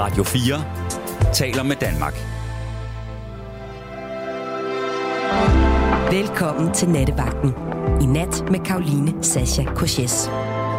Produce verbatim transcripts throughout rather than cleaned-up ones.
Radio fire taler med Danmark. Velkommen til Nattevagten. I nat med Caroline Sascha Corchess.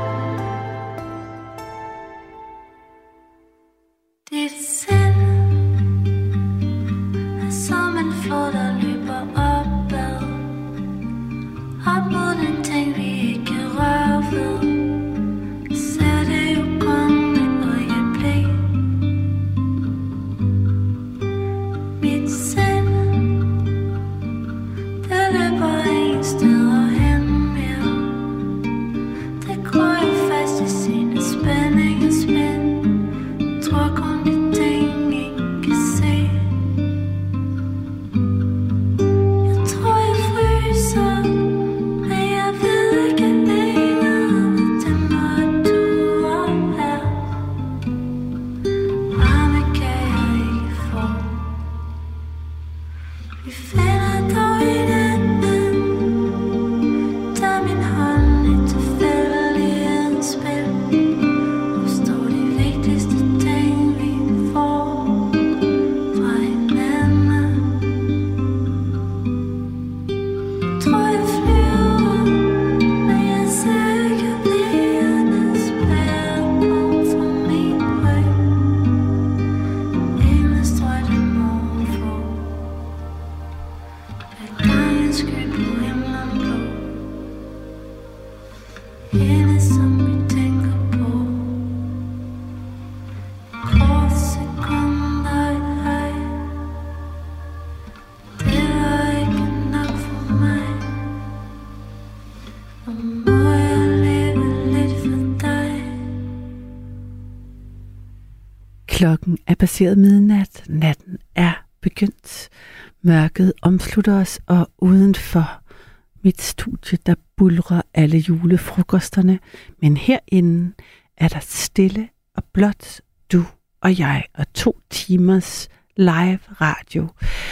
Klokken er passeret midnat. Natten er begyndt. Mørket omslutter os, og udenfor mit studie, der buldrer alle julefrokosterne. Men herinde er der stille og blot du og jeg og to timers live radio.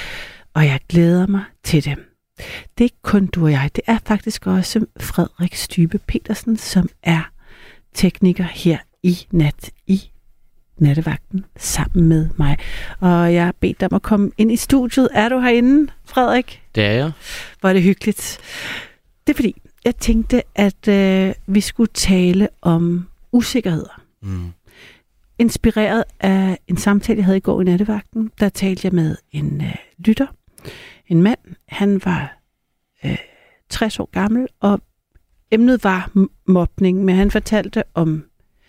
Og jeg glæder mig til det. Det er ikke kun du og jeg, det er faktisk også Frederik Stybe Petersen, som er tekniker her i nat i Nattevagten sammen med mig. Og jeg har bedt dig om at komme ind i studiet. Er du herinde, Frederik? Det er jeg. Hvor er det hyggeligt. Det er fordi, jeg tænkte, at øh, vi skulle tale om usikkerheder. Mm. Inspireret af en samtale, jeg havde i går i Nattevagten, der talte jeg med en øh, lytter. En mand, han var øh, tres år gammel, og emnet var mobning, men han fortalte om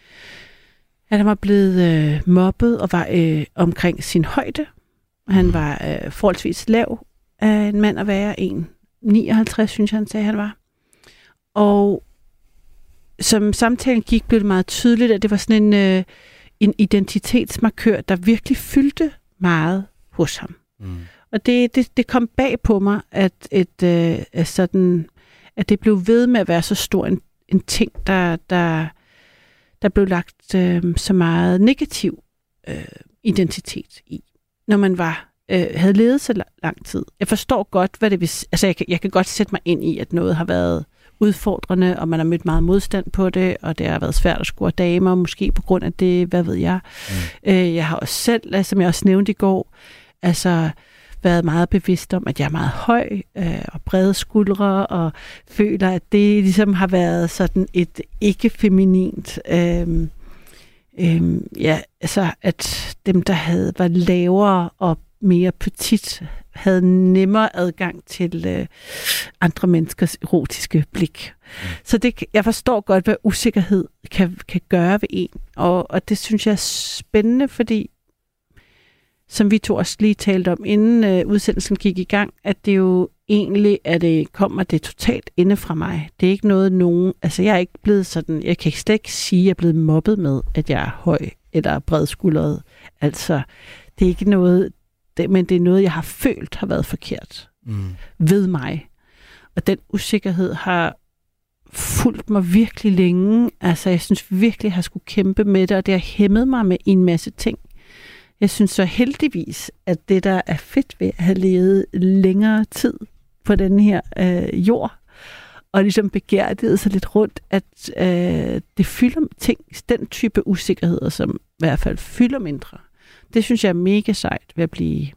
at han var blevet øh, mobbet og var øh, omkring sin højde. Han var øh, forholdsvis lav af en mand at være. en komma nioghalvtreds, synes jeg, han sagde, han var. Og som samtalen gik, blev det meget tydeligt, at det var sådan en, øh, en identitetsmarkør, der virkelig fyldte meget hos ham. Mm. Og det, det, det kom bag på mig, at, et, øh, sådan, at det blev ved med at være så stor en, en ting, der... der der blev lagt øh, så meget negativ øh, identitet i, når man var øh, havde levet så lang tid. Jeg forstår godt, hvad det vil... Altså, jeg kan, jeg kan godt sætte mig ind i, at noget har været udfordrende, og man har mødt meget modstand på det, og det har været svært at score damer, måske på grund af det, hvad ved jeg. Mm. Øh, jeg har også selv, som jeg også nævnte i går, altså været meget bevidst om, at jeg er meget høj øh, og brede skuldre, og føler, at det ligesom har været sådan et ikke-feminint. Øh, øh, ja, altså, at dem, der havde var lavere og mere petit, havde nemmere adgang til øh, andre menneskers erotiske blik. Mm. Så det, jeg forstår godt, hvad usikkerhed kan, kan gøre ved en, og, og det synes jeg er spændende, fordi som vi to også lige talte om, inden øh, udsendelsen gik i gang, at det jo egentlig, at det kommer det totalt inde fra mig. Det er ikke noget nogen... Altså, jeg er ikke blevet sådan... Jeg kan slet ikke sige, at jeg er blevet mobbet med, at jeg er høj eller bredskuldret. Altså, det er ikke noget... Det, men det er noget, jeg har følt har været forkert mm. ved mig. Og den usikkerhed har fulgt mig virkelig længe. Altså, jeg synes virkelig, jeg har skulle kæmpe med det, og det har hæmmet mig med en masse ting. Jeg synes så heldigvis, at det, der er fedt ved at have levet længere tid på den her øh, jord, og ligesom begærdet sig lidt rundt, at øh, det fylder ting, den type usikkerheder, som i hvert fald fylder mindre. Det synes jeg er mega sejt ved at blive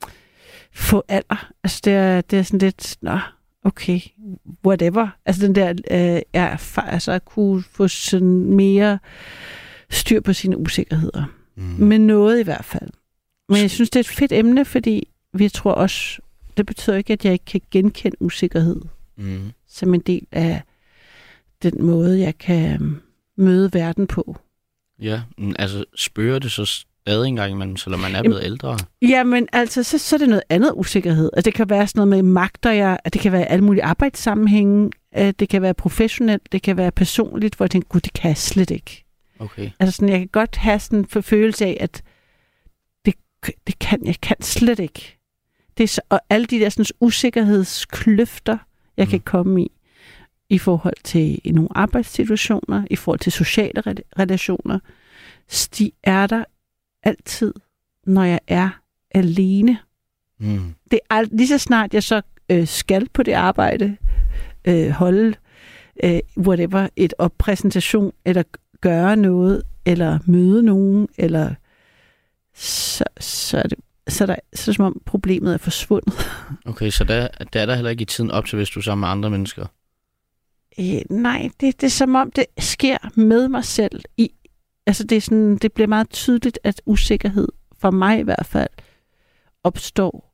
få alder. Altså det er, det er sådan lidt, nå, okay, whatever. Altså den der, øh, ja, altså at kunne få sådan mere styr på sine usikkerheder. Mm. Men noget i hvert fald. Men jeg synes, det er et fedt emne, fordi vi tror også, det betyder ikke, at jeg ikke kan genkende usikkerhed mm. som en del af den måde, jeg kan møde verden på. Ja, men altså spørger det så stadig engang imellem, selvom man er blevet ældre? Jamen altså, så, så er det noget andet usikkerhed. Altså, det kan være sådan noget med magter jeg, det kan være alle mulige arbejdssammenhænge, det kan være professionelt, det kan være personligt, hvor jeg tænker, gud, det kan jeg slet ikke. Okay. Altså sådan, jeg kan godt have sådan en følelse af, at det, det kan jeg kan slet ikke. Det er så, og alle de der sådan, usikkerhedskløfter, jeg mm. kan komme i, i forhold til i nogle arbejdssituationer, i forhold til sociale relationer, de er der altid, når jeg er alene. Mm. Det er lige så snart jeg så øh, skal på det arbejde, øh, holde øh, whatever, et oppræsentation, eller gøre noget, eller møde nogen, eller så, så er det så er, der, så er det som om problemet er forsvundet. Okay, så der, der er der heller ikke i tiden op til, hvis du er sammen med andre mennesker? Øh, nej, det, det er som om, det sker med mig selv. I, altså det, er sådan, det bliver meget tydeligt, at usikkerhed, for mig i hvert fald, opstår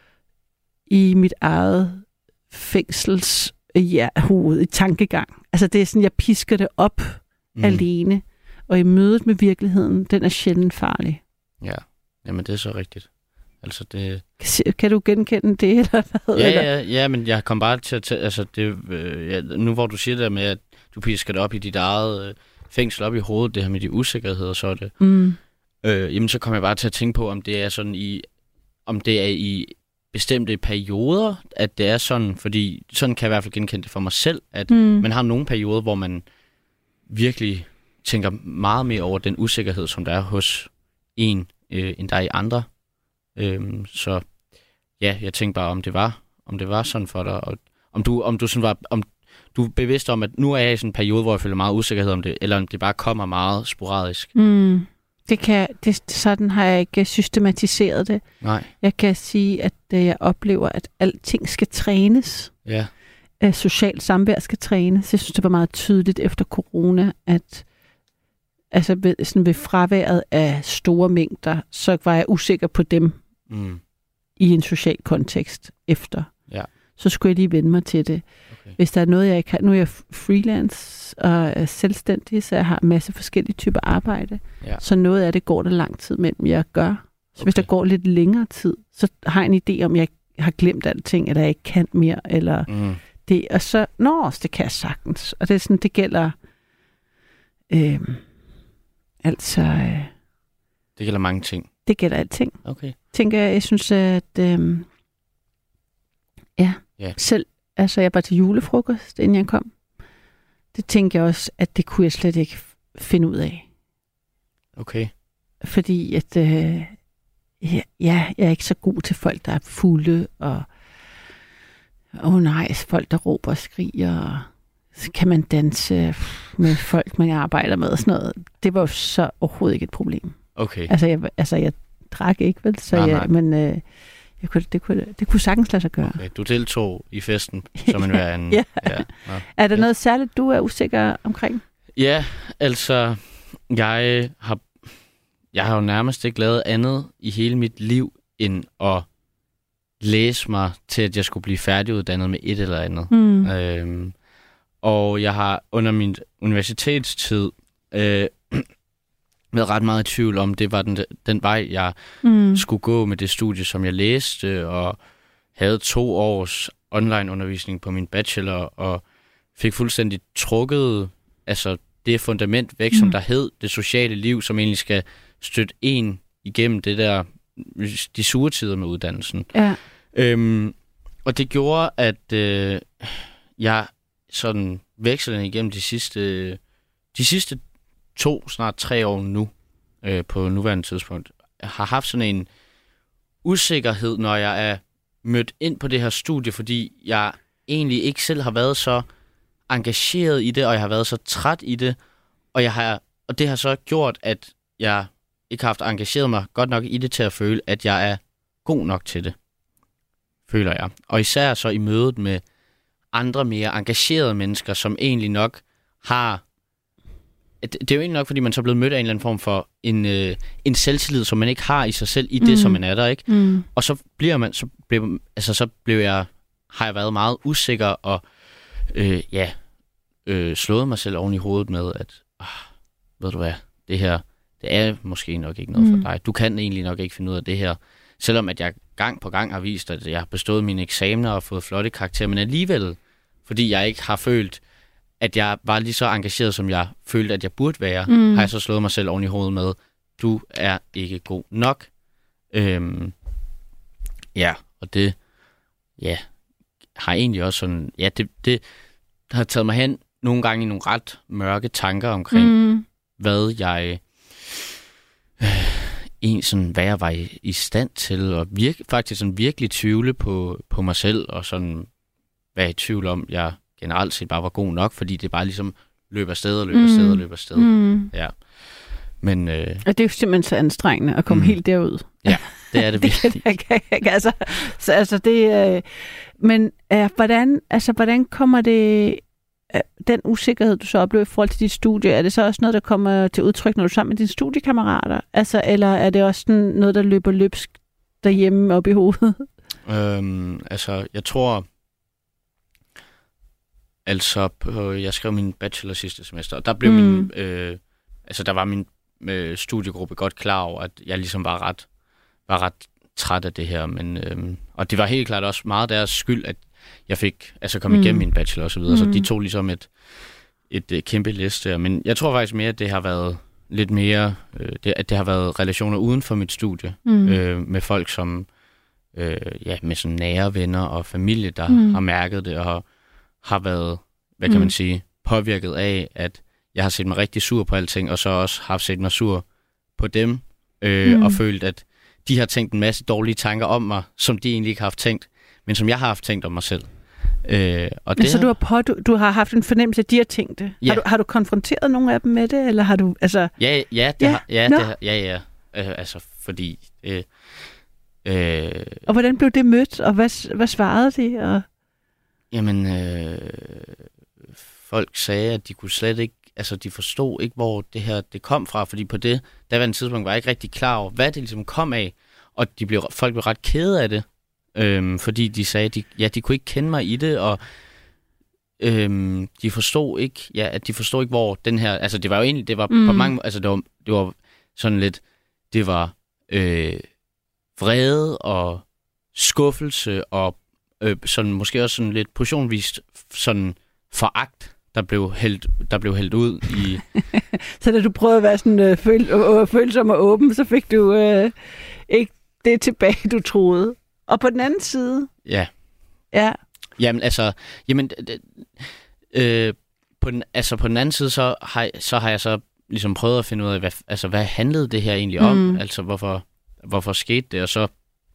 i mit eget fængsels ja, hoved, i tankegang. Altså det er sådan, jeg pisker det op mm. alene, og i mødet med virkeligheden, den er sjældent farlig. Ja, jamen det er så rigtigt. Altså det... Kan du genkende det, eller hvad? Ja, ja, ja, men jeg kom bare til at tage, altså det, øh, ja, nu hvor du siger det med, at du pisker det op i dit eget øh, fængsel op i hovedet, det her med de usikkerheder, så er det, mm. øh, jamen så kom jeg bare til at tænke på, om det er sådan i, om det er i bestemte perioder, at det er sådan, fordi sådan kan jeg i hvert fald genkende det for mig selv, at mm. man har nogle perioder, hvor man virkelig tænker meget mere over den usikkerhed, som der er hos en, øh, end der er i andre. Øhm, så ja, jeg tænkte bare, om det var, om det var sådan for dig, og om du, om du sådan var, om du er bevidst om, at nu er jeg i sådan en periode, hvor jeg føler meget usikkerhed om det, eller om det bare kommer meget sporadisk. Mm. Det kan, det, sådan har jeg ikke systematiseret det. Nej. Jeg kan sige, at jeg oplever, at alting skal trænes. Ja. At socialt samvær skal trænes. Jeg synes, det var meget tydeligt efter corona, at altså ved, sådan ved fraværet af store mængder, så var jeg usikker på dem mm. i en social kontekst efter. Ja. Så skulle jeg lige vende mig til det. Okay. Hvis der er noget, jeg ikke har... Nu er jeg freelance og er selvstændig, så jeg har en masse forskellige typer arbejde. Ja. Så noget af det går der lang tid mellem, jeg gør. Så okay. hvis der går lidt længere tid, så har jeg en idé om, jeg har glemt alting, eller jeg ikke kan mere, eller mm. det. Og så, nå, det kan jeg sagtens. Og det er sådan, det gælder... Øh, Altså... Øh, det gælder mange ting. Det gælder alting. Okay. Tænker jeg, jeg synes, at... Øh, ja, yeah. selv... Altså, jeg var til julefrokost, inden jeg kom. Det tænkte jeg også, at det kunne jeg slet ikke finde ud af. Okay. Fordi at... Øh, ja, jeg er ikke så god til folk, der er fulde, og... Åh oh, nej, folk, der råber og skriger, og... Så kan man danse med folk, man arbejder med og sådan noget. Det var jo så overhovedet ikke et problem. Okay. Altså, jeg, altså, jeg drak ikke, vel? Så nej, jeg, nej. Men øh, jeg kunne, det, kunne, det kunne sagtens lade sig gøre. Okay. Du deltog i festen, som en hver anden. ja. Ja. Ja. Er der ja. noget særligt, du er usikker omkring? Ja, altså, jeg har, jeg har jo nærmest ikke lavet andet i hele mit liv, end at læse mig til, at jeg skulle blive færdiguddannet med et eller andet. Mm. Øhm, Og jeg har under min universitetstid øh, været ret meget i tvivl om, det var den, den vej, jeg mm. skulle gå med det studie, som jeg læste, og havde to års online-undervisning på min bachelor, og fik fuldstændig trukket altså, det fundament væk, mm. som der hed det sociale liv, som egentlig skal støtte en igennem det der, de sure tider med uddannelsen. Ja. Øhm, og det gjorde, at øh, jeg sådan vekslerne igennem de sidste, de sidste to, snart tre år nu, øh, på nuværende tidspunkt, har haft sådan en usikkerhed, når jeg er mødt ind på det her studie, fordi jeg egentlig ikke selv har været så engageret i det, og jeg har været så træt i det, og, jeg har, og det har så gjort, at jeg ikke haft engageret mig godt nok i det til at føle, at jeg er god nok til det, føler jeg. Og især så i mødet med andre mere engagerede mennesker, som egentlig nok har... Det er jo egentlig nok, fordi man så er blevet mødt af en eller anden form for en, øh, en selvtillid, som man ikke har i sig selv, i det, mm. som man er der, ikke? Mm. Og så bliver man... Så blev, altså, så blev jeg... Har jeg været meget usikker og... Øh, ja... Øh, slået mig selv oven i hovedet med, at... Øh, ved du hvad? Det her... Det er måske nok ikke noget mm. for dig. Du kan egentlig nok ikke finde ud af det her. Selvom at jeg gang på gang har vist, at jeg har bestået mine eksamener og fået flotte karakterer, men alligevel, fordi jeg ikke har følt, at jeg var lige så engageret, som jeg følte, at jeg burde være, mm. har jeg så slået mig selv oven i hovedet med, du er ikke god nok. Øhm, ja, og det ja, har egentlig også sådan... Ja, det, det har taget mig hen nogle gange i nogle ret mørke tanker omkring, mm. hvad jeg... En sådan, hvad jeg var i, i stand til, og virke, faktisk sådan virkelig tvivle på, på mig selv, og sådan være i tvivl om, jeg generelt set bare var god nok, fordi det bare ligesom løber afsted og løber mm. afsted og løber afsted. Mm. Ja. Men, øh, og det er jo simpelthen så anstrengende at komme mm. helt derud. Ja, det er det virkelig. det kan, kan, altså, så, altså det, øh, men øh, hvordan, altså, hvordan kommer det... Den usikkerhed, du så oplever i forhold til dit studie, er det så også noget, der kommer til udtryk, når du er sammen med dine studiekammerater? Altså, eller er det også sådan noget, der løber løbsk derhjemme op i hovedet? Øhm, altså, jeg tror... Altså, på, jeg skrev min bachelor sidste semester, og der blev mm. min... Øh, altså, der var min øh, studiegruppe godt klar over, at jeg ligesom var ret, var ret træt af det her. Men, øh, og det var helt klart også meget deres skyld, at jeg fik altså kom igennem mm. min bachelor og så videre, mm. så de tog ligesom et, et, et kæmpe liste. Men jeg tror faktisk mere, at det har været lidt mere, øh, det, at det har været relationer uden for mit studie, mm. øh, med folk som, øh, ja, med sådan nære venner og familie, der mm. har mærket det og har, har været, hvad kan mm. man sige, påvirket af, at jeg har set mig rigtig sur på alting, og så også har set mig sur på dem, øh, mm. og følt, at de har tænkt en masse dårlige tanker om mig, som de egentlig ikke har haft tænkt, men som jeg har haft tænkt om mig selv. Øh, og det så du har, på, du, du har haft en fornemmelse af, at de har tænkt det? Ja. Har, du, har du konfronteret nogle af dem med det, eller har du... Altså... Ja, ja, det ja. har... Ja, no. det har, ja, ja. Øh, altså, fordi... Øh, øh, og hvordan blev det mødt, og hvad, hvad svarede de? Og... Jamen, øh, folk sagde, at de kunne slet ikke... Altså, de forstod ikke, hvor det her det kom fra, fordi på det daværende tidspunkt var jeg ikke rigtig klar over, hvad det ligesom kom af, og de blev, folk blev ret kede af det. Øhm, fordi de sagde, at de, ja, de kunne ikke kende mig i det, og øhm, de forstod ikke, ja, at de forstod ikke, hvor den her, altså det var jo egentlig, det var mm. på mange, altså det var, det var sådan lidt, det var øh, vrede og skuffelse og øh, sådan måske også sådan lidt portionvist sådan foragt, der blev hældt, der blev hældt ud i. Så da du prøvede at være sådan øh, føl, øh, følsom og åben, så fik du øh, ikke det tilbage, du troede. Og på den anden side? Ja. Ja. Jamen, altså, jamen, øh, på den, altså på den anden side, så har, så har jeg så ligesom prøvet at finde ud af, hvad, altså, hvad handlede det her egentlig om? Mm. Altså, hvorfor, hvorfor skete det? Og så,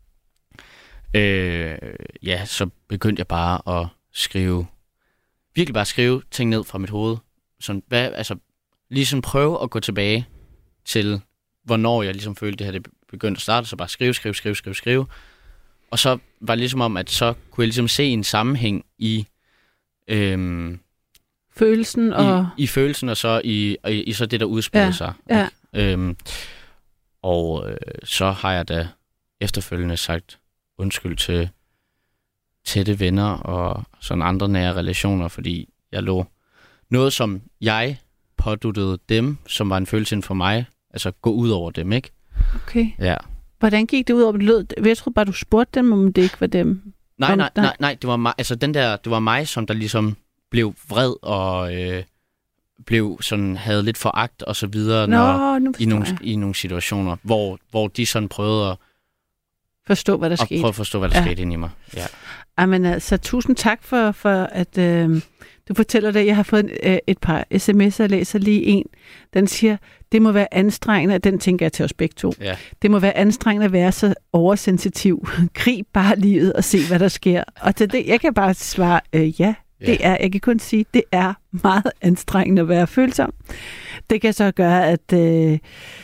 øh, ja, så begyndte jeg bare at skrive, virkelig bare skrive ting ned fra mit hoved. Sådan, hvad, altså, ligesom prøve at gå tilbage til, hvornår jeg ligesom følte, det her det begyndte at starte. Så bare skrive, skrive, skrive, skrive, skrive. Og så var det ligesom om, at så kunne jeg ligesom se en sammenhæng i... Øhm, følelsen og... I, i følelsen, og så i, i, i så det, der udspillede ja, sig. Ja. Øhm, og øh, så har jeg da efterfølgende sagt undskyld til tætte venner og sådan andre nære relationer, fordi jeg lå noget, som jeg påduttede dem, som var en følelse inden for mig, altså gå ud over dem, ikke? Okay. Ja. Hvordan gik det ud over det lød? Jeg troede bare, du spurgte dem, om det ikke var dem. Nej, nej, nej, nej, det var mig, altså den der, det var mig, som der ligesom blev vred og øh, blev sådan, havde lidt foragt og så videre, Nå, når, nu i, nogle, i nogle situationer, hvor, hvor de sådan prøvede at forstå, hvad der at skete. prøve at forstå, hvad der ja. skete inde i mig. Ja. Amen, altså, tusind tak for, for at øh, du fortæller det. Jeg har fået en, øh, et par sms'er, jeg læser lige en. Den siger, det må være anstrengende, og den tænker jeg til os begge to. Ja. Det må være anstrengende at være så oversensitiv. Grib bare livet og se, hvad der sker. Og til det, jeg kan bare svare, øh, ja, det ja. er, jeg kan kun sige, det er meget anstrengende at være følsom. Det kan så gøre, at øh,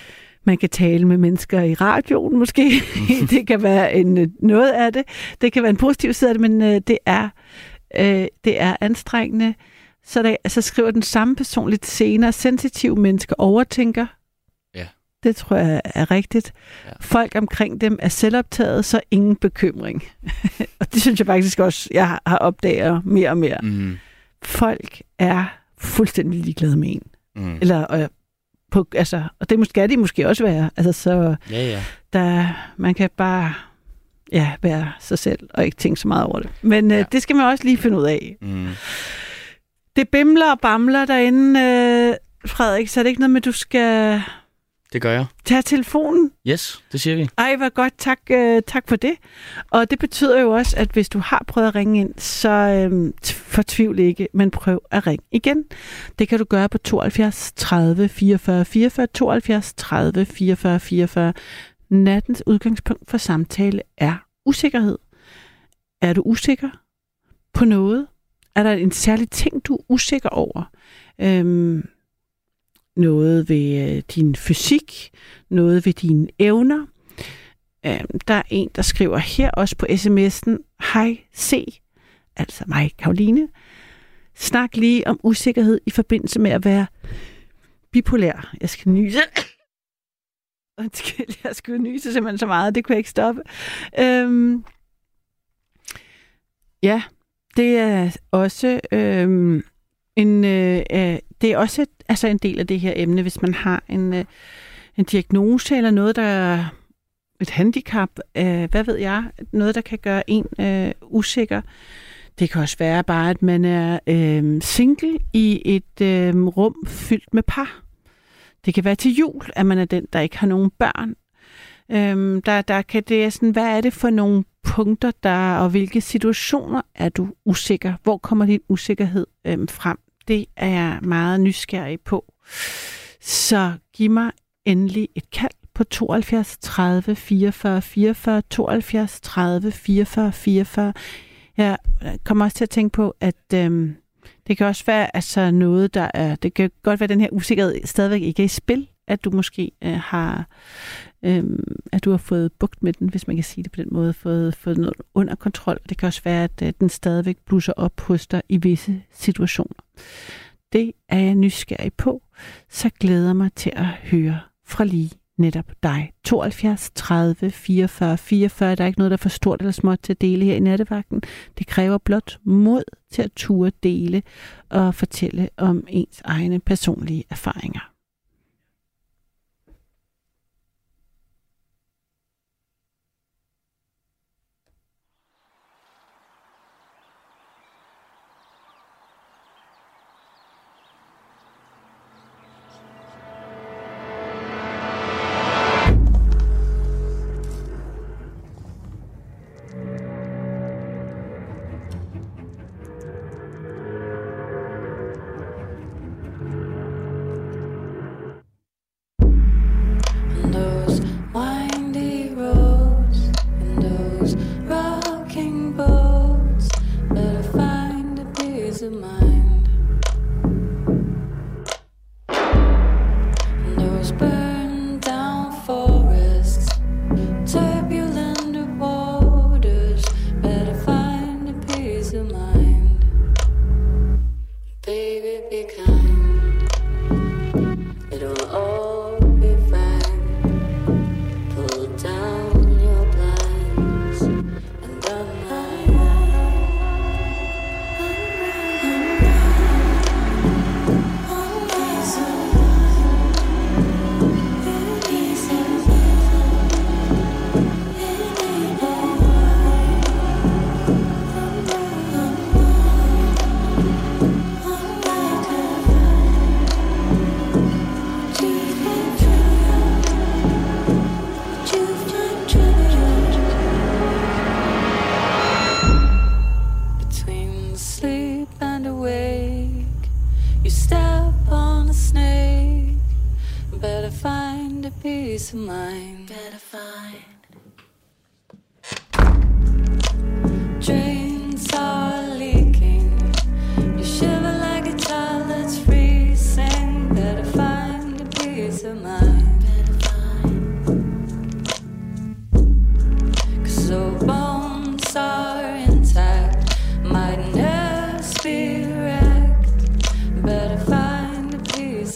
Man kan tale med mennesker i radioen måske. Det kan være en, noget af det. Det kan være en positiv side af det, men øh, det, er, øh, det er anstrengende. Så, der, så skriver den samme person lidt senere, sensitive mennesker overtænker. Ja. Det tror jeg er rigtigt. Ja. Folk omkring dem er selvoptaget, så ingen bekymring. Og det synes jeg faktisk også, jeg har opdaget mere og mere. Mm. Folk er fuldstændig ligeglade med en. Mm. Eller, og, på, altså, og det skal de måske også være. Altså, så ja, ja. Der, man kan bare ja, være sig selv og ikke tænke så meget over det. Men ja. øh, det skal man også lige finde ud af. Mm. Det bimler og bamler derinde, øh, Frederik, så er det ikke noget med, at du skal... Det gør jeg. Tage telefonen? Yes, det siger vi. Ej, hvor godt. Tak, øh, tak for det. Og det betyder jo også, at hvis du har prøvet at ringe ind, så øh, fortvivl ikke, men prøv at ringe igen. Det kan du gøre på tooghalvfjerds tredive fireogfyrre fireogfyrre, tooghalvfjerds tredive fireogfyrre fireogfyrre. Nattens udgangspunkt for samtale er usikkerhed. Er du usikker på noget? Er der en særlig ting, du er usikker over? Øhm, noget ved øh, din fysik, noget ved dine evner. Øhm, der er en, der skriver her også på sms'en, hej C, altså mig, Karoline. Snak lige om usikkerhed i forbindelse med at være bipolær. Jeg skal nyse. Undskyld, jeg skulle nyse simpelthen så meget, det kunne jeg ikke stoppe. Øhm, ja, det er også øhm, en øh, det er også et, altså en del af det her emne, hvis man har en, øh, en diagnose eller noget, der er et handicap, øh, hvad ved jeg, noget, der kan gøre en øh, usikker. Det kan også være bare, at man er øh, single i et øh, rum fyldt med par. Det kan være til jul, at man er den, der ikke har nogen børn. Øhm, der, der kan det sådan, hvad er det for nogle punkter, der, og hvilke situationer er du usikker? Hvor kommer din usikkerhed øhm, frem? Det er jeg meget nysgerrig på. Så giv mig endelig et kald på tooghalvfjerds tredive fireogfyrre fireogfyrre, tooghalvfjerds tredive fireogfyrre fireogfyrre. Jeg kommer også til at tænke på, at øhm, det kan også være altså noget, der er... Det kan godt være, at den her usikkerhed stadigvæk ikke er i spil, at du måske øh, har... Øh, at du har fået bugt med den, hvis man kan sige det på den måde, fået, fået noget under kontrol. Det kan også være, at øh, den stadigvæk blusser op hos dig i visse situationer. Det er jeg nysgerrig på, så glæder mig til at høre fra lige netop dig. tooghalvfjerds tredive fireogfyrre fireogfyrre. Der er ikke noget, der er for stort eller småt til at dele her i nattevagten. Det kræver blot mod til at turde dele og fortælle om ens egne personlige erfaringer.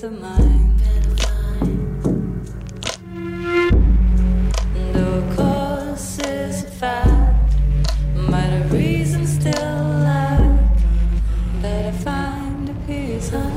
of mind. Though of course it's a fact, might a reason still lack, better find a piece of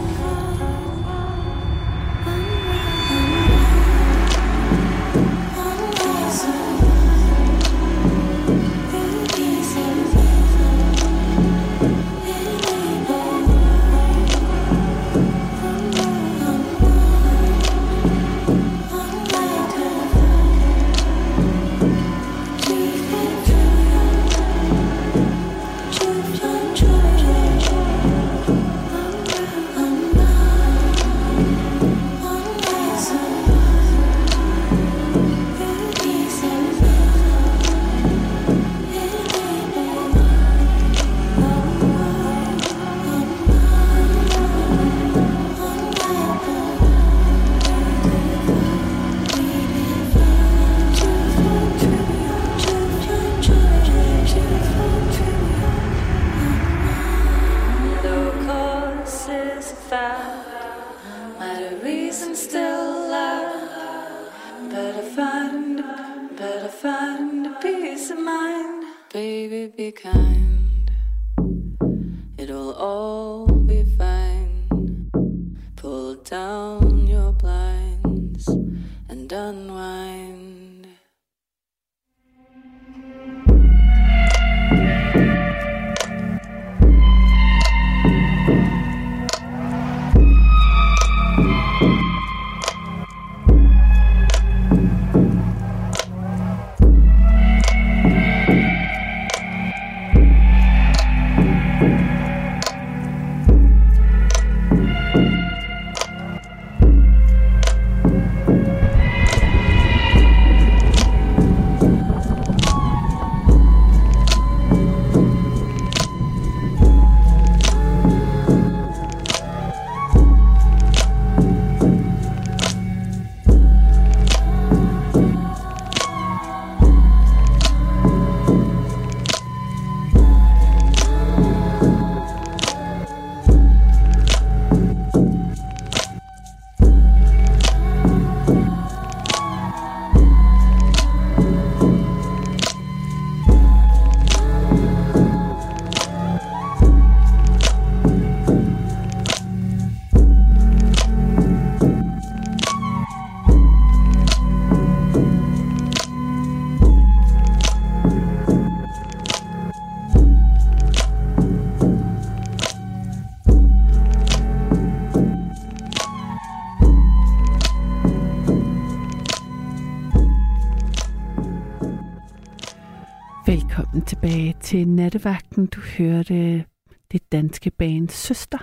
Velkommen tilbage til Nattevagten. Du hørte det danske band Søster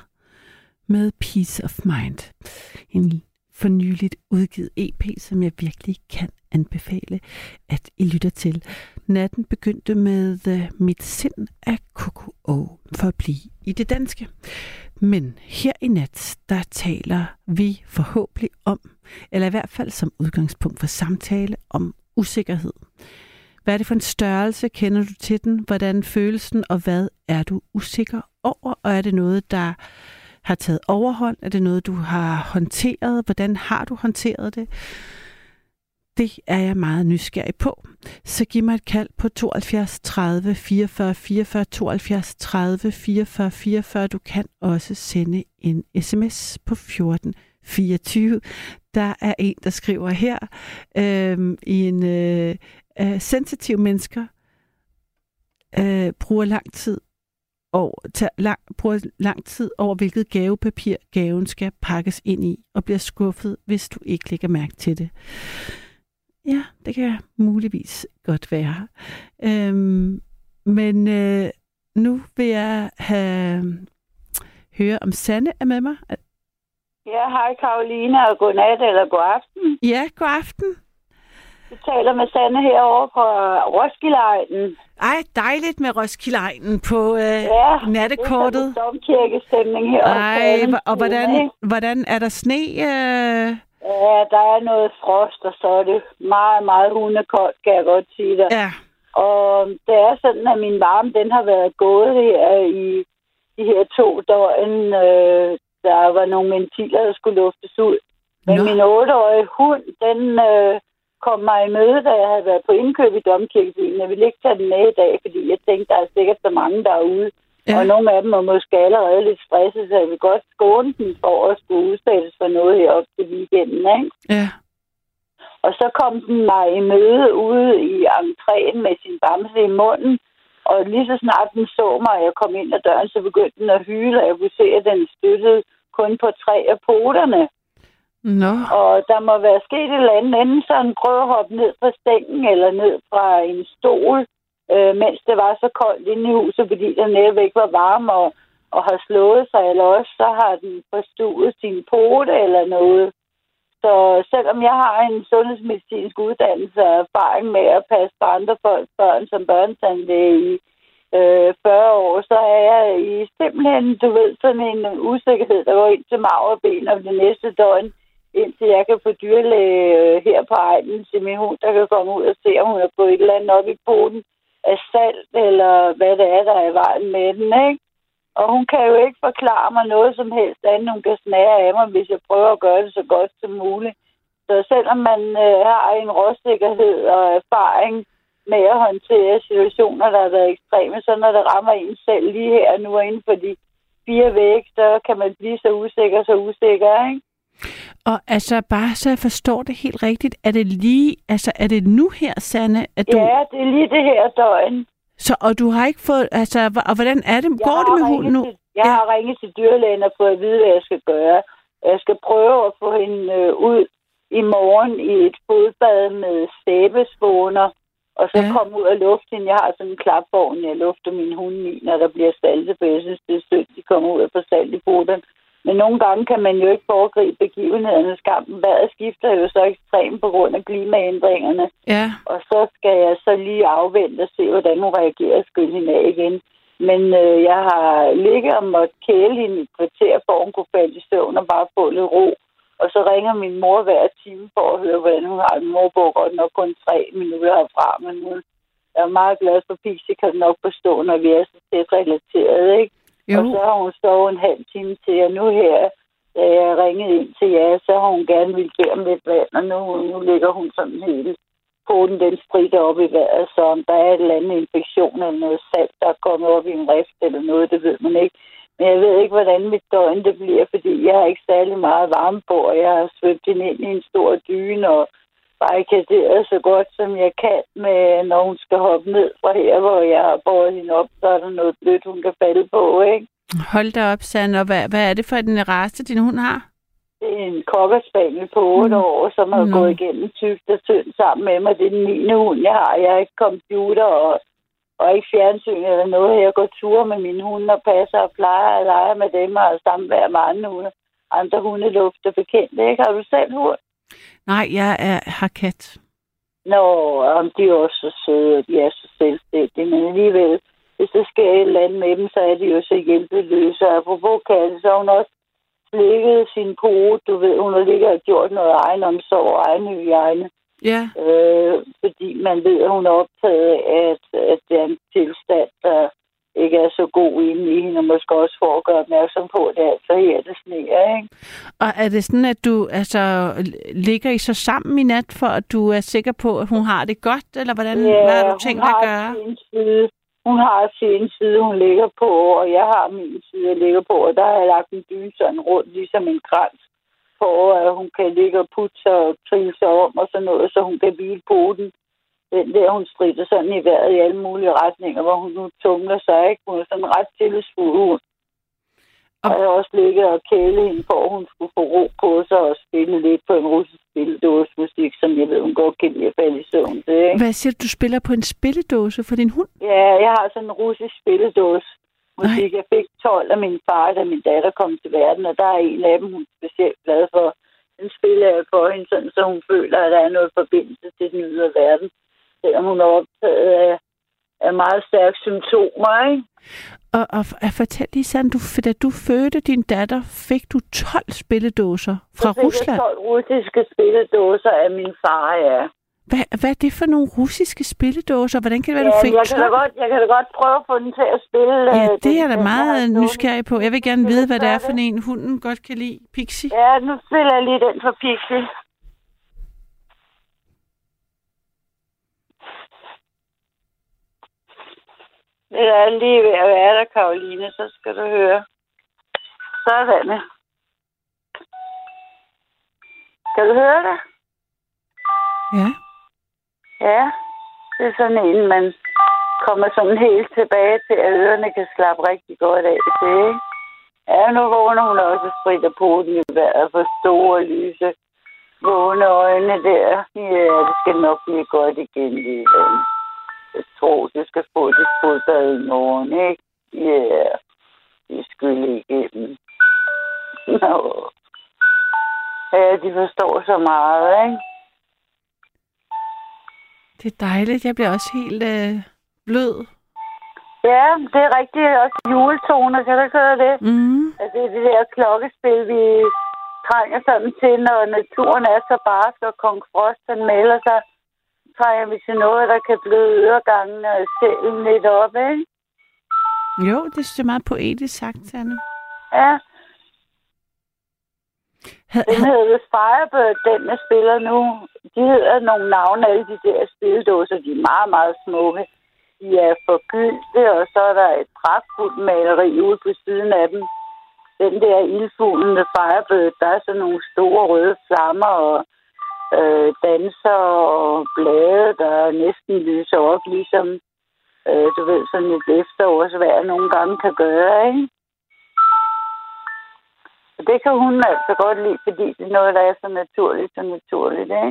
med Peace of Mind. En for nyligt udgivet E P, som jeg virkelig kan anbefale, at I lytter til. Natten begyndte med uh, Mit sind af Coco O, for at blive i det danske. Men her i nat, der taler vi forhåbentlig om, eller i hvert fald som udgangspunkt for samtale, om usikkerhed. Hvad er det for en størrelse? Kender du til den? Hvordan føles den? Og hvad er du usikker over? Og er det noget, der har taget overhånd? Er det noget, du har håndteret? Hvordan har du håndteret det? Det er jeg meget nysgerrig på. Så giv mig et kald på tooghalvfjerds tredive fireogfyrre fireogfyrre, tooghalvfjerds tredive fireogfyrre fireogfyrre. Du kan også sende en sms på fjorten fireogtyve. Der er en, der skriver her øh, i en... Øh, Uh, sensitive mennesker uh, bruger lang tid og tager lang, bruger lang tid over, hvilket gavepapir gaven skal pakkes ind i, og bliver skuffet, hvis du ikke lægger mærke til det. Ja, det kan muligvis godt være. Um, men uh, nu vil jeg have, høre, om Sanne er med mig. Ja, hej Karoline, og godnat eller god aften. Ja, god aften. Du taler med Sanne herovre på Roskilde-egnen. Ej, dejligt med Roskilde-egnen på øh, ja, nattekortet. Ja, det er domkirkestemning herovre. Ej, og hvordan, hvordan er der sne? Øh... Ja, der er noget frost, og så er det meget, meget hundekoldt, kan jeg godt sige dig. Ja. Og det er sådan, at min varme, den har været gået her i de her to døgn. Øh, der var nogle ventiler, der skulle luftes ud. Men Nå. min otteårige hund, den øh, kom mig i møde, da jeg havde været på indkøb i Domkirkebyen. Jeg ville ikke tage den med i dag, fordi jeg tænkte, der er sikkert så mange derude. Ja. Og nogle af dem er måske allerede lidt stresset, så jeg vil godt skåne den for at skulle udsættes for noget heroppe til weekenden, ikke? Ja. Og så kom den mig i møde ude i entréen med sin bamse i munden. Og lige så snart den så mig, og jeg kom ind ad døren, så begyndte den at hyle, og jeg kunne se, at den støttede kun på tre af poterne. Nå. Og der må være sket et eller andet, enten så den prøvede at hoppe ned fra stængen eller ned fra en stol, øh, mens det var så koldt inde i huset, fordi der netop ikke var varm og, og har slået sig, eller også så har den forstuet sin pote eller noget. Så selvom jeg har en sundhedsmedicinsk uddannelse og erfaring med at passe på andre folks børn som børnetandlæge i øh, fyrre år, så er jeg i simpelthen, du ved, sådan en usikkerhed, der går ind til marv og ben om det næste døgn, indtil jeg kan få dyrlæge her på egnen til min hund, der kan komme ud og se, om hun har fået et eller andet op i poten af salt, eller hvad det er, der er i vejen med den, ikke? Og hun kan jo ikke forklare mig noget som helst andet. Hun kan snære af mig, hvis jeg prøver at gøre det så godt som muligt. Så selvom man øh, har en råsikkerhed og erfaring med at håndtere situationer, der har været ekstreme, så når det rammer en selv lige her og nu og inden for de fire vægge, så kan man blive så usikker, så usikker, ikke? Og altså, bare så jeg forstår det helt rigtigt, er det lige, altså er det nu her, Sanne, at du... Ja, det er lige det her døgn. Så, og du har ikke fået, altså, og hvordan er det? Går det med hunden nu? Til, jeg ja. har ringet til dyrlægen og fået at vide, hvad jeg skal gøre. Jeg skal prøve at få hende øh, ud i morgen i et fodbad med sæbespåner, og så ja. komme ud og lufte hende. Jeg har sådan en klapvogn, jeg lufter min hunde i, når der bliver saltet, for jeg synes, det er sødt, de kommer ud og får salt i poten. Men nogle gange kan man jo ikke foregribe begivenhedernes kamp. Vejret skifter jo så ekstremt på grund af klimaændringerne. Ja. Og så skal jeg så lige afvente og se, hvordan hun reagerer og skylle hende af igen. Men øh, jeg har ligget og måtte kæle hende et kvarter, for hun kunne falde i søvn og bare få lidt ro. Og så ringer min mor hver time for at høre, hvordan hun har. Min mor bor godt nok kun tre minutter herfra, men hun er meget glad for Pixie, kan nok forstå, når vi er så tæt relateret, ikke? Jo. Og så har hun sovet en halv time til jer nu her, da jeg ringede ind til jer, så har hun gerne ville bede om lidt vand, og nu, nu ligger hun sådan helt poten, den spritter op i vejret, så om der er et eller andet infektion eller noget salt, der er kommet op i en rift eller noget, det ved man ikke. Men jeg ved ikke, hvordan mit døgn det bliver, fordi jeg har ikke særlig meget varme på, og jeg har svøbt hende ind i en stor dyne og barrikaderet så godt, som jeg kan, med, når hun skal hoppe ned fra her, hvor jeg har båret hende op, så er der noget blødt, hun kan falde på, ikke? Hold da op, Sanne, og hvad, hvad er det for en race, din hund har? Det er en cockerspaniel på otte mm. år, som har mm. gået igennem tykt og tynd sammen med mig. Det er den niende hund, jeg har. Jeg har ikke computer og, og ikke fjernsyn eller noget. Jeg går ture med mine hunde og passer og plejer og leger med dem og samvær med andre hunde. Andre hunde lufter bekendt, ikke? Har du selv hund? Nej, jeg er, har kat. Nå, om de er også så søde, de er så selvstændige, men alligevel, hvis der sker et eller andet med dem, så er de jo så hjælpeløse. Og apropos katte, så har hun også slikket sin pote, du ved, hun har ligget og gjort noget egenomsorg og egenhygiejne. Ja. Øh, fordi man ved, at hun er optaget af, at, at det er en tilstand, der ikke er så god inde i hende, og måske også for at gøre opmærksom på, at det er altså her, det sneer, ikke? Og er det sådan, at du altså ligger I så sammen i nat, for at du er sikker på, at hun har det godt, eller hvordan, ja, hvad har du tænkt at gøre? Side. Hun har sin side, hun ligger på, og jeg har min side, jeg ligger på, og der har jeg lagt en dyne sådan rundt, ligesom en krans, for at hun kan ligge og putte sig og trille sig om og sådan noget, så hun kan hvile på den. Den der, hun strider sådan i vejret i alle mulige retninger, hvor hun nu tumler sig, ikke? Hun er sådan ret tillidsfuld hund. Og jeg har også ligget og kæle hende for, at hun skulle få ro på sig og spille lidt på en russisk spilledåsemusik, som jeg ved, hun godt kan lide at falde i søvn til, ikke? Hvad siger du, du spiller på en spilledåse for din hund? Ja, jeg har sådan en russisk spilledåsemusik. Jeg fik tolv af min far, da min datter kom til verden, og der er en af dem, hun er specielt glad for. Den spiller jeg for hende, sådan, så hun føler, at der er noget forbindelse til den ydre verden. Selvom hun er optaget af, af meget stærke symptomer, ikke? Og, og, og fortæl lige sådan, du, da du fødte din datter, fik du tolv spilledåser fra jeg fik Rusland? tolv russiske spilledåser af min far, ja. Hvad, hvad er det for nogle russiske spilledåser? Hvordan kan det være, Ja, du fik jeg kan, da tolv? godt, jeg kan da godt prøve at få den til at spille. Ja, øh, det den- er jeg da den, jeg meget har stående. nysgerrig på. Jeg vil gerne Vil vide, du hvad det er gøre for det? en, hunden godt kan lide. Pixie. Ja, nu spiller jeg lige den for Pixie. Det er lige ved at være der, Karoline, så skal du høre. Sådan. Kan du høre det? Ja. Ja, det er sådan en, man kommer sådan helt tilbage til, at ørerne kan slappe rigtig godt af til, ikke? Ja, nu vågner hun også og spritter på den i vejret for store lyse. Vågne øjne der. Ja, det skal nok blive godt igen, lille. Jeg tror, du skal få det fodbad i morgen, ikke? Ja, det skulle igennem. Nå. Ja, de forstår så meget, ikke? Det er dejligt. Jeg bliver også helt øh, blød. Ja, det er rigtigt. Også juletoner, kan du høre det? Mm. Altså, det er det der klokkespil, vi trænger sådan til, når naturen er så barsk, og Kong Frost, han melder sig, trænger vi til noget, der kan bløde øregangen og sjælen lidt op, ikke? Jo, det synes jeg er meget poetisk sagt, Sanne. Ja, Had, den had, hedder Firebird, den jeg spiller nu. De hedder nogle navne, alle de der spildåser, de er meget, meget smukke. De er forgyldte, og så er der et pragtfuldt maleri ude på siden af dem. Den der ildfuglen med Firebird, der er sådan nogle store røde flammer og øh, danser og blade, der næsten lyser op, ligesom øh, du ved, sådan et efterårsvejr nogle gange kan gøre, ikke? Og det kan hun altså godt lide, fordi det er noget, der er så naturligt og naturligt, ikke?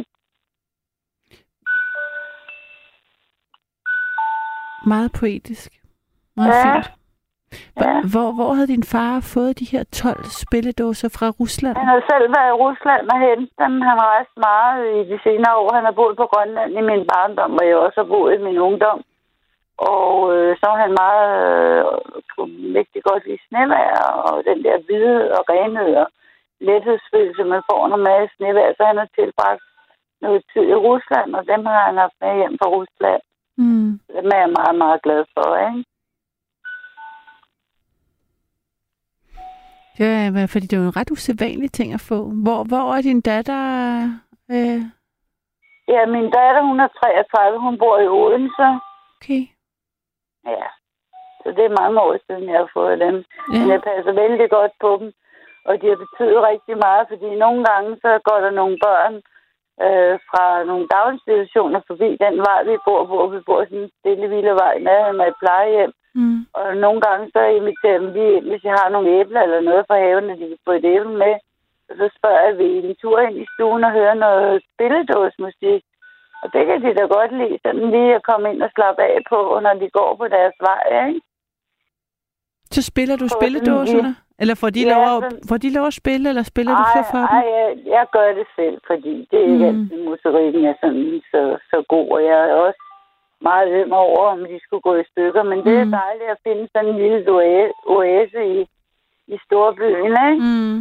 meget poetisk. Meget Ja. fint. Hvor, Ja. hvor, hvor havde din far fået de her tolv spilledåser fra Rusland? Han har selv været i Rusland og hentet dem. Han rejste meget i de senere år. Han har boet på Grønland i min barndom, hvor jeg også har boet i min ungdom. Og øh, så er han meget øh, rigtig godt lide snevejr, og den der hvide og renhed og lethedsfølelse, man får, når man er i snevejr. Så han har tilbragt noget tid i Rusland, og dem har han haft med hjem fra Rusland. Mm. Dem er jeg meget, meget glad for, ikke? Ja, men fordi det er jo en ret usædvanlig ting at få. Hvor, hvor er din datter? Øh... Ja, min datter, hun er treogtredive. Hun bor i Odense. Okay. Ja, så det er mange år siden, jeg har fået dem. Ja. Men jeg passer vældig godt på dem. Og de har betydet rigtig meget, fordi nogle gange, så går der nogle børn øh, fra nogle daginstitutioner forbi den vej, vi bor på. Vi bor sådan en stille vilde vej nærheden af et plejehjem. Mm. Og nogle gange, så inviterer dem lige ind, hvis jeg har nogle æbler eller noget fra haven, og de kan få et æble med. Og så spørger jeg, vil I en tur ind i stuen og høre noget spilledåsmusik? Og det kan de da godt lide, sådan lige at komme ind og slappe af på, når de går på deres vej, ikke? Så spiller du Får spilledåserne? Eller får de, Ja, lov, at, sådan- får de lov at spille, eller spiller du så for Ej, dem? ej jeg, jeg gør det selv, fordi det er ikke Mm. altid, motorikken er sådan så, så god. Og jeg er også meget øm over, om de skulle gå i stykker. Men det er Mm. dejligt at finde sådan en lille oa- oase i, i storbyen, ikke? Mm.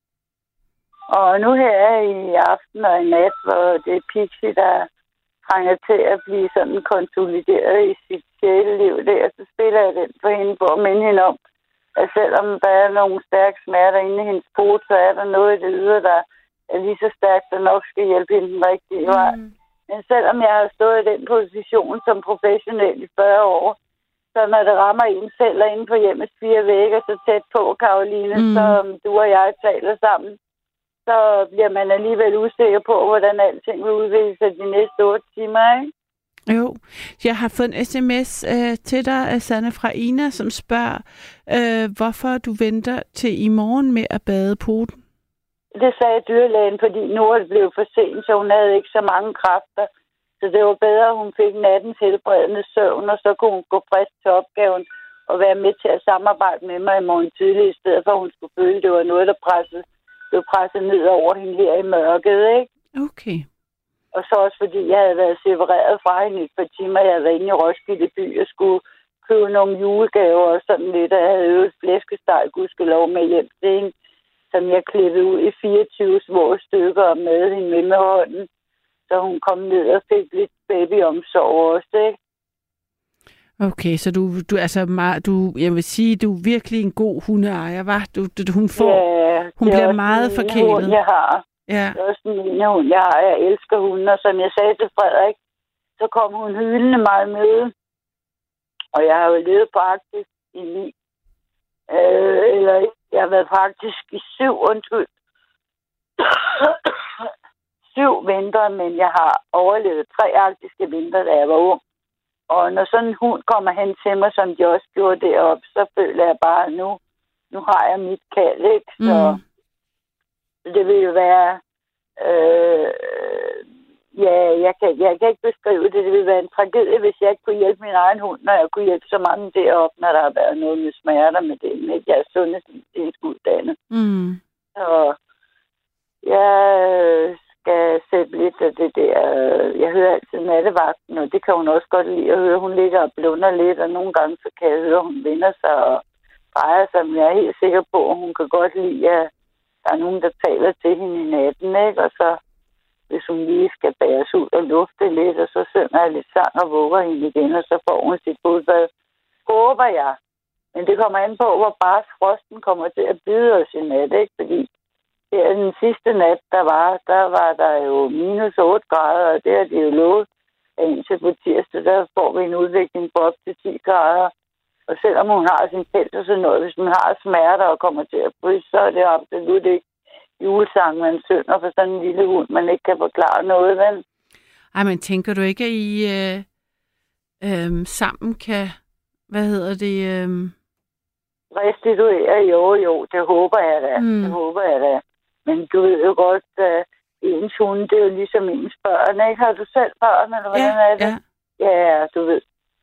Og nu her i aften og i nat, hvor det er Pixie, der trænger til at blive sådan konsolideret i sit sjæleliv der, så spiller jeg den for hende for at minde hende om, at selvom der er nogle stærke smerter inde i hendes fod, så er der noget i det ydre, der er lige så stærkt, der nok skal hjælpe hende den rigtige vej. Mm. Men selvom jeg har stået i den position som professionel i fyrre år, så når det rammer en selv og inden for hjemmets fire vægge så tæt på, Karoline, Mm. mm. som du og jeg taler sammen, så bliver man alligevel usikker på, hvordan alting vil udvikle sig de næste otte timer, ikke? Jo, jeg har fået en sms øh, til dig, Sanne, fra Ina, som spørger, øh, hvorfor du venter til i morgen med at bade poten. Det sagde dyrlægen, fordi nu er det blevet for sent, så hun havde ikke så mange kræfter. Så det var bedre, at hun fik nattens helbredende søvn, og så kunne hun gå frisk til opgaven og være med til at samarbejde med mig i morgen tidlig, i stedet for at hun skulle føle, at det var noget, der pressede, blev presset ned over hende her i mørket, ikke? Okay. Og så også fordi jeg havde været separeret fra hende et par timer. Jeg havde været inde i Roskilde by og skulle købe nogle julegaver og sådan lidt. Og jeg havde øvet flæskesteg, gudskelov, med hjem til hende, som jeg klippede ud i fireogtyve små stykker og med hende med med hånden. Så hun kom ned og fik lidt babyomsorg også, ikke? Okay, så du, du altså meget, du, jeg vil sige, du er virkelig en god hundeejer, var? Du, du, hun får, ja, hun bliver meget forkælet. Hund, jeg har. Ja. Det er også en hund, jeg har. Jeg elsker hunden, og som jeg sagde til Frederik, så kom hun hyldende mig i møde. Og jeg har jo levet praktisk i ni. Øh, eller jeg har været praktisk i syv, undskyld. syv vintre, men jeg har overlevet tre arktiske vintre, da jeg var ung. Og når sådan en hund kommer hen til mig, som de også gjorde deroppe, så føler jeg bare, at nu, nu har jeg mit kald, ikke? Så mm. det vil jo være... Øh, ja, jeg kan, jeg kan ikke beskrive det. Det vil være en tragedie, hvis jeg ikke kunne hjælpe min egen hund, når jeg kunne hjælpe så mange deroppe, når der har været noget med smerter med det. Ikke? Jeg er sundhedsmedicinsk uddannet. Mm. Så jeg skal sætte lidt af det der. Jeg hører altid nattevagten, og det kan hun også godt lide at høre. Hun ligger og blunder lidt, og nogle gange så kan jeg høre, at hun vender sig og drejer sig. Men jeg er helt sikker på, at hun kan godt lide, at der er nogen, der taler til hende i natten, ikke? Og så, hvis hun lige skal bæres ud og lufte lidt, og så synger jeg lidt sang og vugger hende igen, og så får hun sit fodbad. Håber jeg. Men det kommer an på, hvor bare frosten kommer til at bide os i nat, ikke? Fordi her den sidste nat, der var, der var der jo minus otte grader, og det har de jo lovet, at indtil på tirsdag, der får vi en udvikling på op til ti grader. Og selvom hun har sin pels og sådan noget, hvis man har smerter og kommer til at fryse, så er det absolut ikke julesang, man synger for sådan en lille hund, man ikke kan forklare noget, vel? Ej, men tænker du ikke, at I øh, øh, sammen kan, hvad hedder det? Øh... Restituere? Jo, jo, det håber jeg da. Mm. Det håber jeg da. Men du ved jo godt, at ens hunde, det er jo ligesom ens børn, ikke? Har du selv børn, eller hvordan ja, er det? Ja, ja, du ved.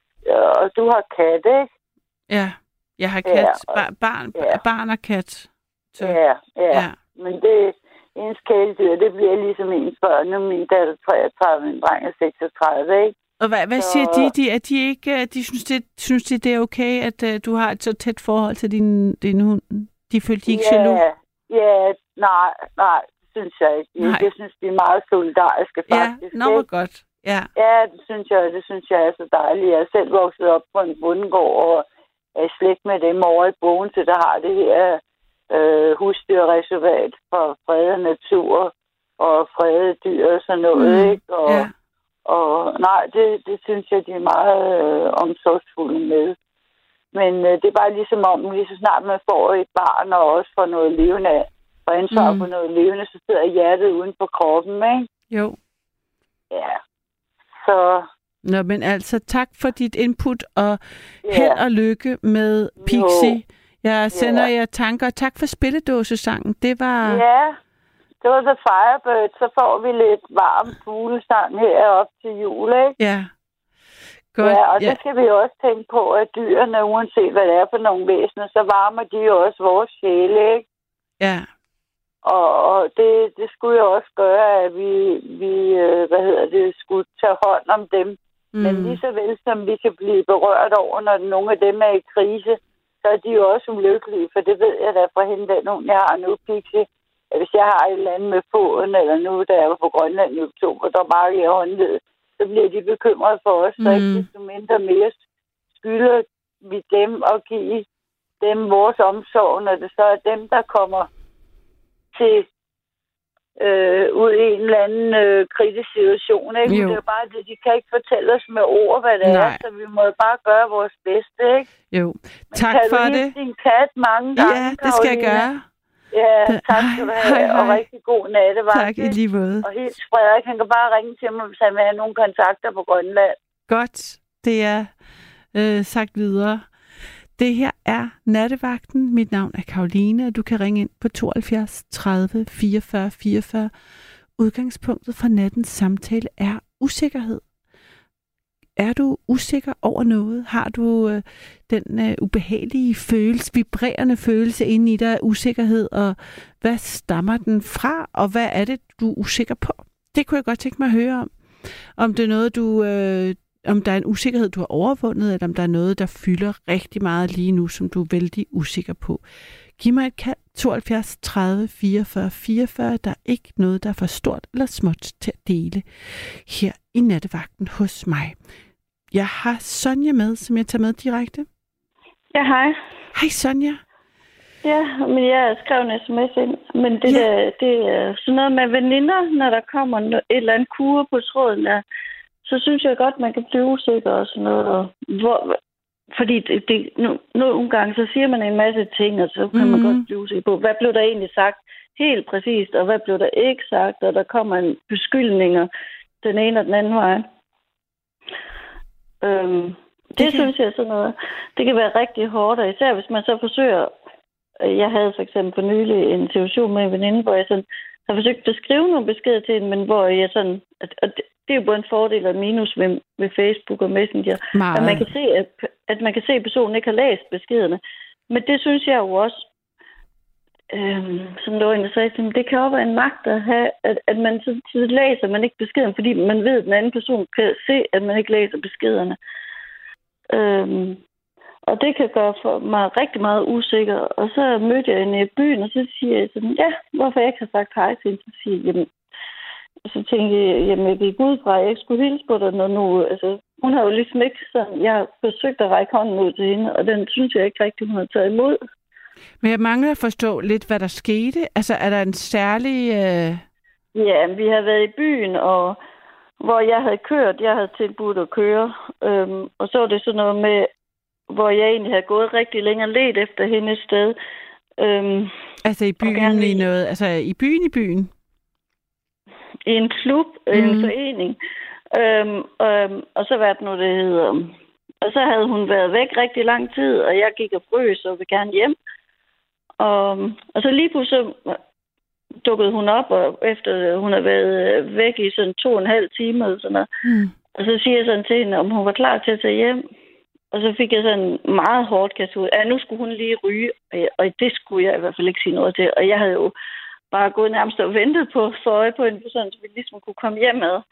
Og du har kat, ikke? Ja, jeg har kat. Ja, og, Bar- barn, ja. barn og kat. Så. Ja, ja, ja. Men det ens kæledyr, det bliver ligesom ens børn. Nu min datter treogtredive, min dreng er seksogtredive, ikke? Og hvad, hvad siger de? de? Er de ikke, de synes, det, synes de, det er okay, at uh, du har et så tæt forhold til din, din hund? De følte de ikke ja, jaloux? Ja, nej, nej, det synes jeg ikke. Nej. Jeg synes, de er meget solidariske, faktisk. Ja, nå, hvor godt. Ja. ja, det synes jeg, det synes jeg er så dejligt. Jeg er selv vokset op på en bondegård, og er i slægt med dem over i Bogense, der har det her øh, husdyrreservat for fredet natur og fredet dyr og sådan noget, mm. ikke? Og, ja. og nej, det, det synes jeg, de er meget øh, omsorgsfulde med. Men øh, det er bare ligesom om, lige så snart man får et barn og også får noget levende af, og ansvar mm. for noget levende, så sidder hjertet uden for kroppen, ikke? Jo. Ja. Så... Nå, men altså, tak for dit input, og yeah. held og lykke med Pixie. Jeg sender yeah. jer tanker, og tak for spilledåsesangen. Det var... Ja, det var The Firebird. Så får vi lidt varm fuglesang her op til jul, ikke? Ja. Godt. Ja, og ja. det skal vi også tænke på, at dyrene, uanset hvad det er for nogle væsener, så varmer de jo også vores sjæle, ikke? Ja. Og, og det, det skulle jo også gøre, at vi, vi hvad hedder det, skulle tage hånd om dem. Mm. Men lige så vel som vi kan blive berørt over, når nogle af dem er i krise, så er de jo også ulykkelige, for det ved jeg da fra hende, den hun, jeg har nu, Pixie. At hvis jeg har et eller andet med foden, eller nu, da jeg var på Grønland i oktober, der var i håndled, så bliver de bekymret for os, mm. så ikke desto mindre mere skylder vi dem at give dem vores omsorg, når det så er dem, der kommer til øh, ud i en eller anden øh, kritisk situation. Ikke? Det er jo bare det, de kan ikke fortælle os med ord, hvad det Nej. er, så vi må jo bare gøre vores bedste, ikke? Jo, tak Men for det. Kan du din kat mange gange, Ja, det skal jeg gøre. Ja, tak skal du have, hej, hej. Og rigtig god nattevagt. Tak, i lige måde. Og helt Frederik, han kan bare ringe til mig, hvis han vil have nogle kontakter på Grønland. Godt, det er øh, sagt videre. Det her er Nattevagten. Mit navn er Karoline, og du kan ringe ind på tooghalvfjerds tredive fireogfyrre fireogfyrre. Udgangspunktet for nattens samtale er usikkerhed. Er du usikker over noget? Har du øh, den øh, ubehagelige følelse, vibrerende følelse inde i dig af usikkerhed, og hvad stammer den fra, og hvad er det, du er usikker på? Det kunne jeg godt tænke mig at høre om. Om det er noget, du... Øh, om der er en usikkerhed, du har overvundet, eller om der er noget, der fylder rigtig meget lige nu, som du er vældig usikker på. Giv mig et kald. tooghalvfjerds tredive fireogfyrre fireogfyrre. Der er ikke noget, der er for stort eller småt til at dele her i nattevagten hos mig. Jeg har Sonja med, som jeg tager med direkte. Ja, hej. Hej Sonja. Ja, men jeg skrev en sms ind. Men det, Ja. der, det er sådan noget med veninder, når der kommer et eller andet kur på tråden, der, så synes jeg godt, man kan blive usikker og sådan noget. Og hvor, fordi det, det, no, nogle gange, så siger man en masse ting, og så kan mm-hmm. man godt blive usikker på, hvad blev der egentlig sagt helt præcist, og hvad blev der ikke sagt, og der kommer en beskyldninger den ene og den anden vej. Øhm, det, det kan... synes jeg sådan noget. Det kan være rigtig hårdt, og især hvis man så forsøger. Jeg havde for eksempel for nylig en situation med en veninde, hvor jeg sådan har forsøgt at skrive nogle beskeder til hende, men hvor jeg sådan, og det, det er jo både en fordel og en minus ved, ved Facebook og Messenger, Meget. at man kan se, at, at man kan se, at personen ikke har læst beskederne. Men det synes jeg jo også, øhm, som der var en, der sagde, det kan også være en magt at have, at, at man så, så læser man ikke beskeden, fordi man ved, at den anden person kan se, at man ikke læser beskederne. Øhm, Og det kan gøre for mig rigtig meget usikker. Og så mødte jeg hende i byen, og så siger jeg sådan, ja, hvorfor jeg ikke har sagt hej til hende? Så siger jeg, jamen, så tænkte jeg, jamen, jeg gik ud fra, at jeg ikke skulle hilse på dig, når nu, altså, hun har jo ligesom ikke sådan, jeg har forsøgt at række hånden ud til hende, og den synes jeg ikke rigtig, hun har taget imod. Men jeg mangler at forstå lidt, hvad der skete. Altså, er der en særlig... Øh... Ja, vi har været i byen, og hvor jeg havde kørt, jeg havde tilbudt at køre, øhm, og så var det sådan noget med, hvor jeg egentlig havde gået rigtig længe og let efter hende et sted. Øhm, altså i byen i noget, altså i byen i byen? I en klub, mm. en forening. Øhm, øhm, og så hvad det nu, det hedder. Og så havde hun været væk rigtig lang tid, og jeg gik og frøs og ville gerne hjem. Og, og så lige pludselig dukkede hun op, og efter hun havde været væk i sådan to og en halv time eller sådan noget. Mm. Og så siger jeg sådan til hende, om hun var klar til at tage hjem. Og så fik jeg sådan meget hårdt kastet ud. Ja, nu skulle hun lige ryge, og det skulle jeg i hvert fald ikke sige noget til. Og jeg havde jo bare gået nærmest og ventet på for øje på en person, så vi ligesom kunne komme hjem med.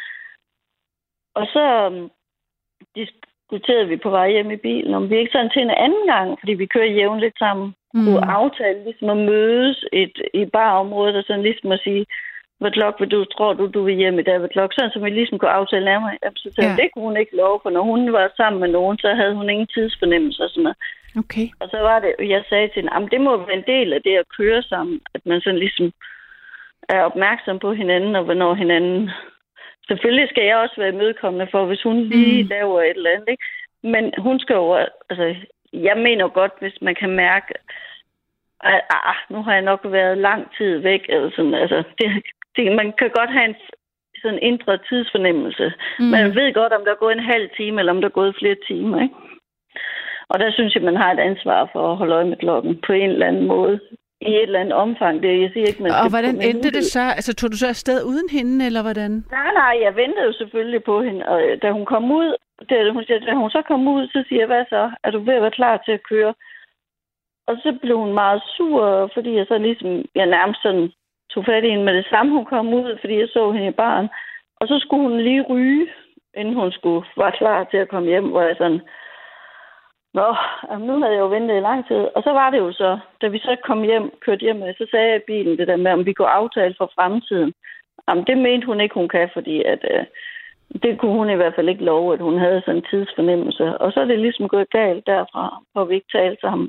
Og så um, diskuterede vi på vej hjem i bilen, om vi ikke sådan til en anden gang, fordi vi kører jævnligt sammen, mm. kunne aftale ligesom at mødes et, i barområdet og sådan ligesom at sige, hvad klok vil du, tror du, du vil hjem i dag, hvad klok, sådan som vi ligesom kunne aftale nærmere. Så ja. Det kunne hun ikke love, for når hun var sammen med nogen, så havde hun ingen tidsfornemmelse og sådan noget. Okay. Og så var det, jeg sagde til hende, det må være en del af det at køre sammen, at man sådan ligesom er opmærksom på hinanden, og hvornår hinanden... Selvfølgelig skal jeg også være imødekommende for, hvis hun lige mm. laver et eller andet, ikke? Men hun skal jo... Altså, jeg mener godt, hvis man kan mærke, at ah, nu har jeg nok været lang tid væk, eller sådan, altså... Det, det, man kan godt have en sådan indre tidsfornemmelse. Mm. Man ved godt, om der er gået en halv time, eller om der er gået flere timer, ikke? Og der synes jeg, man har et ansvar for at holde øje med klokken på en eller anden måde. I et eller andet omfang. Det, jeg siger ikke, man og hvordan endte det så? Altså, tog du så afsted uden hende, eller hvordan? Nej, nej, jeg ventede jo selvfølgelig på hende. Og da hun kom ud, da hun, da hun så kom ud, så siger jeg, hvad så? Er du ved at være klar til at køre? Og så blev hun meget sur, fordi jeg så ligesom, jeg nærmest sådan tog fat i hende med det samme, hun kom ud, fordi jeg så hende i baren. Og så skulle hun lige ryge, inden hun skulle var klar til at komme hjem, hvor jeg sådan... Nå, nu havde jeg jo ventet i lang tid. Og så var det jo så, da vi så kom hjem, kørte hjem, så sagde jeg i bilen det der med, om vi kunne aftale for fremtiden. Jamen, det mente hun ikke, hun kan, fordi at, øh, det kunne hun i hvert fald ikke love, at hun havde sådan en tidsfornemmelse. Og så er det ligesom gået galt derfra, hvor vi ikke talte sammen.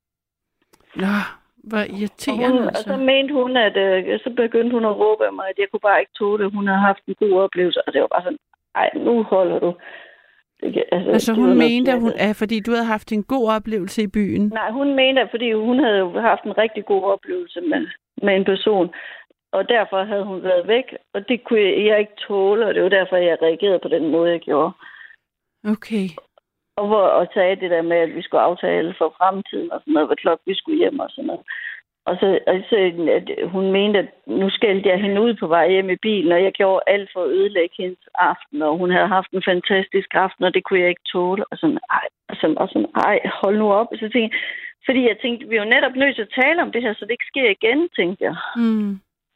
Nå, hvor irriterende. Og, hun, altså. Og så mente hun, at øh, så begyndte hun at råbe af mig, at jeg kunne bare ikke tåle det. Hun havde haft en god oplevelse, og det var bare sådan, ej, nu holder du. Det, altså, altså hun mente, at hun, at fordi du havde haft en god oplevelse i byen? Nej, hun mente, at fordi hun havde jo haft en rigtig god oplevelse med, med en person, og derfor havde hun været væk, og det kunne jeg, jeg ikke tåle, og det var derfor, jeg reagerede på den måde, jeg gjorde. Okay. Og hvor og sagde det der med, at vi skulle aftale for fremtiden, og sådan noget, hvad klok vi skulle hjem og sådan noget. Og så, og så at hun mente, at nu skældte jeg hende ud på vej hjem i bilen, og jeg gjorde alt for at ødelægge hendes aften, og hun havde haft en fantastisk aften, og det kunne jeg ikke tåle. Og sådan, ej, og sådan, og sådan, ej hold nu op. Og så tænkte, fordi jeg tænkte, vi er jo netop nødt til at tale om det her, så det ikke sker igen, tænkte jeg. Mm.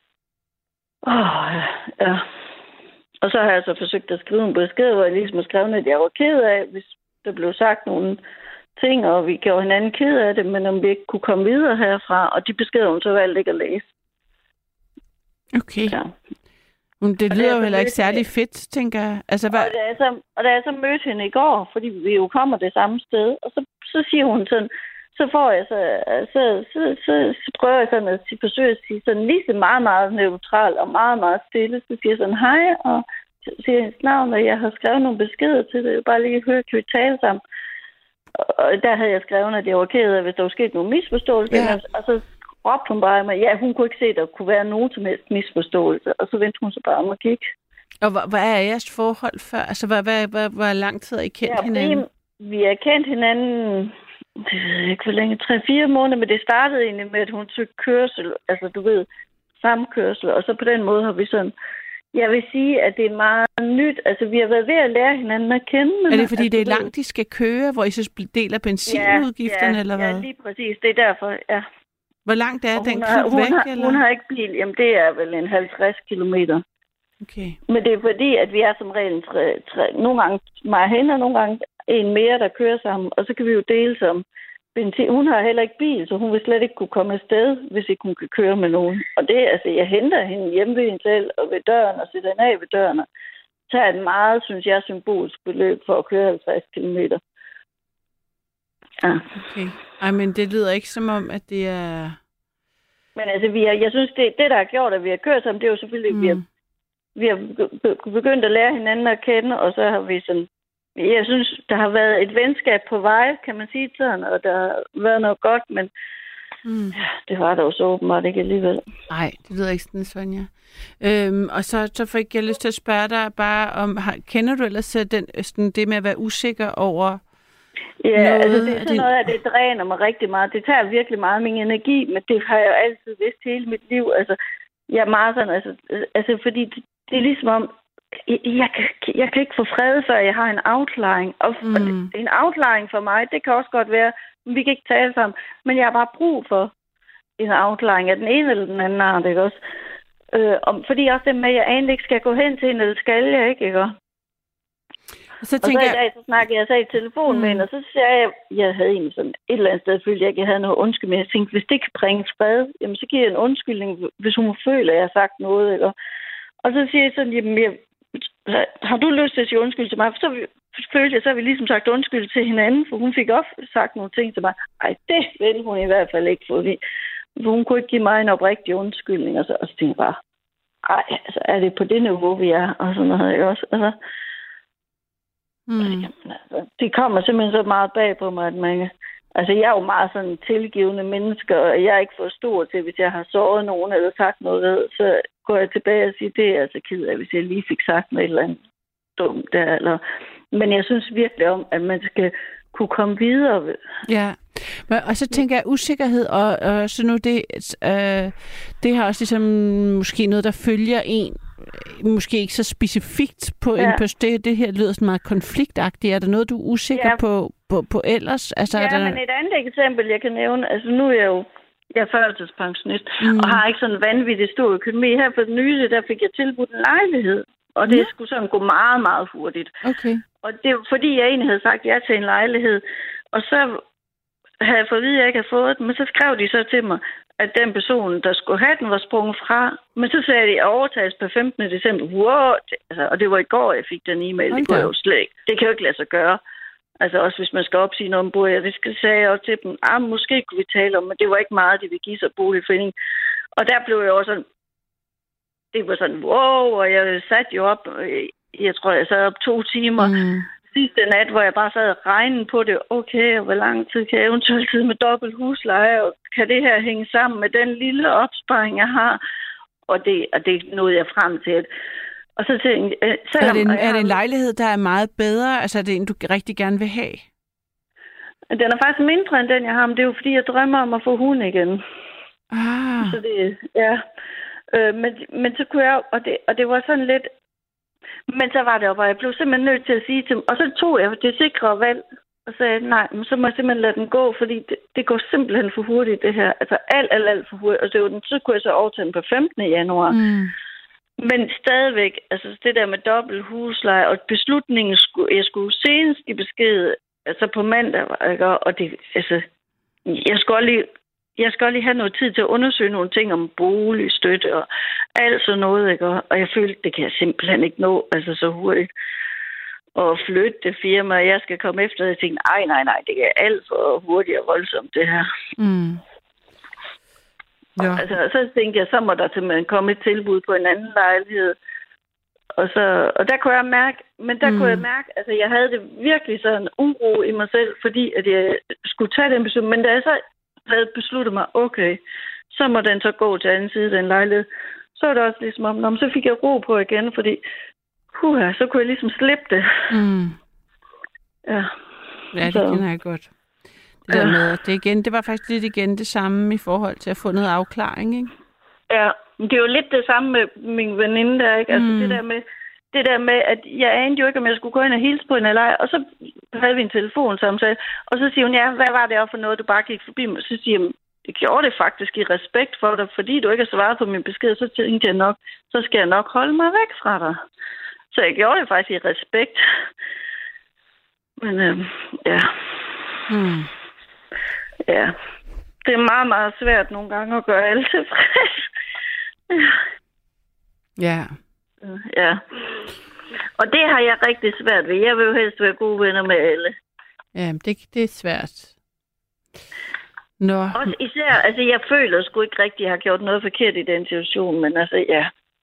Oh, ja. Og så har jeg så forsøgt at skrive en besked, hvor jeg ligesom har skrevet, at jeg var ked af, hvis der blev sagt nogle ting, og vi gjorde hinanden ked af det, men om vi ikke kunne komme videre herfra, og de beskeder hun så valgte ikke at læse. Okay. Ja. Men det lyder jo heller ikke særlig fedt, tænker jeg. Altså, hvad... og, da jeg så, og da jeg så mødte hende i går, fordi vi jo kommer det samme sted, og så, så siger hun sådan, så får jeg så, så, så, så, så prøver jeg sådan at forsøge at sige sådan lige så meget, meget neutral og meget, meget stille. Så siger jeg sådan, hej, og så siger hendes navn, og jeg har skrevet nogle beskeder til det. Jeg bare lige høre, kan vi tale sammen? Og der havde jeg skrevet, at jeg var ked af, hvis der var sket nogle misforståelser. Ja. Og så råbte hun bare mig, ja, hun kunne ikke se, at der kunne være nogen som helst misforståelse. Og så vendte hun så bare om og gik. Og hvad er jeres forhold før? Altså, hvad, hvad, hvad, hvor lang tid har I kendt ja, hinanden? Vi, vi har kendt hinanden... Det ved jeg ikke, hvor længe, tre-fire måneder, men det startede egentlig med, at hun tog kørsel, altså du ved, samkørsel, og så på den måde har vi sådan, jeg vil sige, at det er meget nyt, altså vi har været ved at lære hinanden at kende. Er det fordi, altså, det er langt, de skal køre, hvor I så deler benzinudgifterne, ja, eller hvad? Ja, lige præcis, det er derfor, ja. Hvor langt er og den klub væk, hun har, eller? Hun har ikke bil, jamen det er vel en halvtreds kilometer. Okay. Men det er fordi, at vi er som regel tre, tre, nogle gange mig og hende, og nogle gange en mere, der kører sammen, og så kan vi jo dele som benzin. Hun har heller ikke bil, så hun vil slet ikke kunne komme afsted, hvis ikke hun kan køre med nogen. Og det er altså, jeg henter hende hjemme ved hende selv, og ved døren, og sætter hende af ved døren, og tager et meget, synes jeg, symbolsk beløb for at køre halvtreds kilometer. Ja. Okay. Ej, men det lyder ikke som om, at det er... Men altså, vi har, jeg synes, det, det, der har gjort, at vi har kørt sammen, det er jo selvfølgelig, mm. vi har Vi har begyndt at lære hinanden at kende, og så har vi sådan... Jeg synes, der har været et venskab på vej, kan man sige sådan, og der har været noget godt, men mm. ja, det var der jo så åbenbart ikke alligevel. Nej, det lyder ikke sådan, Sonja. Øhm, og så, så fik jeg lyst til at spørge dig bare om, har, kender du ellers den, sådan, det med at være usikker over ja, noget? Altså det er sådan noget, at det dræner mig rigtig meget. Det tager virkelig meget af min energi, men det har jeg jo altid vidst hele mit liv. Altså, jeg er meget sådan, altså, altså fordi det, det er ligesom om, Jeg, jeg, kan, jeg kan ikke få fred, før jeg har en outline. Og mm. en outline for mig, det kan også godt være, vi kan ikke tale sammen, men jeg har bare brug for en outline af den ene eller den anden art, ikke også? Øh, om, fordi også det med, at jeg egentlig ikke skal gå hen til en, eller skal jeg ikke, ikke også? Så og så i dag, så snakkede jeg så i telefon mm. med hende, og så sagde jeg, jeg havde egentlig sådan et eller andet sted følt, jeg ikke havde noget undskyld, men jeg tænkte, hvis det kan bringe fred, jamen så giver jeg en undskyldning, hvis hun føler, at jeg har sagt noget, ikke? Og så siger jeg sådan, jamen jeg har du lyst til at sige undskyld til mig? For så følte jeg, så har vi ligesom sagt undskyld til hinanden, for hun fik ofte sagt nogle ting til mig. Ej, det ville hun i hvert fald ikke, fordi hun kunne ikke give mig en oprigtig undskyldning. Og så, og så tænkte jeg bare, ej, altså, er det på det niveau, vi er? Og sådan noget, ikke også? Altså, mm. jamen, altså, det kommer simpelthen så meget bag på mig, at man... Altså, jeg er jo meget sådan tilgivende menneske, og jeg er ikke for stor til, hvis jeg har såret nogen eller sagt noget, så går jeg tilbage og siger, det er altså ked af, hvis jeg lige fik sagt noget eller andet dumt der. Eller... Men jeg synes virkelig om, at man skal kunne komme videre. Ja, og så tænker jeg, usikkerhed, og, og så nu det, øh, det har også ligesom måske noget, der følger en, måske ikke så specifikt på ja. en person. Det, det her lyder sådan meget konfliktagtigt. Er der noget, du er usikker ja. på, på, på ellers? Altså, ja, er der... men et andet eksempel, jeg kan nævne, altså nu er jeg jo jeg er førtidspensionist, mm. og har ikke sådan en vanvittig stor økonomi. Her for den nye, der fik jeg tilbudt en lejlighed, og det ja. skulle sådan gå meget, meget hurtigt. Okay. Og det var fordi, jeg egentlig havde sagt ja til en lejlighed, og så havde jeg fået at vide, at jeg ikke havde fået den, men så skrev de så til mig, at den person, der skulle have den, var sprunget fra. Men så sagde de, at overtages på femtende december. Wow! Altså, og det var i går, jeg fik den e-mail. Det kunne jeg jo slet ikke. Det kan jo ikke lade sig gøre. Altså også hvis man skal opsige noget om bolig. Det skal sagde jeg også til dem. Ah, måske kunne vi tale om, men det var ikke meget, de ville give sig boligforening. Og der blev jeg også sådan, det var sådan, wow, og jeg satte jo op, jeg tror, jeg sad op to timer mm. sidste nat, hvor jeg bare sad og regnede på det. Okay, og hvor lang tid kan jeg eventuelt sidde med dobbelt husleje, og kan det her hænge sammen med den lille opsparing, jeg har? Og det, og det nåede jeg frem til. Og så tænkte jeg, selvom, er, det en, jeg er det en lejlighed, der er meget bedre? Altså er det en, du rigtig gerne vil have? Den er faktisk mindre end den, jeg har, men det er jo fordi, jeg drømmer om at få hund igen. Ah. Så det, ja. Øh, men, men så kunne jeg, og det, og det var sådan lidt, men så var det jo bare, jeg blev simpelthen nødt til at sige til dem, og så tog jeg det sikre valg, og sagde, nej, men så må jeg simpelthen lade den gå, fordi det, det går simpelthen for hurtigt, det her. Altså alt, alt, alt for hurtigt. Og det var den, så kunne jeg så overtage den på femtende januar. Mm. Men stadigvæk, altså det der med dobbelt husleje, og beslutningen, skulle, jeg skulle senest i besked altså på mandag, ikke? Og det, altså, jeg skal også lige, jeg skal også lige have noget tid til at undersøge nogle ting om boligstøtte og alt sådan noget, ikke? Og jeg følte, det kan jeg simpelthen ikke nå, altså så hurtigt. Og flytte det firma, og jeg skal komme efter, og jeg tænkte, nej, nej, nej, det er alt for hurtigt og voldsomt, det her. Mm. Ja. Altså, så tænkte jeg, så må der simpelthen komme et tilbud på en anden lejlighed. Og, så, og der kunne jeg mærke, men der mm. kunne jeg mærke, altså jeg havde det virkelig sådan uro i mig selv, fordi at jeg skulle tage den beslutning. Men da jeg så havde besluttet mig, okay, så må den så gå til anden side, den lejlighed. Så var det også ligesom om, når, så fik jeg ro på igen, fordi puha, så kunne jeg ligesom slippe det. Mm. Ja. Ja, det så. kender jeg godt. Det, der med, det, igen, det var faktisk lidt igen det samme i forhold til at få noget afklaring, ikke? Ja, det er jo lidt det samme med min veninde der, ikke? Altså mm. det der med, det der med, at jeg anede jo ikke, om jeg skulle gå ind og hilse på en eller ej, og så havde vi en telefonsamtale, og så siger hun, ja, hvad var det for noget, du bare gik forbi mig? Så siger hun, jeg gjorde det faktisk i respekt for dig, fordi du ikke har svaret på min besked, så tænkte jeg nok, så skal jeg nok holde mig væk fra dig. Så jeg gjorde det faktisk i respekt. Men øh, ja. Mm. Ja. Det er meget, meget svært nogle gange at gøre alle tilfreds. Ja. Ja. Og det har jeg rigtig svært ved. Jeg vil jo helst være gode venner med alle. Ja, det, det er svært. Nå. Også især, altså jeg føler sgu ikke rigtig, at jeg har gjort noget forkert i den situation, men altså ja.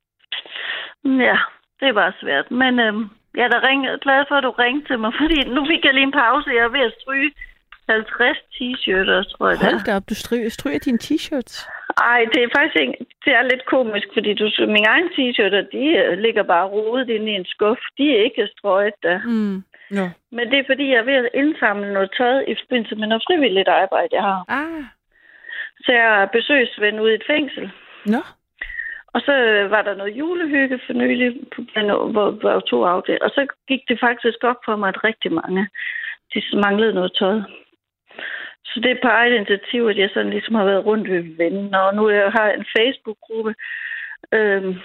Ja, det var svært. Men øhm, jeg er da ring, glad for, at du ringte til mig, fordi nu fik jeg lige en pause. Jeg er ved at stryge halvtreds t-shirter, tror jeg. Hold da op, du stryger, stryger dine t-shirts. Ej, det er faktisk ikke, det er lidt komisk, fordi du, mine egne t-shirter, de uh, ligger bare rodet inde i en skuff. De er ikke strøget der. Mm. No. Men det er fordi, jeg er ved at indsamle noget tøj i forbindelse med noget frivilligt arbejde, jeg har. Ah. Så jeg er besøgsven ude i et fængsel. Nå. Og så var der noget julehygge for nylig, hvor der var to afdelinger. Og så gik det faktisk op for mig, at rigtig mange, de manglede noget tøj. Så det er på eget initiativ, at jeg sådan ligesom har været rundt ved venner, og nu jeg har en Facebook-gruppe. Øhm,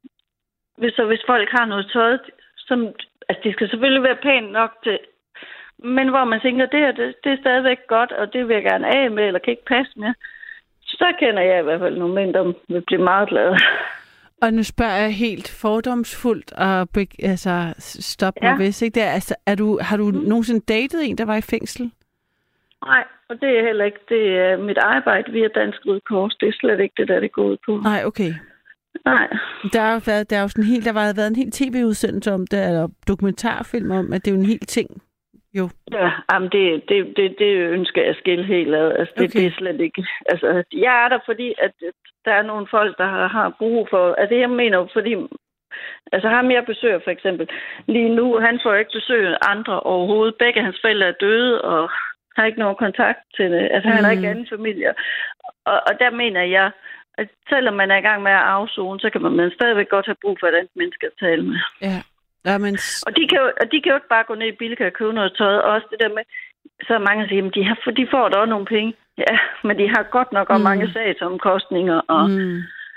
så hvis folk har noget tøj, som, altså det skal selvfølgelig være pænt nok til, men hvor man tænker, det her, det, det er stadigvæk godt, og det vil jeg gerne af med, eller kan ikke passe mere, så kender jeg i hvert fald nogle mænd, der vil blive meget glade. Og nu spørger jeg helt fordomsfuldt, og altså, stop mig ja. hvis ikke det er. Altså, er du, har du mm. nogensinde datet en, der var i fængsel? Nej, og det er heller ikke. Det er mit arbejde via Dansk Røde Kors. Det er slet ikke det, der det går ud på. Nej, okay. Nej. Der har jo været, der er jo sådan helt, der har været en helt tv-udsendelse om det, eller dokumentarfilm om, at det er jo en hel ting. Jo. Ja, jamen det, det, det, det ønsker jeg at skille helt ad. Altså, det, okay. det er slet ikke. Altså, jeg er der, fordi at der er nogle folk, der har, har brug for. Altså, jeg mener fordi altså ham jeg besøger for eksempel lige nu, han får ikke besøge andre overhovedet. Begge hans forældre er døde, og har ikke nogen kontakt til det. Altså, mm. han har ikke anden familie. Og, og der mener jeg, at selvom man er i gang med at afzone, så kan man, man stadigvæk godt have brug for et andet menneske at tale med. Ja. Ja, men... Og de kan, jo, og de kan jo ikke bare gå ned i Bilka og købe noget tøj. Også det der med, så er mange, der siger, at de, har, de får da også nogle penge. Ja, men de har godt nok også mm. mange sagsomkostninger. Og, mm.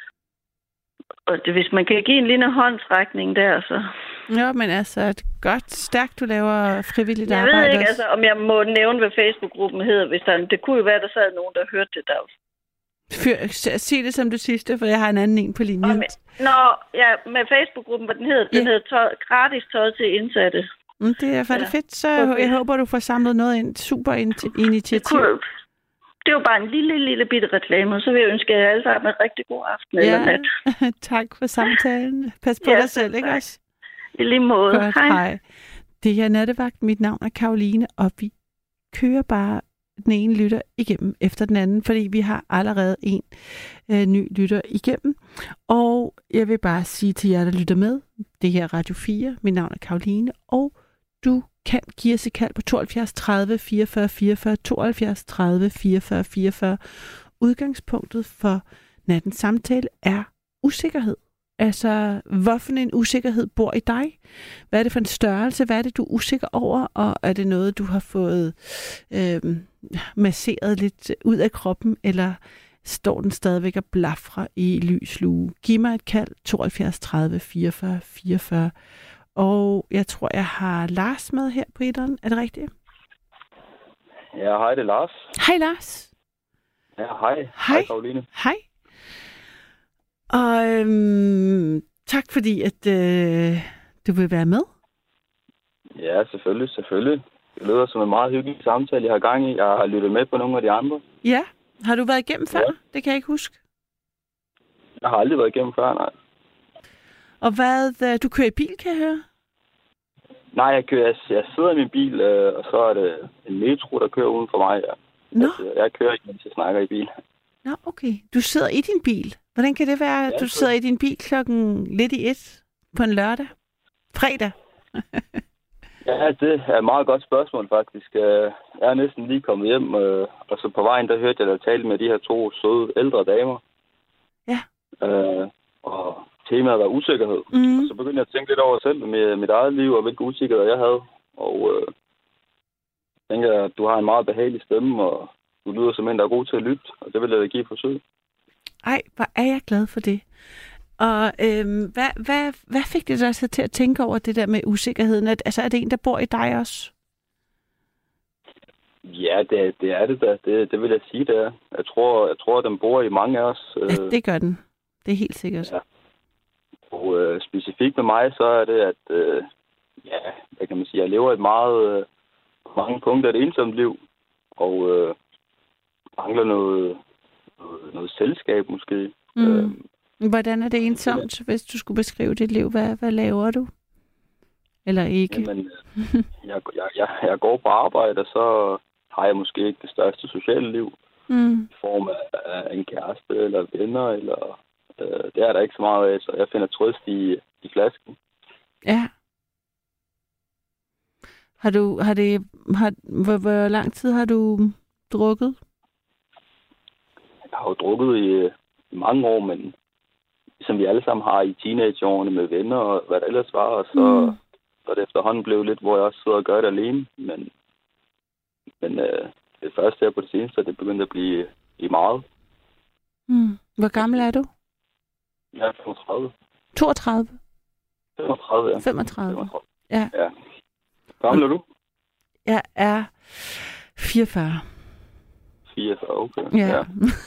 og det, hvis man kan give en lille håndsrækning der, så... Ja, men altså, det er godt stærkt, du laver frivilligt jeg arbejde. Jeg ved ikke, også. altså, om jeg må nævne, hvad Facebook-gruppen hedder. Hvis der, det kunne jo være, der sad nogen, der hørte det der. Fyr, sig det som det sidste, for jeg har en anden en på linjen. Nå, ja, med Facebook-gruppen, hvad den hedder, den ja. hedder tøj, gratis tøj til indsatte. Mm, det er for det ja. fedt, så okay. jeg håber, du får samlet noget ind. Super initiativ. Det, det var bare en lille, lille bitte reklame, og så vil jeg ønske jer alle sammen en rigtig god aften ja. eller nat. Tak for samtalen. Pas på ja, dig selv, ikke også? I lige måde. Godt, hej. hej. Det her nattevagt. Mit navn er Karoline, og vi kører bare den ene lytter igennem efter den anden, fordi vi har allerede en øh, ny lytter igennem. Og jeg vil bare sige til jer, der lytter med, det her er Radio fire, mit navn er Karoline, og du kan give os et kald på tooghalvfjerds tredive fireogfyrre fireogfyrre, tooghalvfjerds tredive fireogfyrre fireogfyrre. Udgangspunktet for nattens samtale er usikkerhed. Altså, hvorfor en usikkerhed bor i dig? Hvad er det for en størrelse? Hvad er det, du er usikker over? Og er det noget, du har fået øh, masseret lidt ud af kroppen? Eller står den stadigvæk og blafrer i lys lue? Giv mig et kald, tooghalvfjerds tredive fireogfyrre fireogfyrre. Og jeg tror, jeg har Lars med her på etteren. Er det rigtigt? Ja, hej, det er Lars. Hej, Lars. Ja, hej. Hej. Hej, Karoline. Hej. Og øhm, tak fordi, at øh, du vil være med. Ja, selvfølgelig, selvfølgelig. Det lyder som en meget hyggelig samtale, jeg har gang i. Jeg har lyttet med på nogle af de andre. Ja. Har du været igennem før? Ja. Det kan jeg ikke huske. Jeg har aldrig været igennem før, nej. Og hvad, øh, du kører i bil, kan jeg høre? Nej, jeg, kører, jeg, jeg sidder i min bil, øh, og så er det en metro, der kører uden for mig. Ja. Nå. Altså, jeg kører ikke, mens jeg snakker i bil. Nå, okay. Du sidder i din bil. Hvordan kan det være, at Ja, du så- sidder i din bil klokken lidt i et på en lørdag? Fredag? Ja, det er et meget godt spørgsmål, faktisk. Øh, Jeg er næsten lige kommet hjem, øh, og så på vejen, der hørte jeg dig tale med de her to søde ældre damer. Ja. Øh, og temaet var usikkerhed. Mm. Og så begyndte jeg at tænke lidt over selv med mit eget liv, og hvilke usikkerheder jeg havde. Og øh, jeg tænker, at du har en meget behagelig stemme, og du lyder som en, der er god til at lytte, og det vil jeg da give et forsøg. Ej, hvor er jeg glad for det. Og øhm, hvad, hvad, hvad fik det dig så til at tænke over det der med usikkerheden? At, altså, er det en, der bor i dig også? Ja, det, det er det da. Det, det vil jeg sige, det er. Jeg tror, jeg tror, at den bor i mange af os. Øh, Ja, det gør den. Det er helt sikkert. Ja. Og øh, specifikt med mig, så er det, at øh, ja, hvad kan man sige, jeg lever et meget, øh, mange punkter et ensomt liv, og øh, mangler noget, noget, noget selskab måske. Mm. Øh, Hvordan er det ensomt, hvis du skulle beskrive dit liv? Hvad, hvad laver du? Eller ikke? jamen, øh, jeg, jeg, jeg, jeg går på arbejde, og så har jeg måske ikke det største sociale liv, Mm. i form af, af en kæreste eller venner, eller øh, det er der ikke så meget af, så jeg finder trøst i, i flasken. Ja. Har du, har det, har, hvor, hvor lang tid har du drukket? Jeg har jo drukket i, i mange år, men som vi alle sammen har i teenageårene med venner og hvad der ellers var, og så, Mm. så er det efterhånden blevet lidt, hvor jeg også sidder og gør det alene. Men, men øh, det første her på det seneste, det begyndte at blive, blive meget. Mm. Hvor gammel er du? Jeg er femogtredive. toogtredive? femogtredive, ja. femogtredive? femogtredive. Ja. Ja. Hvor gammel er du? Jeg er fireogfyrre. fireogfyrre, okay. Ja.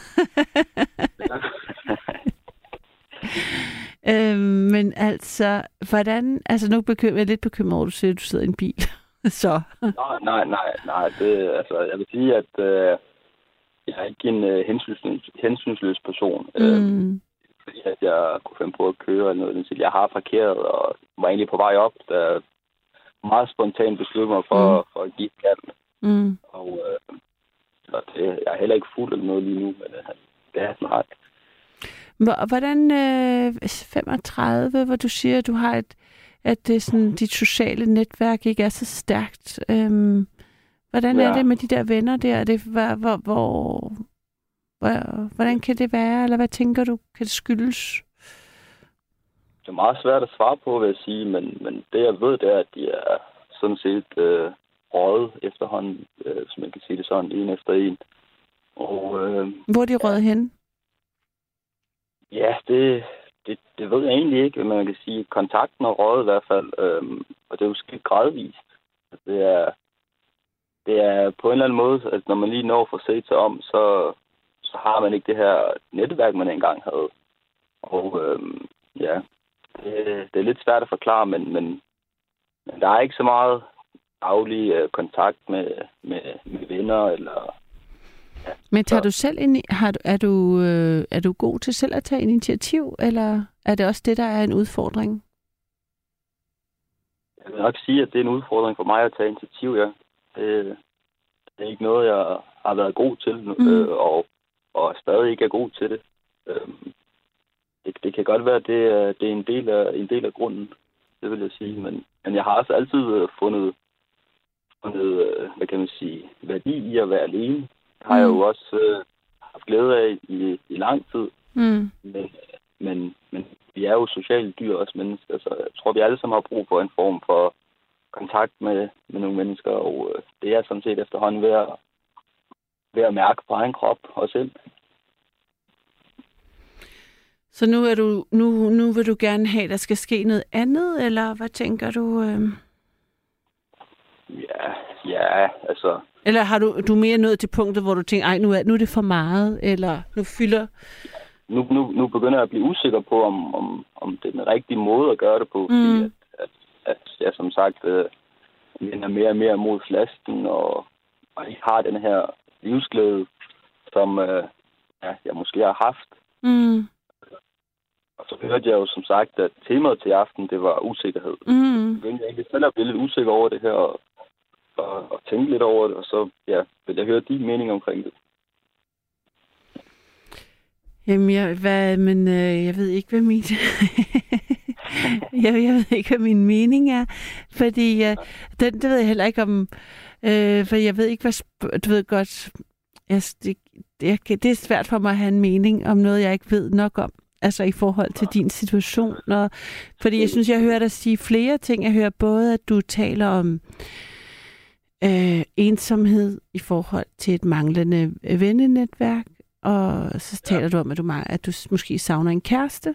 øhm, men altså, hvordan... Altså, nu bekymrer jeg lidt bekymret over, at du siger, at du sidder i en bil. Så. nej, nej, nej, nej. Det, altså, jeg vil sige, at øh, jeg er ikke en øh, hensynsløs, hensynsløs person. Mm. Øh, fordi at jeg kunne finde på at køre eller noget. Jeg har parkeret og var egentlig på vej op, da jeg meget spontant besluttede mig for, Mm. mm. for at give et kald. Mm. Og øh, så det, jeg er heller ikke fuld eller noget lige nu, men øh, det er snart. Hvor- Hvordan øh, femogtredive, hvor du siger, at du har et, at det sådan, dit sociale netværk ikke er så stærkt. Øhm, hvordan er Ja. det med de der venner der? Er det, hvor, hvor, hvor, hvor, hvordan kan det være, eller hvad tænker du, kan det skyldes? Det er meget svært at svare på, vil jeg sige, men, men det jeg ved, det er, at de er sådan set øh, røget efterhånden, øh, hvis man kan sige det sådan, en efter en. Og øh, Hvor er de røget hen? ja, det, det, det ved jeg egentlig ikke, men man kan sige, kontakten er røget i hvert fald, øh, og det er jo sket gradvist. Det er, det er på en eller anden måde, at når man lige når for set sig om, så, så har man ikke det her netværk, man engang havde. Og øh, ja, det, det er lidt svært at forklare, men, men, men der er ikke så meget daglig øh, kontakt med, med, med venner. Eller, ja. Men tager Så- du selv ind i, har, du- er, du, øh, er du god til selv at tage initiativ, eller er det også det, der er en udfordring? Jeg vil nok sige, at det er en udfordring for mig at tage initiativ, ja. Det, det er ikke noget, jeg har været god til, Mm. øh, og, og stadig ikke er god til det. Øhm, det, det kan godt være, at det er, det er en, del af, en del af grunden, det vil jeg sige. Men, men jeg har også altid øh, fundet, fundet øh, hvad kan man sige, værdi i at være alene. Det har mm. jeg jo også øh, haft glæde af i, i lang tid. Mm. Men, men, men vi er jo sociale dyr også mennesker, så jeg tror, vi alle sammen har brug for en form for kontakt med, med nogle mennesker, og øh, det er sådan set efterhånden ved at, ved at mærke på egen krop og selv. Så nu, er du, nu, nu vil du gerne have, at der skal ske noget andet, eller hvad tænker du? Øh? Ja, Ja, altså... Eller har du, du er mere nået til punktet, hvor du tænker, ej, nu er, nu er det for meget, eller nu fylder... Nu, nu, nu begynder jeg at blive usikker på, om, om, om det er den rigtige måde at gøre det på, fordi Mm. at, at, at jeg som sagt øh, vender mere og mere mod flasken, og, og ikke har den her livsglæde, som øh, ja, jeg måske har haft. Mm. Og så hørte jeg jo som sagt, at temaet til aften, det var usikkerhed. Mm. Så begyndte jeg egentlig selv at blive lidt usikker over det her, og, og, og tænke lidt over det, og så ja, vil jeg høre din mening omkring det. Jamen, jeg, hvad, men øh, jeg ved ikke, hvad min... jeg, jeg ved ikke, hvad min mening er, fordi øh, den, det ved jeg heller ikke om... Øh, for jeg ved ikke, hvad... Sp- du ved godt... Jeg, det, det, det er svært for mig at have en mening om noget, jeg ikke ved nok om. Altså i forhold til din situation. Og, fordi jeg synes, jeg hører dig sige flere ting. Jeg hører både, at du taler om øh, ensomhed i forhold til et manglende vennenetværk, og så taler ja. du om, at du, at du måske savner en kæreste.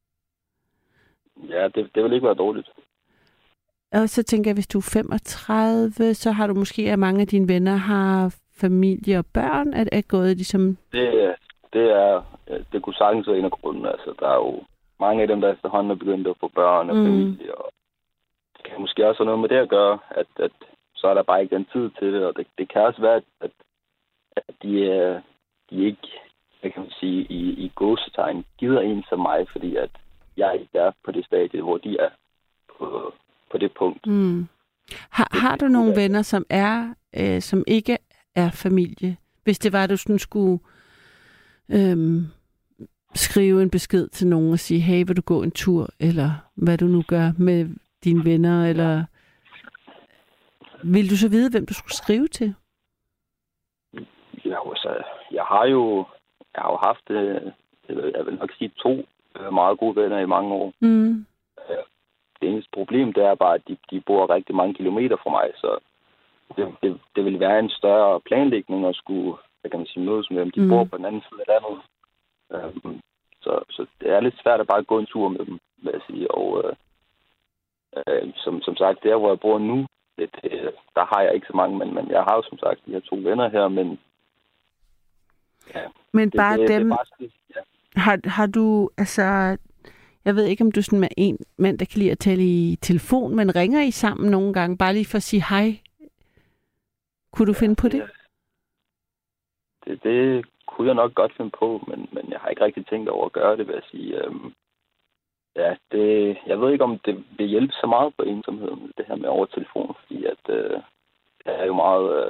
Ja, det, det vil ikke være dårligt. Og så tænker jeg, hvis du er femogtredive, så har du måske, at mange af dine venner har familie og børn, at er gået ligesom... Det, det er... Det kunne sagtens være en af grunden. Altså, der er jo mange af dem, der efterhånden er begyndt at få børn og mm. familie, og det kan måske også have noget med det at gøre, at, at så er der bare ikke den tid til det, og det, det kan også være, at, at de, de ikke, hvad kan man sige, i, i gåsetegn gider en som mig, fordi at jeg ikke er på det stadie, hvor de er på, på det punkt. Mm. Har, har du nogle venner, som er, øh, som ikke er familie? Hvis det var, at du sådan skulle øhm, skrive en besked til nogen og sige, hey, vil du gå en tur, eller hvad du nu gør med dine venner, eller vil du så vide, hvem du skulle skrive til? Ja, altså, jeg har jo, jeg har jo haft, øh, jeg vil nok sige, to øh, meget gode venner i mange år. Mm. Det eneste problem, det er bare, at de, de bor rigtig mange kilometer fra mig, så det, det, det vil være en større planlægning at skulle, hvad kan man sige, mødes med dem. De mm. bor på den anden side af landet. Um, så, så det er lidt svært at bare gå en tur med dem, vil jeg sige. Og øh, øh, som, som sagt, der hvor jeg bor nu, det, det, der har jeg ikke så mange, men, men jeg har jo som sagt de her to venner her, men ja, men det, bare det, dem, det er bare, ja. har, har du, altså, jeg ved ikke, om du sådan er en mand, der kan lide at tale i telefon, men ringer I sammen nogle gange, bare lige for at sige hej? Kunne du ja, finde på det? Det, det kunne jeg nok godt finde på, men, men jeg har ikke rigtig tænkt over at gøre det, vil jeg sige. Øhm, ja, det, jeg ved ikke, om det vil hjælpe så meget på ensomheden, det her med over telefon, fordi at øh, det er jo meget... Øh,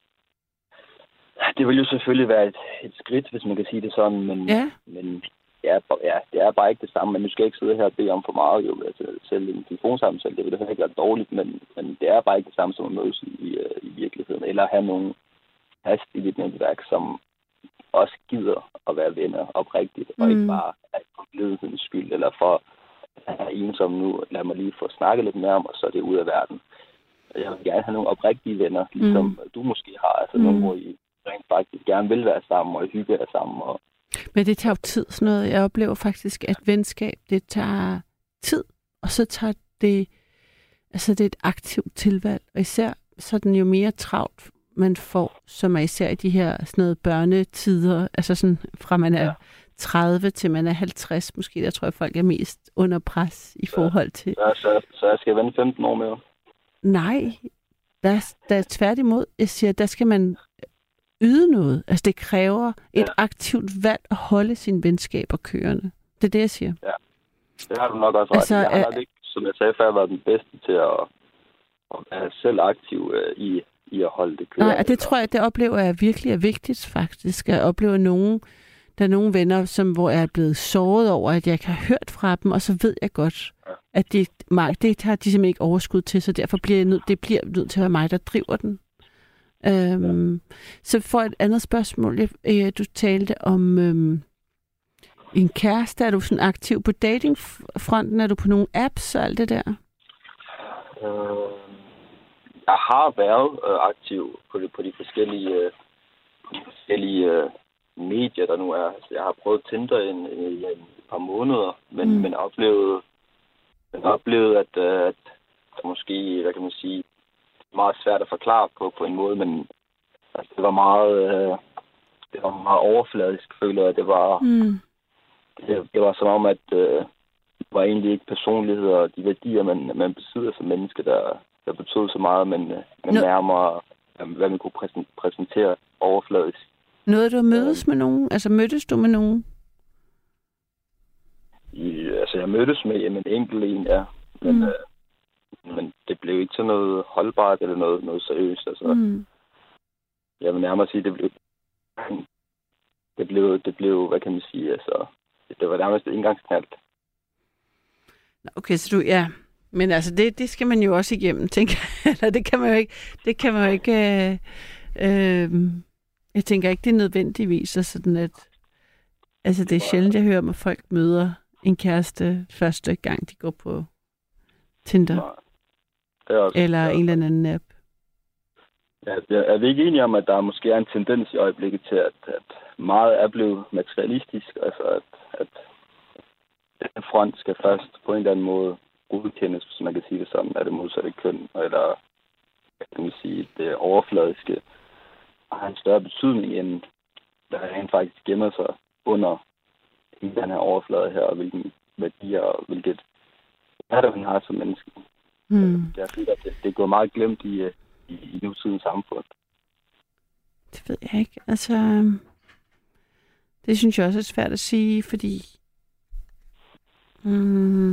det vil jo selvfølgelig være et, et skridt, hvis man kan sige det sådan, men, ja. men ja, ja, det er bare ikke det samme. Men nu skal jeg ikke sidde her og bede om for meget, jo. Altså, selv en telefonsamtale, det vil det ikke være dårligt, men, men det er bare ikke det samme som at mødes i, i, i virkeligheden, eller have nogen fast i dit netværk, som også gider at være venner oprigtigt, mm. og ikke bare af forglødhedens skyld, eller for at have en, som nu lad mig lige få snakket lidt mere om, og så er det ud af verden. Jeg vil gerne have nogle oprigtige venner, ligesom mm. du måske har, altså mm. nogle, hvor I rent faktisk gerne vil være sammen, og hygge jer sammen. Og... Men det tager jo tid, sådan noget. Jeg oplever faktisk, at venskab, det tager tid, og så tager det, altså det er et aktivt tilvalg, og især så er den jo mere travlt, man får, som er især i de her sådan noget børnetider, altså sådan fra man er ja. tredive til man er halvtreds måske, der tror jeg, folk er mest under pres i forhold til... Så, så, så jeg skal vente femten år mere? Nej, der, der er tværtimod. Jeg siger, der skal man yde noget. Altså det kræver et ja. aktivt valg at holde sine venskaber kørende. Det er det, jeg siger. Ja, det har du nok også ret. Altså, jeg har nok ikke, som jeg sagde før, været den bedste til at, at være selv aktiv uh, i... i at holde det kørende. Nej, det tror jeg, det oplever jeg virkelig er vigtigt faktisk. Jeg oplever nogen, der er nogle venner, som, hvor jeg er blevet såret over, at jeg ikke har hørt fra dem, og så ved jeg godt, ja. at det, det har de simpelthen ikke overskud til, så derfor bliver nød, det bliver nødt til at være mig, der driver den. Øhm, ja. Så for et andet spørgsmål, jeg, du talte om øhm, en kæreste. Er du sådan aktiv på datingfronten? Er du på nogle apps og alt det der? Øh... Jeg har været øh, aktiv på de, på de forskellige, øh, på de forskellige øh, medier, der nu er. Altså, jeg har prøvet Tinder i en, i en par måneder, men, mm. men oplevet, men oplevet at, øh, at der måske, hvad kan man sige, meget svært at forklare på, på en måde, men altså, det var meget, øh, det var meget overfladisk, føler jeg. Det var, Mm. det, det var som om, at øh, det var egentlig ikke personligheder og de værdier, man, man besidder som menneske, der, der betød så meget, men, men Nå. nærmere, hvad man kunne præsen- præsentere overfladisk. Nåede du at mødes med nogen? Altså mødtes du med nogen? I, altså, jeg mødtes med, med en enkelt en, ja. Men, Mm. øh, men det blev ikke til noget holdbart eller noget, noget seriøst. Altså, Mm. jeg vil nærmere sige, det blev, det blev, det blev, hvad kan man sige, altså, det var nærmest et engangsknald. Okay, så du, ja. Men altså, det, det skal man jo også igennem, tænker jeg. Eller det kan man jo ikke, det kan man jo ikke, øh, øh, jeg tænker ikke, det er nødvendigvis er sådan, at, altså det er sjældent, jeg hører om, at folk møder en kæreste første gang, de går på Tinder, Det er også, eller det er en eller anden app. Ja, er er vi ikke enige om, at der måske er en tendens i øjeblikket til, at, at meget er blevet materialistisk? Altså, at, at den front skal først på en eller anden måde godkendes, hvis man kan sige det sådan, af det modsatte køn, eller kan man sige, det overfladiske har en større betydning, end der rent faktisk gemmer sig under den her overflade her, og hvilken værdier og hvilket er det, man har som menneske. Hmm. Jeg synes, at det, det er gået meget glemt i, i, i nutidens samfund. Det ved jeg ikke. Altså, øhm, det synes jeg også er svært at sige, fordi... Mm,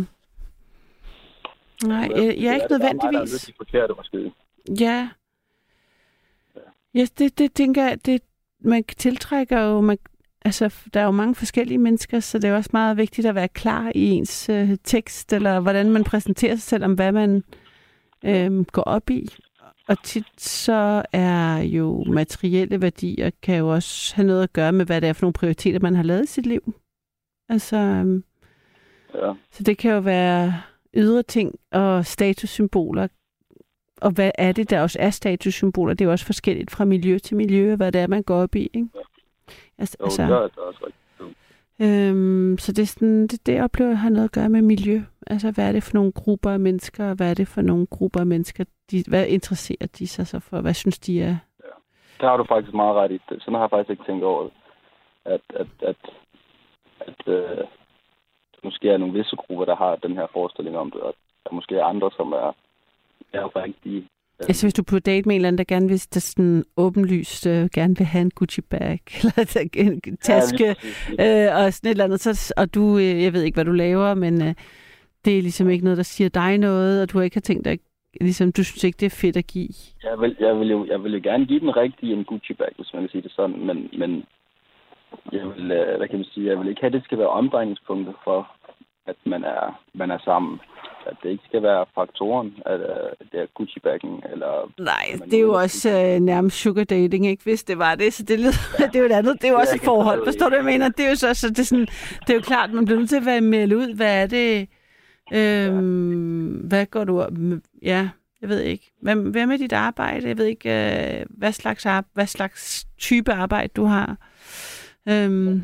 nej, jeg, jeg er ikke nødvendigvis... Det er forkert, måske. Ja. Ja, det, det tænker jeg, det, man tiltrækker jo... Man, altså, der er jo mange forskellige mennesker, så det er også meget vigtigt at være klar i ens øh, tekst, eller hvordan man præsenterer sig selv, om hvad man øh, går op i. Og tit så er jo materielle værdier, kan jo også have noget at gøre med, hvad det er for nogle prioriteter, man har lavet i sit liv. Altså, øhm, ja. Så det kan jo være ydre ting og statussymboler. Og hvad er det, der også er statussymboler? Det er jo også forskelligt fra miljø til miljø, hvad det er, man går op i, ikke? Altså, Jo, altså, det er det også rigtigt. Øhm, så det er sådan, det, det jeg oplever har noget at gøre med miljø. Altså, hvad er det for nogle grupper af mennesker, og hvad er det for nogle grupper af mennesker, de, hvad interesserer de sig så for? Hvad synes de er? Ja. Der har du faktisk meget ret i det. Sådan har jeg faktisk ikke tænkt over det. At, at, at, at øh, måske er nogle visse grupper, der har den her forestilling om det, og der måske er andre, som er, er rigtige. Altså, hvis du er på date med en eller anden, der gerne vil, der sådan åbenlyst øh, gerne vil have en Gucci-bag, eller en taske, ja, øh, og sådan et eller andet, så, og du, øh, jeg ved ikke, hvad du laver, men øh, det er ligesom ikke noget, der siger dig noget, og du har ikke har tænkt dig, ligesom, du synes ikke, det er fedt at give. Jeg vil, jeg vil, jo, jeg vil jo gerne give den rigtige en Gucci-bag, hvis man kan sige det sådan, men, men jeg vil, øh, hvad kan man sige, jeg vil ikke have, at det skal være omdrejningspunktet for, at man er, man er sammen. At det ikke skal være faktoren, at det er Gucci-baggen, eller... Nej, det er jo også øh, nærmest sugar dating, ikke? Hvis det var det, så det, ja. det er jo et andet, det er jo også et forhold. Forstår du, hvad jeg mener? Det er jo så, så det er sådan, det er jo klart, man bliver nødt til at være melde ud, hvad er det, øhm, ja. hvad går du op med? Ja, jeg ved ikke. Hvad, hvad med dit arbejde? Jeg ved ikke, øh, hvad slags, ar- hvad slags type arbejde du har. Øhm.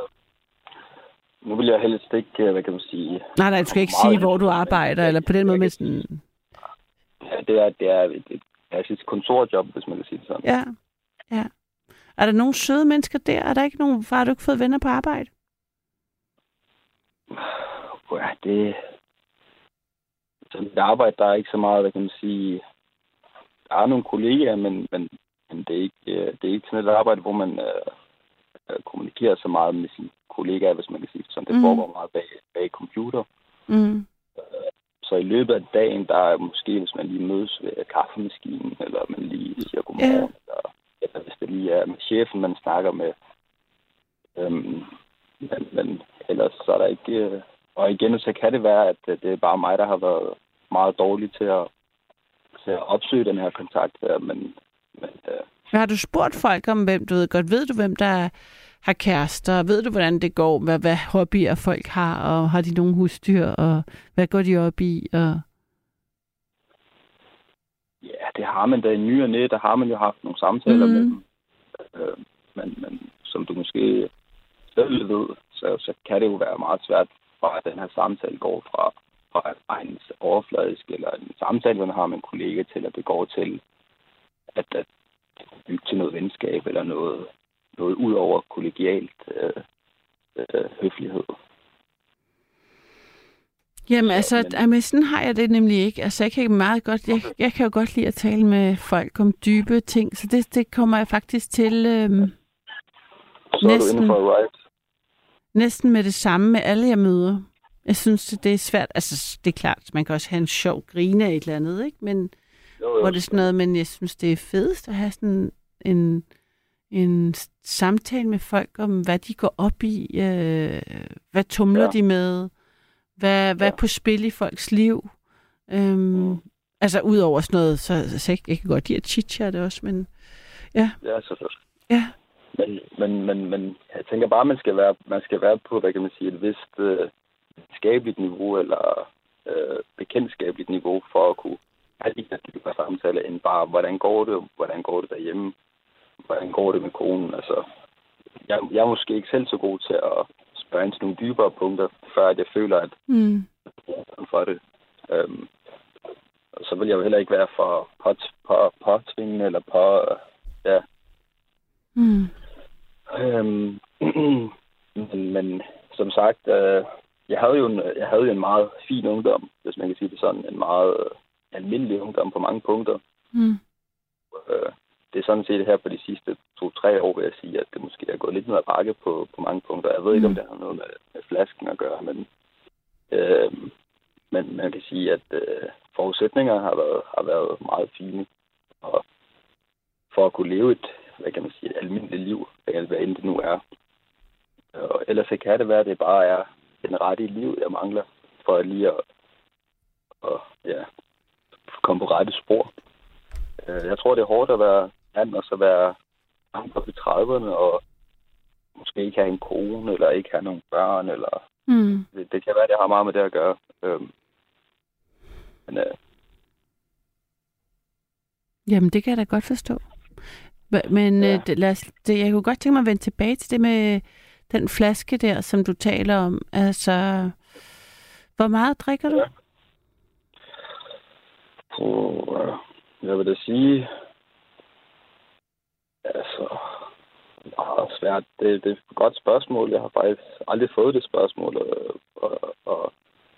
Nu vil jeg helst ikke, hvad kan man sige... Nej, nej, du skal ikke sige, hvor du arbejder, eller på den måde med sådan... Ja, det er, det er et, et, et, et kontorjob, hvis man kan sige det sådan. Ja, ja. Er der nogle søde mennesker der? Er der ikke nogen... Har du ikke fået venner på arbejde? Ja, det... Så mit arbejde, der er ikke så meget, hvad kan man sige... Der er nogle kollegaer, men, men, men det, er ikke, det er ikke sådan et arbejde, hvor man øh, kommunikerer så meget med sine kollegaer, hvis man kan sige det sådan. Det mm. foregår meget bag, bag computer. Mm. Så i løbet af dagen, der er måske, hvis man lige mødes ved kaffemaskinen, eller man lige siger godmorgen, yeah. eller, eller hvis det lige er med chefen, man snakker med. Øhm, men, men ellers så er der ikke... Øh, og igen, så kan det være, at det er bare mig, der har været meget dårlig til at, til at opsøge den her kontakt her, men... men øh, har du spurgt folk om, hvem du ved godt? Ved du, hvem der har kærester? Ved du, hvordan det går? Hvad, hvad hobbyer folk har? Og har de nogle husdyr? Og hvad går de op i? Og... Ja, det har man da i ny og næ. Der har man jo haft nogle samtaler mm. med dem. Øh, men, men som du måske selv ved, så, så kan det jo være meget svært, fra at den her samtale går fra fra egens overfladisk, eller en samtale, man har med en kollega, til at det går til at, at bygge til noget venskab, eller noget, noget ud over kollegialt øh, øh, høflighed. Jamen altså, men... jamen, sådan har jeg det nemlig ikke. Altså, jeg kan meget godt, jeg, jeg kan jo godt lide at tale med folk om dybe ting, så det, det kommer jeg faktisk til øhm, så næsten, er du inden for right. næsten med det samme med alle, jeg møder. Jeg synes, det er svært. Altså, det er klart, man kan også have en sjov grine af et eller andet, ikke? Men jo, jo. Hvor det er sådan noget, men jeg synes, det er fedest at have sådan en, en samtale med folk om, hvad de går op i, øh, hvad tumler ja. de med, hvad, hvad ja. er på spil i folks liv. Øhm, mm. Altså, ud over sådan noget, så, så jeg, jeg kan godt lide at chit-chatte også, men ja. Ja, selvfølgelig. Ja. Men, men, men, men jeg tænker bare, man skal være, man skal være på, hvad kan man sige, et vist øh, skabeligt niveau, eller øh, bekendtskabeligt niveau, for at kunne have de her dybere samtaler, end bare, hvordan går det, hvordan går det derhjemme, hvordan går det med konen. Altså, jeg, jeg er måske ikke selv så god til at spørge ind til nogle dybere punkter, før at jeg føler, at mm. jeg er for det. Øhm, og så vil jeg jo heller ikke være for påtvingende, eller på, ja. Mm. Øhm, men, men som sagt, øh, jeg havde jo en, jeg havde jo en meget fin ungdom, hvis man kan sige det sådan, en meget øh, almindelig ungdom på mange punkter. Mm. Øh, det er sådan set her på de sidste to-tre år, vil jeg sige, at det måske er gået lidt ned ad bakke på, på mange punkter. Jeg ved ikke, mm. om det har noget med, med flasken at gøre, men, øh, men man kan sige, at øh, forudsætninger har været, har været meget fine. Og for at kunne leve et, hvad kan man sige, et almindeligt liv, hvad end det nu er. Og ellers så kan det være, at det bare er den rette i livet, jeg mangler, for at lige at, at ja, komme på rette spor. Jeg tror, det er hårdt at være mand, og så være op i trediverne, og måske ikke have en kone, eller ikke have nogen børn, eller mm. det, det kan være, det har meget med det at gøre. Øhm, men, øh... Jamen, det kan jeg da godt forstå. Men ja. øh, lad os, det, jeg kunne godt tænke mig at vende tilbage til det med den flaske der, som du taler om. Altså, hvor meget drikker du? Ja. Uh, jeg vil da sige, altså, meget svært. Det, det er et godt spørgsmål. Jeg har faktisk aldrig fået det spørgsmål. Og, og, og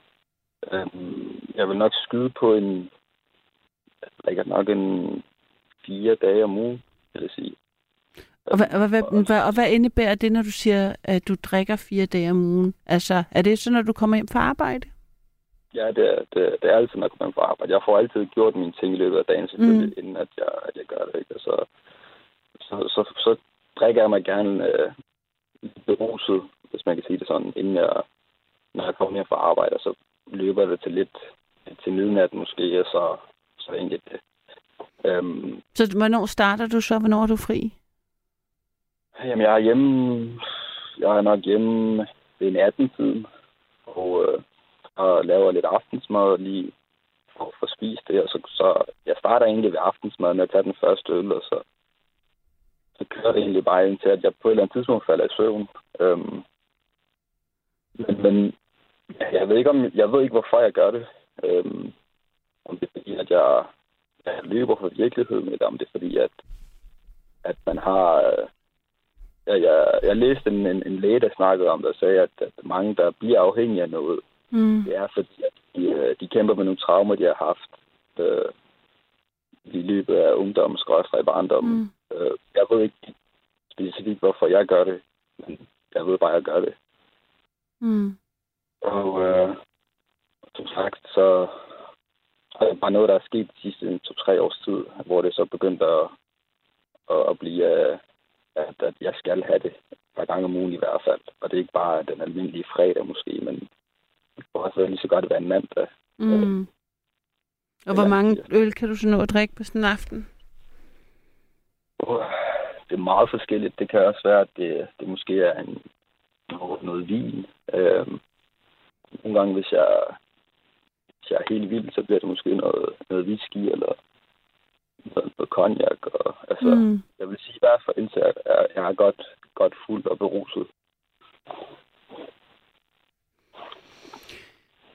øhm, jeg vil nok skyde på en, jeg drikker nok en fire dage om ugen, vil jeg sige. Og hvad, og, hvad, hvad, og hvad indebærer det, når du siger, at du drikker fire dage om ugen? Altså, er det så, når du kommer hjem fra arbejde? Ja, det er, det, det er altid, når jeg kommer hjem fra arbejde. Jeg får altid gjort mine ting i løbet af dagen, selvfølgelig, mm. inden at jeg, at jeg gør det. Ikke? Så, så, så, så drikker jeg mig gerne øh, beruset, hvis man kan sige det sådan, inden jeg, når jeg kommer hjem fra arbejde, så løber det til lidt til midnat måske, og så, så egentlig det. Um, så hvornår starter du så? Hvornår er du fri? Jamen, jeg er hjemme, jeg er nok hjemme ved en atten-tiden, og, øh, og laver lidt aftensmad lige for at få spist det, og så, så jeg starter egentlig ved aftensmad med at tage den første øl, og så, så kører det egentlig bare ind til, at jeg på et eller andet tidspunkt falder i søvn. Um, men, men jeg ved ikke, om, jeg ved ikke, hvorfor jeg gør det. Um, om det er fordi, at jeg, jeg løber fra virkeligheden, eller om det er fordi, at, at man har... Øh, Ja, jeg, jeg læste en, en, en læge, der snakkede om det, og sagde, at, at mange, der bliver afhængige af noget, mm. det er fordi, at de, de kæmper med nogle traumer, de har haft øh, i løbet af ungdommen, skrådstræk i barndommen. Mm. Øh, jeg ved ikke specifikt, hvorfor jeg gør det, men jeg ved bare, at jeg gør det. Mm. Og øh, som sagt, så er det bare noget, der er sket de sidste to-tre års tid, hvor det så begyndte at, at, at blive... Øh, At, at jeg skal have det et par gange om ugen i hvert fald. Og det er ikke bare den almindelige fredag måske, men det kan også lige så godt være en mandag. Mm. Øh, og hvor mange øl kan du så nå at drikke på sådan en aften? Uh, det er meget forskelligt. Det kan også være, at det, det måske er en, noget vin. Øh, nogle gange, hvis jeg, hvis jeg er helt vild, så bliver det måske noget, noget whisky eller noget cognac. Og, altså, mm. Jeg vil sige i hvert fald, indtil jeg, jeg er godt, godt fuld og beruset.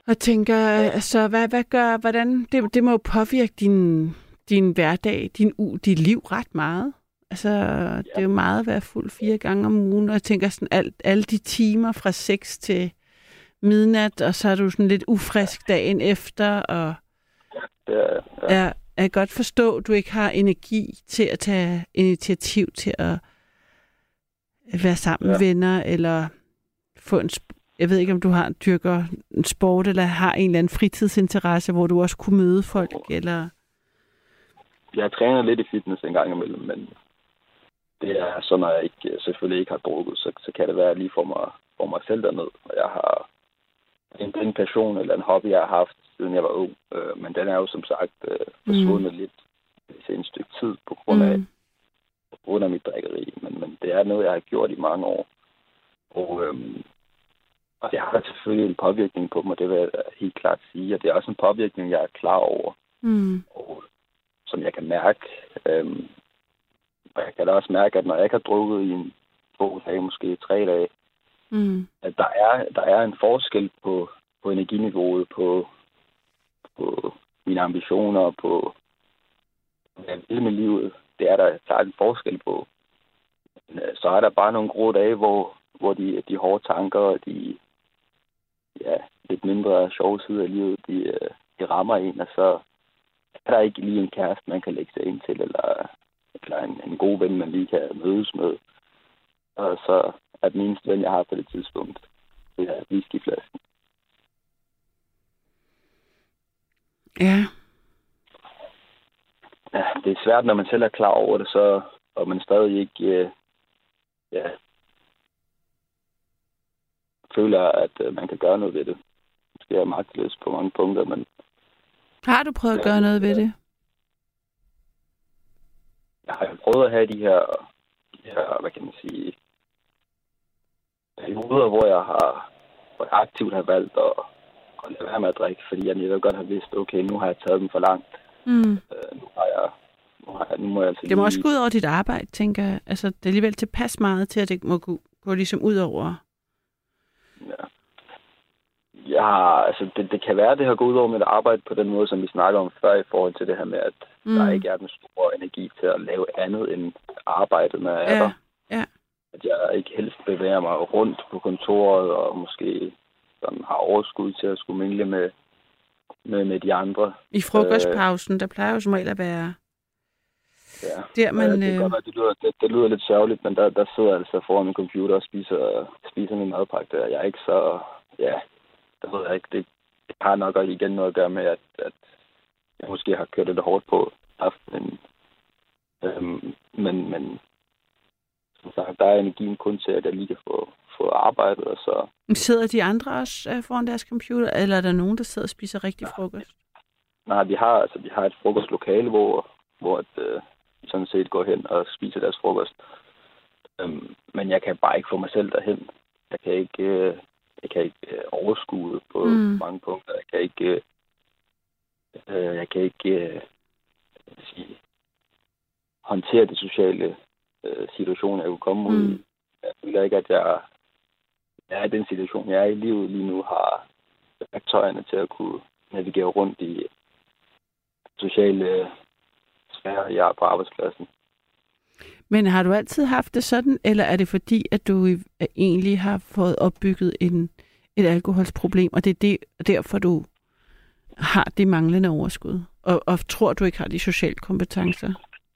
Og tænker, altså, hvad, hvad gør, hvordan, det, det må jo påvirke din, din hverdag, din u, dit liv ret meget. Altså, ja. Det er jo meget at være fuld fire gange om ugen, og jeg tænker sådan, alt, alle de timer fra seks til midnat, og så er du sådan lidt ufrisk dagen efter, og ja, ja. Ja, jeg kan godt forstå, at du ikke har energi til at tage initiativ til at være sammen med ja. venner, eller få en, jeg ved ikke, om du har dyrker en sport, eller har en eller anden fritidsinteresse, hvor du også kunne møde folk, eller... Jeg træner lidt i fitness en gang imellem, men det er så, når jeg ikke, selvfølgelig ikke har drukket, så, så kan det være lige for mig, for mig selv dernede. Og jeg har en, en passion eller en hobby, jeg har haft, siden jeg var ung. Øh, men den er jo som sagt øh, forsvundet mm. lidt til en stykke tid på grund af, mm. på grund af mit drikkeri. Men, men det er noget, jeg har gjort i mange år. Og, øhm, og det har selvfølgelig en påvirkning på mig, det vil jeg helt klart sige. Og det er også en påvirkning, jeg er klar over. Mm. Og som jeg kan mærke. Øhm, og jeg kan da også mærke, at når jeg ikke har drukket i en to dage, måske tre dage, mm. at der er, der er en forskel på, på energiniveauet, på, på mine ambitioner, på hvad jeg vil med livet. Det er der klart en forskel på. Men, så er der bare nogle grå dage, hvor, hvor de, de hårde tanker og de ja, lidt mindre sjove sider af livet, de, de rammer en, og så er der ikke lige en kæreste, man kan lægge sig ind til, eller, eller en, en god ven, man lige kan mødes med. Og så er den eneste ven, jeg har på det tidspunkt, det er whiskyflasken. Ja. Ja, det er svært, når man selv er klar over det, så, og man stadig ikke øh, ja, føler, at øh, man kan gøre noget ved det. Måske er magtløs på mange punkter, men... Har du prøvet at gøre noget ved det? Jeg har jo prøvet at have de her, de her hvad kan man sige, perioder, hvor jeg har hvor jeg aktivt har valgt at, at lade være med at drikke, fordi jeg netop godt har vidst, okay, nu har jeg taget dem for langt. Mm. Øh, nu har jeg, nu har jeg, nu må jeg altså det må lige... også gå ud over dit arbejde, tænker jeg. Altså, det er alligevel tilpas meget til, at det må gå, gå ligesom ud over. Ja. Ja, altså det, det kan være, at det har gået ud over mit arbejde på den måde, som vi snakker om før, i forhold til det her med, at mm. der ikke er den store energi til at lave andet end arbejdet, når jeg er ja. der. Ja. At jeg ikke helst bevæger mig rundt på kontoret, og måske sådan har overskud til at skulle mingle med, med, med de andre. I frokostpausen, øh, der plejer jo som regel at være... Ja, der, man, ja det, øh... godt, det, lyder, det, det lyder lidt sørgeligt, men der, der sidder jeg altså foran min computer og spiser, spiser min madpakke der. Jeg er ikke så... Ja, det ved jeg ikke. Det, det har nok også igen noget at gøre med, at, at jeg måske har kørt lidt hårdt på aftenen. Øhm, men, men som sagt, der er energien kun til, at jeg lige kan få, få arbejdet, og så... Sidder de andre også foran deres computer, eller er der nogen, der sidder og spiser rigtig nej, frokost? Nej, vi har, altså, vi har et frokostlokale, hvor, hvor et, øh, sådan set går hen og spiser deres frokost. Øhm, men jeg kan bare ikke få mig selv derhen. Jeg kan ikke... Øh, Jeg kan ikke øh, overskue på mm. mange punkter. Jeg kan ikke, øh, jeg kan ikke øh, sige, håndtere de sociale øh, situationer, jeg kunne komme mm. ud i. Jeg føler ikke, at jeg, jeg er i den situation, jeg er i livet lige nu, har værktøjerne til at kunne navigere rundt i sociale sfærer, jeg er på arbejdspladsen. Men har du altid haft det sådan, eller er det fordi, at du egentlig har fået opbygget en, et alkoholsproblem, og det er det, derfor, du har det manglende overskud? Og, og tror du ikke har de sociale kompetencer?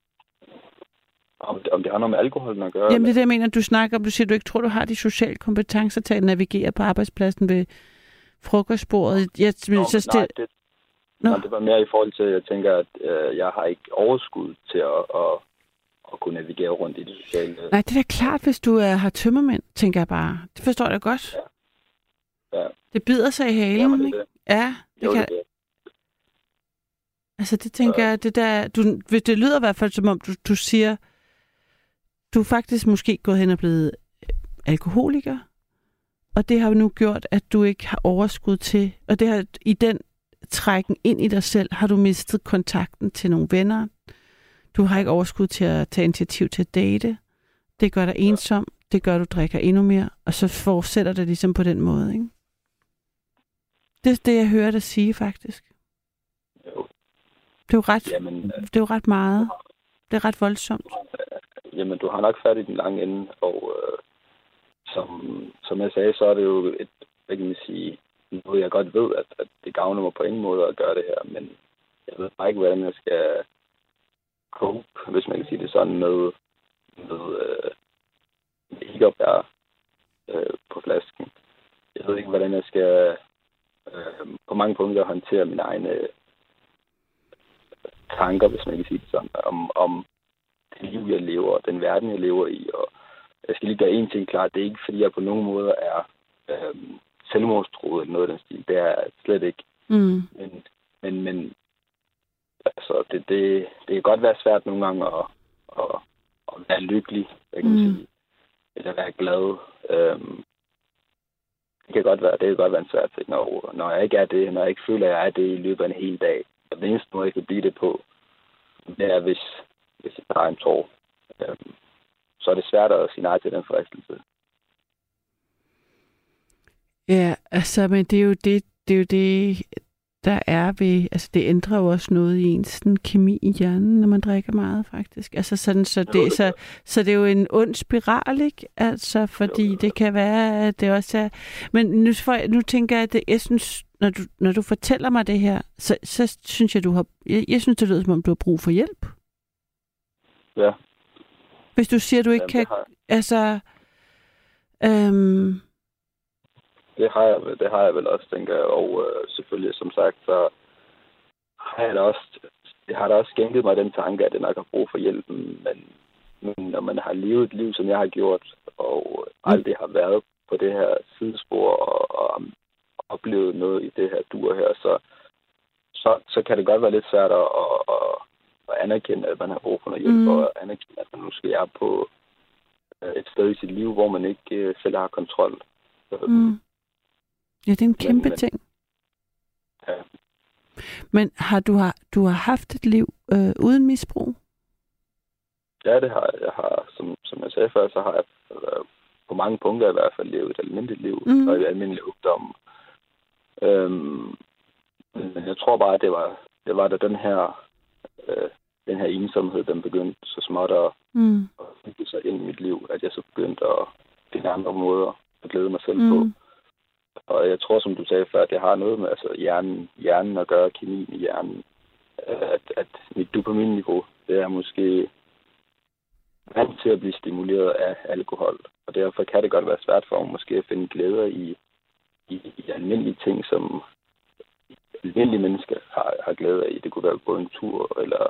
Om det, om det har noget med alkoholen at gøre? Jamen det er det, jeg mener, du snakker om. Du siger, du ikke tror, du har de sociale kompetencer til at navigere på arbejdspladsen ved frokostbordet. Jeg, Nå, så stil... nej, det, nej, det var mere i forhold til, at jeg tænker, at øh, jeg har ikke overskud til at... at at kunne navigere rundt i det sociale... Nej, det er da klart, hvis du uh, har tømmermænd, tænker jeg bare. Det forstår jeg godt. Ja. Ja. Det bider sig i halen, ja, det ikke? det. Ja, det jo, kan... Det, det. Altså, det tænker ja. jeg, det der... Du, det lyder i hvert fald, som om du, du siger, du er faktisk måske gået hen og blevet alkoholiker, og det har nu gjort, at du ikke har overskud til... Og det har i den trækken ind i dig selv, har du mistet kontakten til nogle venner. Du har ikke overskud til at tage initiativ til at date. Det gør dig ensom. Det gør, du drikker endnu mere. Og så fortsætter det ligesom på den måde, ikke? Det er det, jeg hører dig sige, faktisk. Jo. Det er jo ret, Jamen, det er jo ret meget. Det er ret voldsomt. Jamen, du har nok fat i den lange ende, og øh, som, som jeg sagde, så er det jo et, hvad kan man sige, noget jeg godt ved, at, at det gavner mig på ingen måde at gøre det her, men jeg ved bare ikke, hvordan jeg skal cope, hvis man kan sige det sådan, med, med, øh, med ikke at være øh, på flasken. Jeg ved ikke, hvordan jeg skal øh, på mange punkter håndtere mine egne tanker, hvis man kan sige det sådan, om, om det liv, jeg lever, den verden, jeg lever i. Og jeg skal lige gøre en ting klart. Det er ikke, fordi jeg på nogen måde er øh, selvmordstruet eller noget af den stil. Det er jeg slet ikke. Mm. Men, men, men altså, det, det, det kan godt være svært nogle gange at, at, at være lykkelig, jeg kan mm. sige, eller være glad. Øhm, det kan godt være, det kan godt være en svær ting, når, når jeg ikke er det, når jeg ikke føler, at jeg er det i løbet af en hel dag. Og den eneste måde, jeg kan blive det på, det er, hvis, hvis jeg tager en tår. Øhm, så er det svært at sige nej til den fristelse. Ja, altså, men det er jo det, det er jo det, der er ved, altså det ændrer jo også noget i ens sådan, kemi i hjernen, når man drikker meget, faktisk. Altså sådan, så det, så, så det er jo en ond spiral, ikke? Altså, fordi det kan være, at det også er... Men nu, for, nu tænker jeg, at det, jeg synes, når du, når du fortæller mig det her, så, så synes jeg, du har... Jeg, jeg synes, det lyder, som om du har brug for hjælp. Ja. Hvis du siger, du ikke Jamen, kan... Altså... Øhm, Det har, jeg, det har jeg vel også, tænker jeg. Og øh, selvfølgelig, som sagt, så har jeg da også, det har da også skænket mig den tanke, at jeg nok har brug for hjælpen. Men, men når man har levet et liv, som jeg har gjort, og aldrig har været på det her sidespor og, og oplevet noget i det her dur her, så, så, så kan det godt være lidt svært at, at, at anerkende, at man har brug for noget hjælp, mm. og anerkende, at man måske er på et sted i sit liv, hvor man ikke selv har kontrol. Mm. Ja, det er en kæmpe men, ting. Ja. Men har du, har, du har haft et liv øh, uden misbrug? Ja, det har jeg. jeg har, som, som jeg sagde før, så har jeg øh, på mange punkter i hvert fald levet et almindeligt liv, mm. og et almindeligt ungdom. Øhm, men jeg tror bare, at det var, det var da den her, øh, den her ensomhed, den begyndte så småt at, mm. at bygge sig ind i mit liv, at jeg så begyndte at finde andre måder at glæde mig selv mm. på. Og jeg tror, som du sagde før, at det har noget med altså, hjernen, hjernen at gøre, kemien i hjernen. At, at mit dopaminniveau, det er måske vant til at blive stimuleret af alkohol. Og derfor kan det godt være svært for mig måske at finde glæder i, i, i almindelige ting, som almindelige mennesker har, har glæder i. Det kunne være på en tur, eller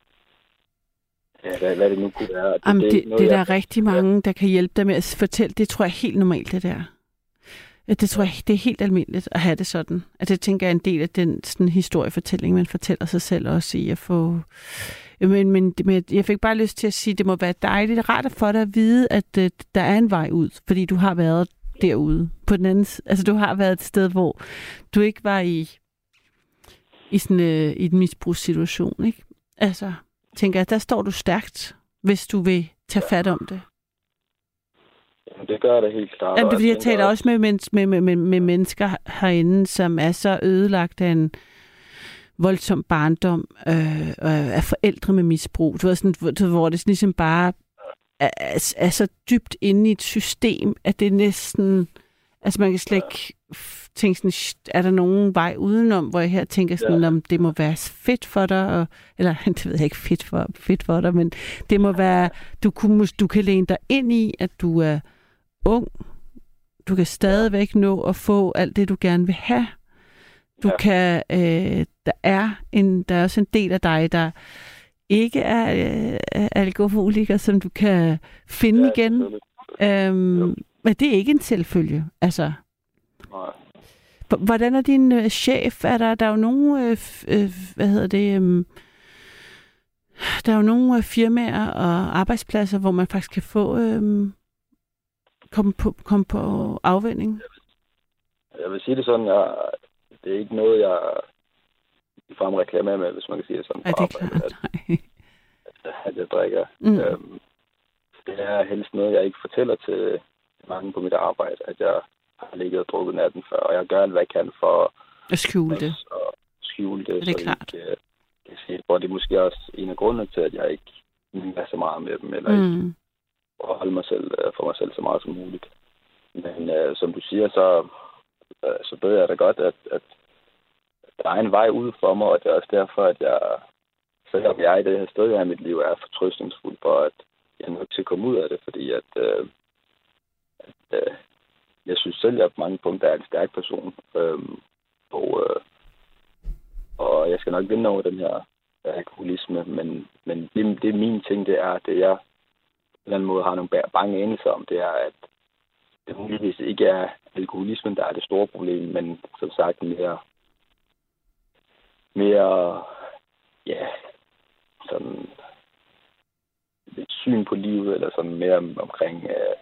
ja, hvad, hvad det nu kunne være. Det, Jamen, det, det, noget, det er der jeg, rigtig mange, der kan hjælpe dig med at fortælle. Det tror jeg er helt normalt, det der. Det tror jeg, det er helt almindeligt at have det sådan. At det tænker jeg er en del af den sådan, historiefortælling, man fortæller sig selv også i at få... Men, men, men jeg fik bare lyst til at sige, at det må være dejligt, rart for dig at vide, at uh, der er en vej ud, fordi du har været derude. På den anden, altså du har været et sted, hvor du ikke var i, i, sådan, uh, i en misbrugssituation, ikke? Altså, tænker jeg, der står du stærkt, hvis du vil tage fat om det. Jamen, det gør det helt klart. Jamen, det er fordi, jeg, jeg taler også med, med, med, med, med mennesker herinde, som er så ødelagt af en voldsom barndom, øh, af forældre med misbrug. Du ved, sådan, hvor det ligesom bare er, er, er så dybt inde i et system, at det er næsten... Altså, man kan slet ikke tænke sådan, er der nogen vej udenom, hvor jeg her tænker sådan, om det må være fedt for dig, og, eller det ved jeg ikke, fedt for, fedt for dig, men det må være, du, kunne, du kan læne dig ind i, at du er ung, du kan stadigvæk nå at få alt det, du gerne vil have. Du ja. kan, øh, der er en, der er også en del af dig, der ikke er øh, alkoholiker, som du kan finde ja, igen. Øhm, men det er ikke en selvfølge, altså. Nej. Hvordan er din øh, chef? Er der, der er jo nogle, øh, øh, hvad hedder det, øh, der er jo nogle øh, firmaer og arbejdspladser, hvor man faktisk kan få, øh, komme på, komme på afvinding. Jeg vil sige det sådan, jeg, det er ikke noget, jeg frem reklamerer med, hvis man kan sige det sådan. Ej, det er klart, at, at, at jeg drikker. Mm. Øhm, det er helst noget, jeg ikke fortæller til mange på mit arbejde, at jeg har ligget og drukket natten før, og jeg gør alt, hvad jeg kan for At skjule det. Og skjule det, er det så klart? jeg ikke kan se. Og det er måske også en af grundene til, at jeg ikke er så meget med dem, eller mm. ikke at holde mig selv, for mig selv så meget som muligt. Men øh, som du siger, så, øh, så ved jeg da godt, at, at der er en vej ud for mig, og det er også derfor, at jeg, selvom jeg i det her sted, jeg er i mit liv, er fortrøstningsfuld for, at jeg er nødt til at komme ud af det, fordi at, øh, at øh, jeg synes selv, at jeg på mange punkter er en stærk person, øh, og, øh, og jeg skal nok vinde over den her alkoholisme, men, men det, det er min ting, det er, det jeg på en eller anden måde har nogle bange anelser om, det er, at det muligvis ikke er alkoholismen, der er det store problem, men som sagt mere, mere, ja, sådan et syn på livet, eller sådan mere omkring, øh,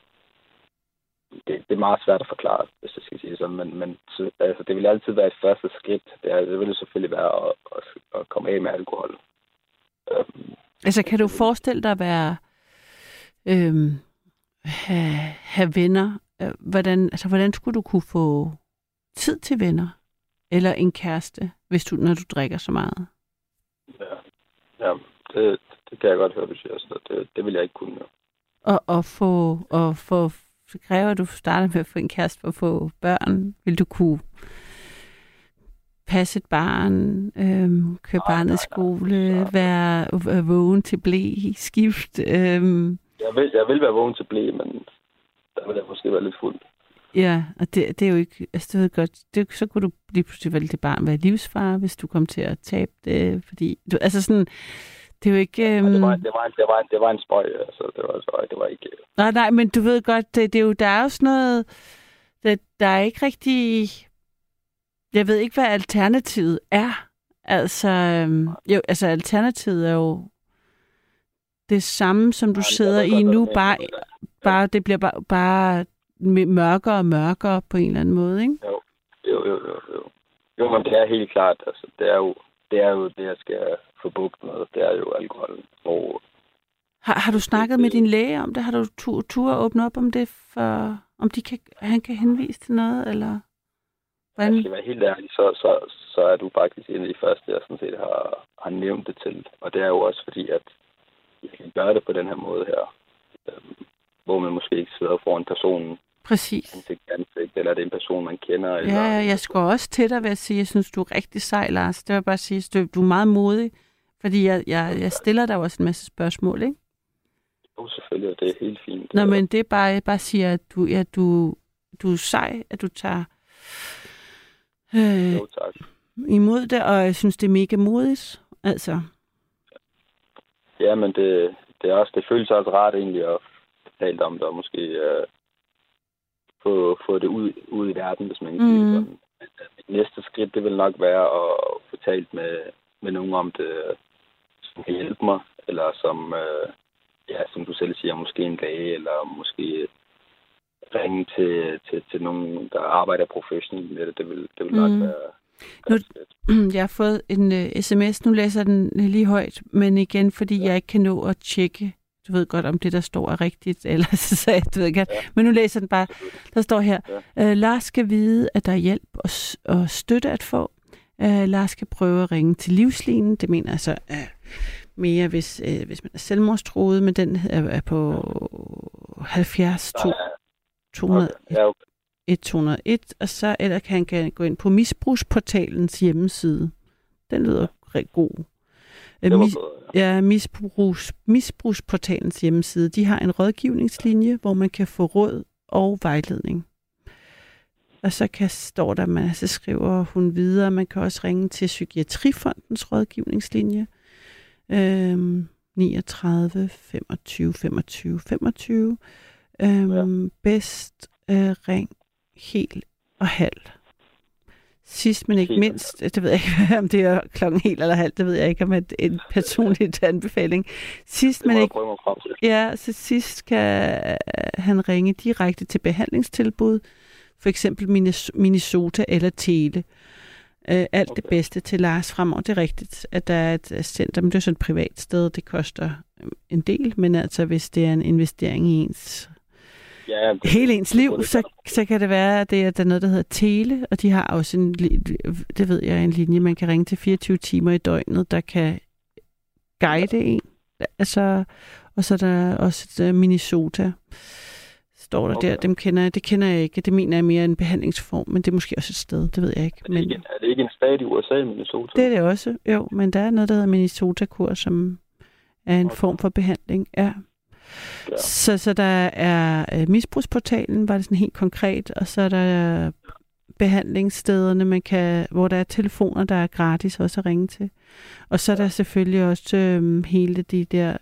det, det er meget svært at forklare, hvis jeg skal sige sådan, men, men så, altså, det vil altid være et første skridt. Det, er, det vil det selvfølgelig være at, at, at komme af med alkohol. Um, altså, kan du forestille dig at være, øhm, have, have venner? Hvordan, altså, hvordan skulle du kunne få tid til venner? Eller en kæreste, hvis du, når du drikker så meget? Ja, ja det, det kan jeg godt høre, du siger. Så det, det vil jeg ikke kunne. Og, og få, og få, så kræver at du starter med at få en kæreste for at få børn. Vil du kunne passe et barn, øhm, køre nej, barnet i skole, nej, nej. Være, være vågen til blæ, skift? Øhm. Jeg, vil, jeg vil være vågen til blæ, men der vil jeg måske være lidt fuld. Ja, og det, det er jo ikke, altså det ved godt, det, så kunne du lige pludselig vælge det barn være livsfar, hvis du kom til at tabe det, fordi, du, altså sådan, det er jo ikke... Um... Ja, det, var, det, var en, det, var en, det var en spøj, altså det var, så, det var ikke... Nej, nej, men du ved godt, det, det er jo, der er jo sådan noget, det, der er ikke rigtig, jeg ved ikke, hvad alternativet er, altså, um, jo, altså alternativet er jo det samme, som du ja, sidder i nu, bare, bare, det bliver bare, bare mørkere og mørkere på en eller anden måde, ikke? Jo, jo, jo, jo. Jo, jo men det er helt klart, altså, det er jo det, er jo det jeg skal få bugt med, det er jo alkohol. Og har, har du snakket med din læge om det? Har du tur, tur at åbne op om det, for, om de kan, han kan henvise til noget, eller hvordan? Jeg skal være helt ærlig, så, så, så er du faktisk en af de første, jeg sådan set har, har nævnt det til. Og det er jo også fordi, at jeg kan gøre det på den her måde her, øhm, hvor man måske ikke sidder foran personen. Præcis. Ansigt, ansigt, eller det er en person, man kender. Eller... Ja, jeg skal også til dig ved at sige, at jeg synes, du er rigtig sej, Lars. Det vil jeg bare sige, at du er meget modig, fordi jeg, jeg, jeg stiller dig også en masse spørgsmål, ikke? Jo, selvfølgelig, det er helt fint. Nå, men det er bare, jeg bare siger, at du, ja, du, du er sej, at du tager øh, jo, tak. imod det, og jeg synes, det er mega modigt, altså. Ja, men det, det, er også, det føles også rart egentlig at tale om det, og måske øh, få, få det ud, ud i verden, hvis man kan sige mm. sådan. Næste skridt, det vil nok være at få talt med, med nogen om det, som kan hjælpe mig, eller som, øh, ja, som du selv siger, måske en læge, eller måske ringe til, til, til nogen, der arbejder professionelt med det. Det vil, det vil nok mm. være... Nu, jeg har fået en uh, sms, nu læser jeg den lige højt, men igen, fordi ja. jeg ikke kan nå at tjekke, du ved godt, om det, der står, er rigtigt, eller så sagde jeg, du ved ikke, ja. men nu læser den bare, der står her, ja. uh, Lars skal vide, at der er hjælp og, og støtte at få. Uh, Lars skal prøve at ringe til livslinen, det mener jeg så uh, mere, hvis, uh, hvis man er selvmordstruet, men den er, er på halvfjerds to hundrede et to nul et, og så eller kan han kan gå ind på Misbrugsportalens hjemmeside. Den lyder rigtig god. Mis, ja, Misbrugs, Misbrugsportalens hjemmeside. De har en rådgivningslinje, hvor man kan få råd og vejledning. Og så kan, står der, man, så skriver hun videre, man kan også ringe til Psykiatrifondens rådgivningslinje. Øhm, niogtredive femogtyve femogtyve femogtyve. Øhm, ja. Bedst øh, ring helt og halv. Sidst, men ikke mindst, det ved jeg ikke, om det er klokken helt eller halv, det ved jeg ikke, om det er en personlig anbefaling. Sidst, men ikke, ja, så sidst kan han ringe direkte til behandlingstilbud, for eksempel Minnesota eller Tele. Uh, alt okay. Det bedste til Lars fremover. Det er rigtigt, at der er et center, men det er sådan et privat sted, det koster en del, men altså hvis det er en investering i ens Ja, det, hele ens liv, så, så kan det være, at det er, der er noget, der hedder Tele, og de har også en, det ved jeg, en linje, man kan ringe til fireogtyve timer i døgnet, der kan guide en. Altså, og så er der også et Minnesota, står der okay. der. Dem kender jeg, det kender jeg ikke. Det mener jeg mere en behandlingsform, men det er måske også et sted, det ved jeg ikke. Er det, men, ikke, er det ikke en stat i U S A, Minnesota? Det er det også, jo, men der er noget, der hedder Minnesota-kur, som er en okay. form for behandling, ja. Ja. Så, så der er øh, misbrugsportalen, var det sådan helt konkret, og så er der behandlingsstederne, man kan, hvor der er telefoner, der er gratis også at ringe til. Og så er der selvfølgelig også øh, hele de der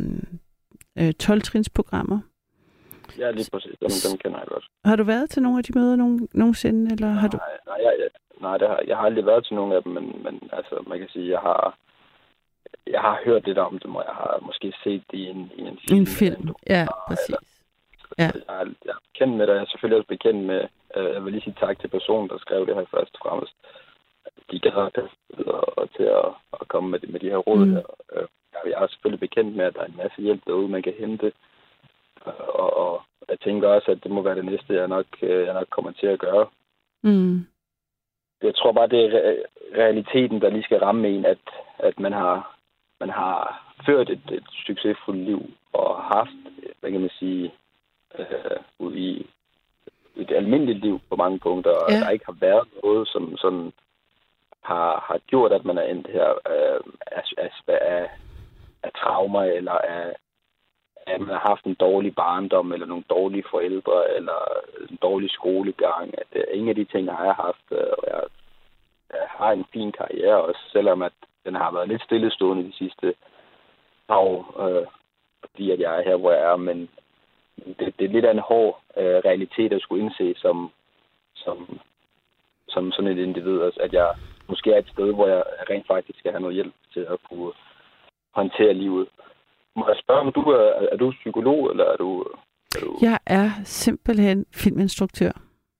øh, tolv-trinsprogrammer. Ja, lige præcis. Dem, dem kender jeg godt. Har du været til nogle af de møder nogen, nogensinde? Eller nej, har du... nej, jeg, jeg, nej det har, jeg har aldrig været til nogle af dem, men, men altså, man kan sige, jeg har jeg har hørt lidt om dem, og jeg har måske set det i en, i en film. En film, ja, præcis. Ja. Jeg, er, jeg er bekendt med det, og jeg er selvfølgelig også bekendt med, øh, jeg vil lige sige tak til personen, der skrev det her først og fremmest. De gad og til at, at komme med, med de her råd mm. her. Jeg er selvfølgelig bekendt med, at der er en masse hjælp derude, man kan hente. Og, og jeg tænker også, at det må være det næste, jeg nok, jeg nok kommer til at gøre. Mm. Jeg tror bare, det er realiteten, der lige skal ramme en, at, at man har man har ført et, et succesfuldt liv og haft, hvad kan man sige, øh, i et almindeligt liv på mange punkter, og ja. Der ikke har været noget, som sådan har, har gjort, at man er endt her øh, af, af, af traumer, eller af, at man har haft en dårlig barndom, eller nogle dårlige forældre, eller en dårlig skolegang. At, uh, ingen af de ting har jeg haft, uh, og jeg, jeg har en fin karriere også, selvom at den har været lidt stillestående de sidste par år, uh, fordi at jeg er her, hvor jeg er, men det, det er lidt af en hård uh, realitet at skulle indse som, som, som sådan et individ, altså, at jeg måske er et sted, hvor jeg rent faktisk skal have noget hjælp til at kunne håndtere livet. Må jeg spørge, om du er, er du psykolog, eller er du, er du... Jeg er simpelthen filminstruktør.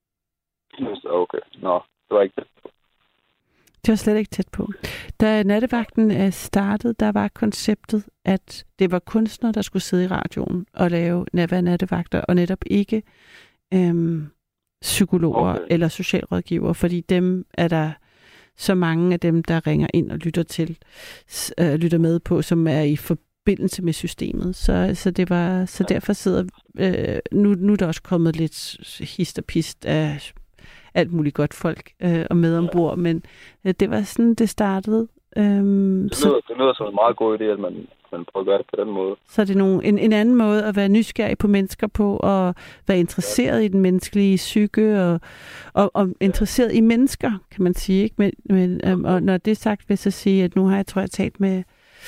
Okay, nå, det var ikke tæt på. Det var slet ikke tæt på. Da nattevagten startede, der var konceptet, at det var kunstnere, der skulle sidde i radioen og lave være nattevagter, og netop ikke øhm, psykologer okay. eller socialrådgivere, fordi dem er der så mange af dem, der ringer ind og lytter til, øh, lytter med på, som er i forbindelse med systemet. Så, så det var, så derfor sidder øh, nu, nu er der også kommet lidt hist og pist af alt muligt godt folk øh, og med ombord, men øh, det var sådan, det startede. Øhm, det, lyder, det lyder som en meget god idé, at man, man prøver at gøre det på den måde. Så er det nogle, en, en anden måde at være nysgerrig på mennesker på, og være interesseret ja. i den menneskelige psyke, og, og, og interesseret i mennesker, kan man sige. Ikke? Men, men, øhm, og når det er sagt, vil jeg så sige, at nu har jeg, tror jeg, talt med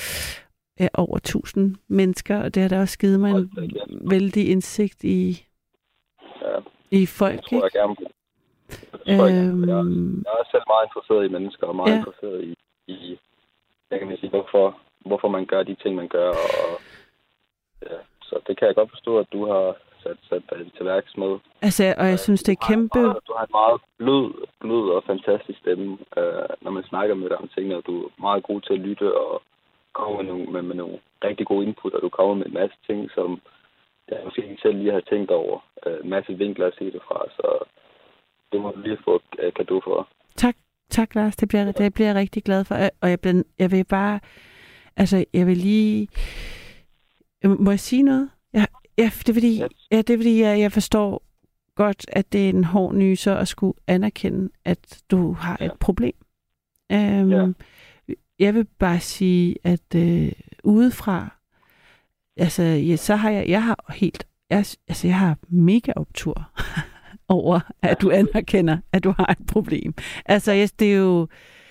ja, over tusind mennesker, og det har da også givet mig en vældig indsigt i, ja. i folk. Det tror jeg gerne på. Jeg, øhm, jeg, jeg er selv meget interesseret i mennesker, og meget ja. interesseret i, i jeg kan sige, hvorfor, hvorfor man gør de ting, man gør. Og, ja, så det kan jeg godt forstå, at du har sat, sat dig til værks med. Altså, og jeg synes, det er kæmpe... Meget, du har en meget blød, blød og fantastisk stemme, øh, når man snakker med dig om tingene, og du er meget god til at lytte og komme med nogle, med, med nogle rigtig gode input, og du kommer med en masse ting, som jeg måske ikke selv lige har tænkt over. Øh, en masse vinkler at se det fra, så det må du lige få uh, cadeau for. Tak, tak Lars. Det bliver, det bliver jeg rigtig glad for. Og jeg, bliver, jeg vil bare... Altså, jeg vil lige... Må jeg sige noget? Jeg, ja, det er fordi, ja, det er, fordi jeg, jeg forstår godt, at det er en hård nyser at skulle anerkende, at du har ja. et problem. Um, ja. Jeg vil bare sige, at øh, udefra... Altså, ja, så har jeg... Jeg har helt... Jeg, altså, jeg har mega optur over, at du anerkender, at du har et problem. Altså, yes, det er jo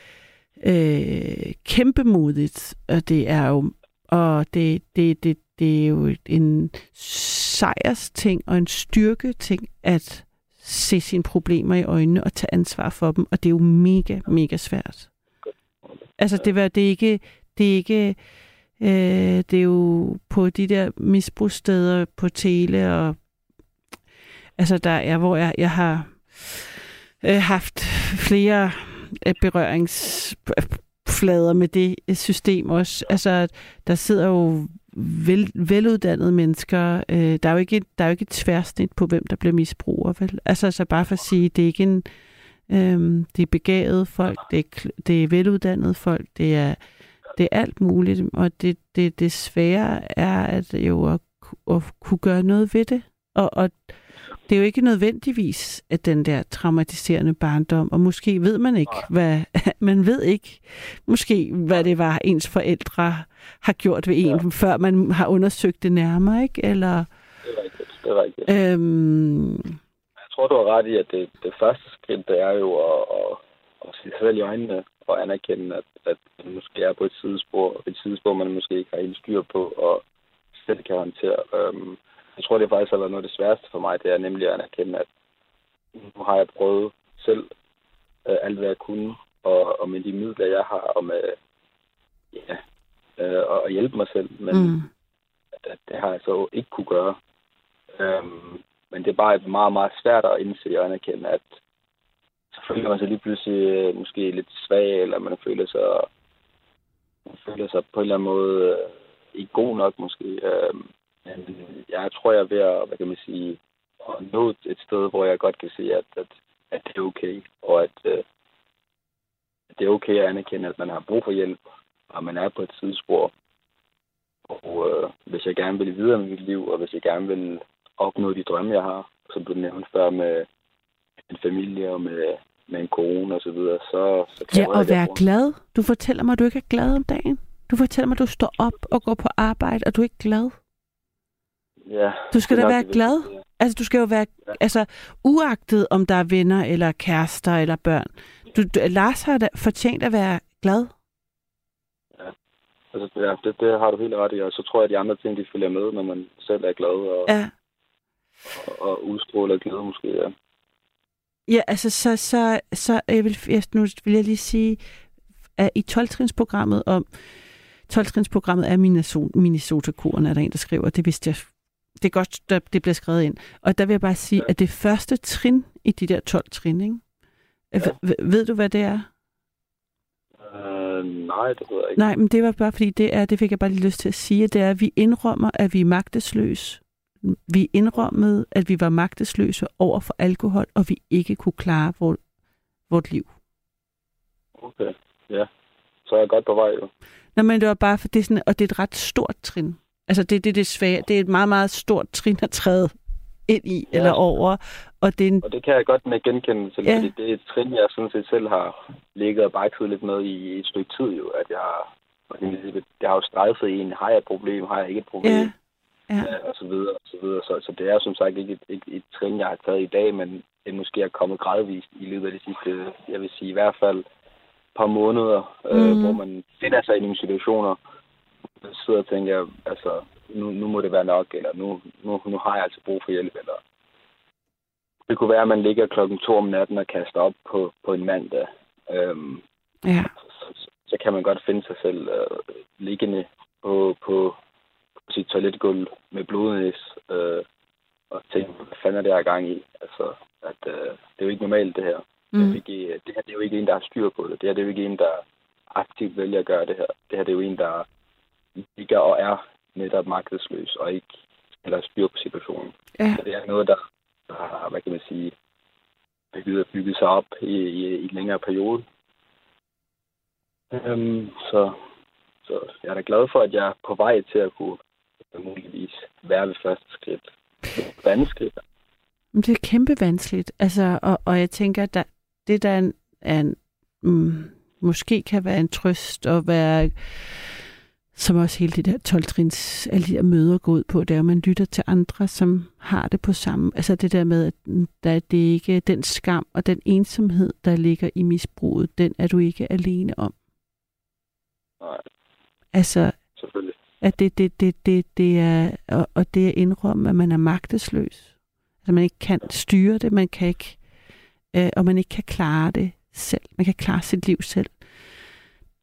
øh, kæmpemodigt, og det er jo, og det, det, det, det er jo en sejrsting og en styrketing at se sine problemer i øjnene og tage ansvar for dem, og det er jo mega, mega svært. Altså, det, var, det er ikke, det er ikke, øh, det er jo på de der misbrugssteder på Tele og altså, der er, hvor jeg, jeg har øh, haft flere øh, berøringsflader med det system også. Altså, der sidder jo vel, veluddannede mennesker. Øh, der, er jo ikke, der er jo ikke et tværsnit på, hvem der bliver misbruger, vel? Altså, så bare for at sige, det er ikke en... Øh, det er begavede folk, det er, det er veluddannede folk, det er, det er alt muligt, og det, det, det svære er at jo at, at kunne gøre noget ved det. Og, og det er jo ikke nødvendigvis at den der traumatiserende barndom, og måske ved man ikke, hvad man ved ikke, måske hvad det var, ens forældre har gjort ved en, ja. Før man har undersøgt det nærmere, ikke? Eller, det er rigtigt, det er rigtigt. Øhm, Jeg tror, du har ret i, at det, det første skridt, det er jo at, at, at se sig selv i øjnene og anerkende, at, at man måske er på et sidespor, et sidespor, man måske ikke har helt styr på og selv kan håndtere. Um, jeg tror, det er faktisk noget af det sværeste for mig, det er nemlig at anerkende, at nu har jeg prøvet selv uh, alt, hvad jeg kunne, og, og med de midler, jeg har, og med ja, uh, at hjælpe mig selv, men mm. at, at det har jeg så ikke kunne gøre. Um, Men det er bare meget, meget svært at indse og anerkende, at så føler man sig lige pludselig måske lidt svag, eller man føler sig, man føler sig på en eller anden måde ikke god nok måske. Men jeg tror, jeg er ved at, hvad kan man sige, at nå et sted, hvor jeg godt kan se, at, at, at det er okay, og at, at det er okay at anerkende, at man har brug for hjælp, og man er på et sidespor. Og øh, hvis jeg gerne vil videre med mit liv, og hvis jeg gerne vil opnå de drømme, jeg har, som du nævnte før med en familie og med, med en kone og så videre, så, så kan ja, og være glad. Du fortæller mig, at du ikke er glad om dagen. Du fortæller mig, at du står op og går på arbejde, og du er ikke glad. Ja. Du skal da være glad. Ja. Altså, du skal jo være, ja. altså, uagtet om der er venner eller kærester eller børn. Du, du, Lars har da fortjent at være glad. Ja, altså, ja det, det har du helt ret i, og så tror jeg, at de andre ting, de følger med, når man selv er glad og... Ja. Og, og udstråler glæde måske, ja. Ja, altså, så, så, så jeg vil, jeg, nu vil jeg lige sige, at i tolv-trinsprogrammet, om tolv-trinsprogrammet er Minnesota-kuren, er der en, der skriver, det vidste jeg, det er godt, der, det bliver skrevet ind. Og der vil jeg bare sige, ja. At det første trin i de der tolv trin, ikke? Ja. V- ved du, hvad det er? Uh, nej, det ved jeg ikke. Nej, men det var bare, fordi det er, det fik jeg bare lige lyst til at sige, det er, at vi indrømmer, at vi er magtesløse. Vi indrømmede, at vi var magtesløse over for alkohol, og vi ikke kunne klare vort, vort liv. Okay, ja. Så er jeg godt på vej, jo. Nå, men det var bare, for det er sådan, og det er et ret stort trin. Altså, det, det, det er svært. Det er et meget, meget stort trin at træde ind i, ja. Eller over. Og det, en... og det kan jeg godt med genkende til, ja. Fordi det er et trin, jeg sådan set selv har ligget og bakset lidt med i et stykke tid, jo. At jeg, jeg har jo strejfet i en, har jeg et problem, har jeg ikke et problem? Ja. Ja. Ja, og så videre, og så videre. Så, så det er som sagt ikke et, et, et trin, jeg har taget i dag, men det måske er kommet gradvist i løbet af de sidste, jeg vil sige i hvert fald, par måneder, mm. øh, hvor man finder sig i nogle situationer, og sidder og tænker, altså, nu, nu må det være nok, eller nu, nu, nu har jeg altså brug for hjælp, eller det kunne være, at man ligger klokken to om natten og kaster op på, på en mandag. Øhm, ja. så, så, så kan man godt finde sig selv øh, liggende på, på sit toiletgulv med blodnæs øh, og tænke, hvad fanden er det her gang i? Altså, at øh, det er jo ikke normalt, det her. Mm. Det, er ikke, det her det er jo ikke en, der har styr på det. Det her det er jo ikke en, der aktivt vælger at gøre det her. Det her det er jo en, der ligger og er netop magtesløs og ikke eller styr på situationen. Ja. Så det er noget, der, der har, hvad kan man sige, bygget, bygget sig op i, i, i en længere periode. Um, så, så jeg er da glad for, at jeg er på vej til at kunne muligvis være ved første skridt. Vanskeligt. Det er kæmpe vanskeligt. Altså, og, og jeg tænker, at der, det der er en, er en mm, måske kan være en trøst og være, som også hele det der tolv-trins, alle de der møder går ud på, det er, at man lytter til andre, som har det på samme. Altså det der med, at der, det er ikke den skam og den ensomhed, der ligger i misbruget, den er du ikke alene om. Nej. Altså, selvfølgelig. At det, det, det, det, det er, og, og det er indrømme, at man er magtesløs. Altså man ikke kan styre det, man kan ikke, øh, og man ikke kan klare det selv. Man kan klare sit liv selv.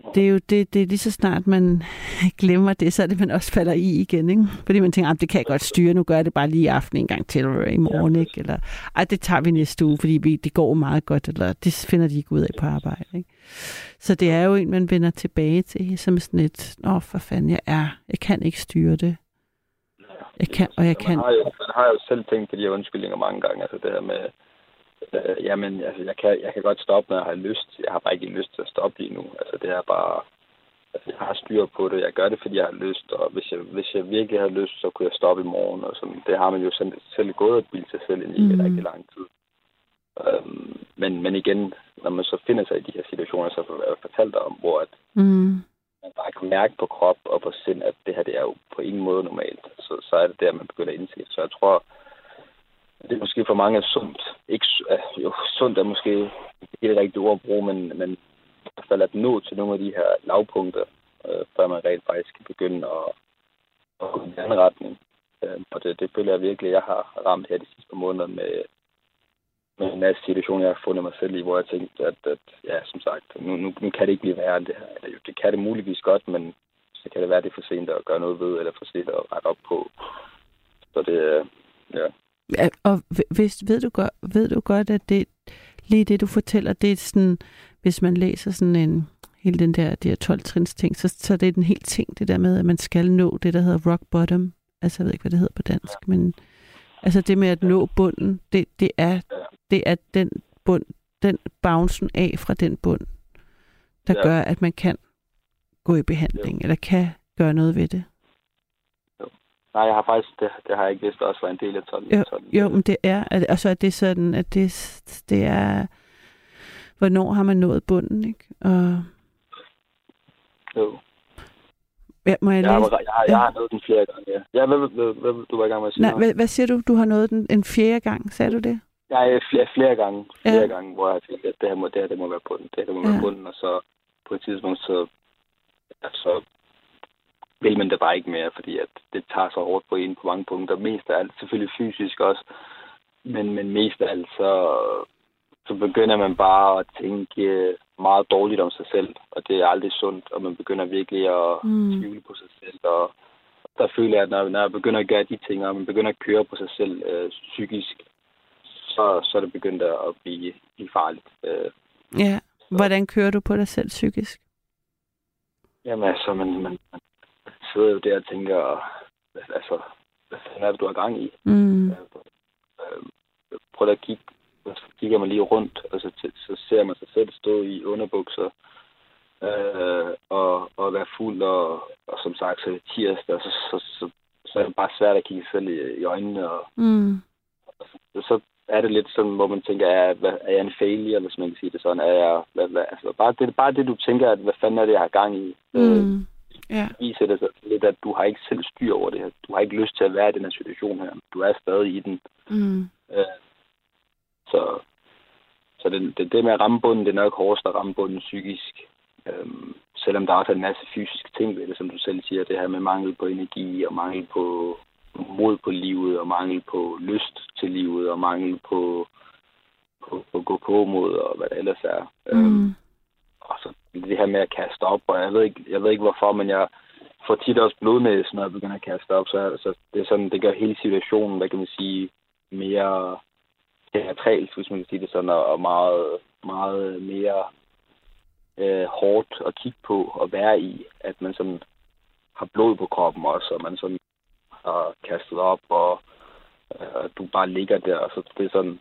det er jo det, det er lige så snart man glemmer det, så er det, man også falder i igen, ikke? Fordi man tænker, det kan jeg godt styre, nu gør jeg det bare lige i aften en gang til, eller i morgen, ja, ikke? Eller, ej, det tager vi næste uge, fordi vi, det går meget godt, eller det finder de ikke ud af på arbejde, ikke? Så det er jo en, man vender tilbage til, som sådan et, åh, for fanden, jeg er, jeg kan ikke styre det. Jeg kan, og jeg kan... Man har jo, man har jo selv tænkt på de her undskyldninger mange gange, altså det her med, øh, jamen, altså, jeg kan, jeg kan godt stoppe, når jeg har lyst, jeg har bare ikke lyst til at stoppe lige nu, altså det er bare, altså jeg har styr på det, jeg gør det, fordi jeg har lyst, og hvis jeg, hvis jeg virkelig havde lyst, så kunne jeg stoppe i morgen, og sådan, det har man jo selv, selv gået at bilde sig selv ind i mm. rigtig lang tid. Øhm, men, men igen, når man så finder sig i de her situationer, så har jeg fortalt dig om, hvor at, mm. man bare kan mærke på krop og på sind, at det her, det er jo på ingen måde normalt. Så, så er det der, man begynder at indse. Så jeg tror, det er måske for mange sundt. Ikke, jo, sundt er måske ikke det rigtige ord at bruge, men, men i hvert fald at nå til nogle af de her lavpunkter, øh, før man rent faktisk kan begynde at, at gå i en anden retning. Øh, og det, det føler jeg virkelig, jeg har ramt her de sidste måneder med, med en masse situationer, jeg har fundet mig selv i, hvor jeg tænkte, at, at ja, som sagt, nu, nu, nu kan det ikke blive værre end det her. Eller, det kan det muligvis godt, men så kan det være, det er for sent at gøre noget ved, eller for sent at rette op på. Så det, ja. Ja, og hvis, ved, du godt, ved du godt, at det lige det, du fortæller, det er sådan, hvis man læser sådan en, hele den der, de her tolv-trins ting, så, så det er den helt ting, det der med, at man skal nå det, der hedder rock bottom. Altså, jeg ved ikke, hvad det hedder på dansk, ja. Men altså det med at nå bunden, det, det, er, det er den bund, den bouncen af fra den bund, der ja. gør, at man kan gå i behandling, ja. eller kan gøre noget ved det. Nej, jeg har faktisk, det, det har jeg ikke vidst også var en del af tolv. Jo, jo, men det er, at, og så er det sådan, at det, det er, hvornår har man nået bunden, ikke? Og, jo. Ja, må jeg, jeg, har, læse? jeg, har, jeg har nået den flere gange, ja. Ja, hvad, hvad, hvad, du var i gang med at sige? Nej, hvad, hvad siger du? Du har nået den en fjerde gang, sagde du det? Ja, flere, flere gange, flere ja. gange, hvor jeg tænkte, at det her må, det her, det må være bunden, det her, det må ja. være bunden, og så på et tidspunkt, så, så vil man det bare ikke mere, fordi at det tager så hårdt på en på mange punkter. Mest af alt, selvfølgelig fysisk også, men, men mest af alt, så, så begynder man bare at tænke meget dårligt om sig selv, og det er aldrig sundt, og man begynder virkelig at mm. tvivle på sig selv, og der føler jeg, at når, når jeg begynder at gøre de ting, og man begynder at køre på sig selv øh, psykisk, så, så er det begyndt at blive, blive farligt. Øh, ja, hvordan kører du på dig selv psykisk? Jamen altså, man, man, man sidder jo der og tænker, altså, hvad fanden er det, du har gang i? Mm. Øh, prøv at kigge, så kigger man lige rundt, og så, så ser man sig selv stå i underbukser, øh, og, og være fuld, og, og som sagt, så er det tirsdag, og så, så, så, så er det bare svært at kigge sig selv i, i øjnene, og, mm. og så, så er det lidt sådan, hvor man tænker, er, hvad, er jeg en failure, hvis man kan sige det sådan, er jeg, hvad, hvad, altså, bare det, bare det, du tænker, at hvad fanden er det, jeg har gang i, mm. øh, yeah. viser det så lidt, at du har ikke selv styr over det her, du har ikke lyst til at være i den her situation her, du er stadig i den, mm. øh, så, så det, det, det med at ramme bunden, det er nok hårdest at ramme bunden psykisk, øhm, selvom der også er en masse fysiske ting ved det, som du selv siger, det her med mangel på energi, og mangel på mod på livet, og mangel på lyst til livet, og mangel på, på, på gå på mod, og hvad det ellers er. Mm. Øhm, og så det her med at kaste op, og jeg ved ikke, jeg ved ikke hvorfor, men jeg får tit også blodnæse, når jeg begynder at kaste op, så, så det er sådan, det gør hele situationen, hvad kan man sige, mere teatralt, hvis man kan sige det sådan, og meget, meget mere øh, hårdt at kigge på og være i, at man sådan har blod på kroppen også, og man sådan har kastet op, og øh, du bare ligger der, og så det er sådan,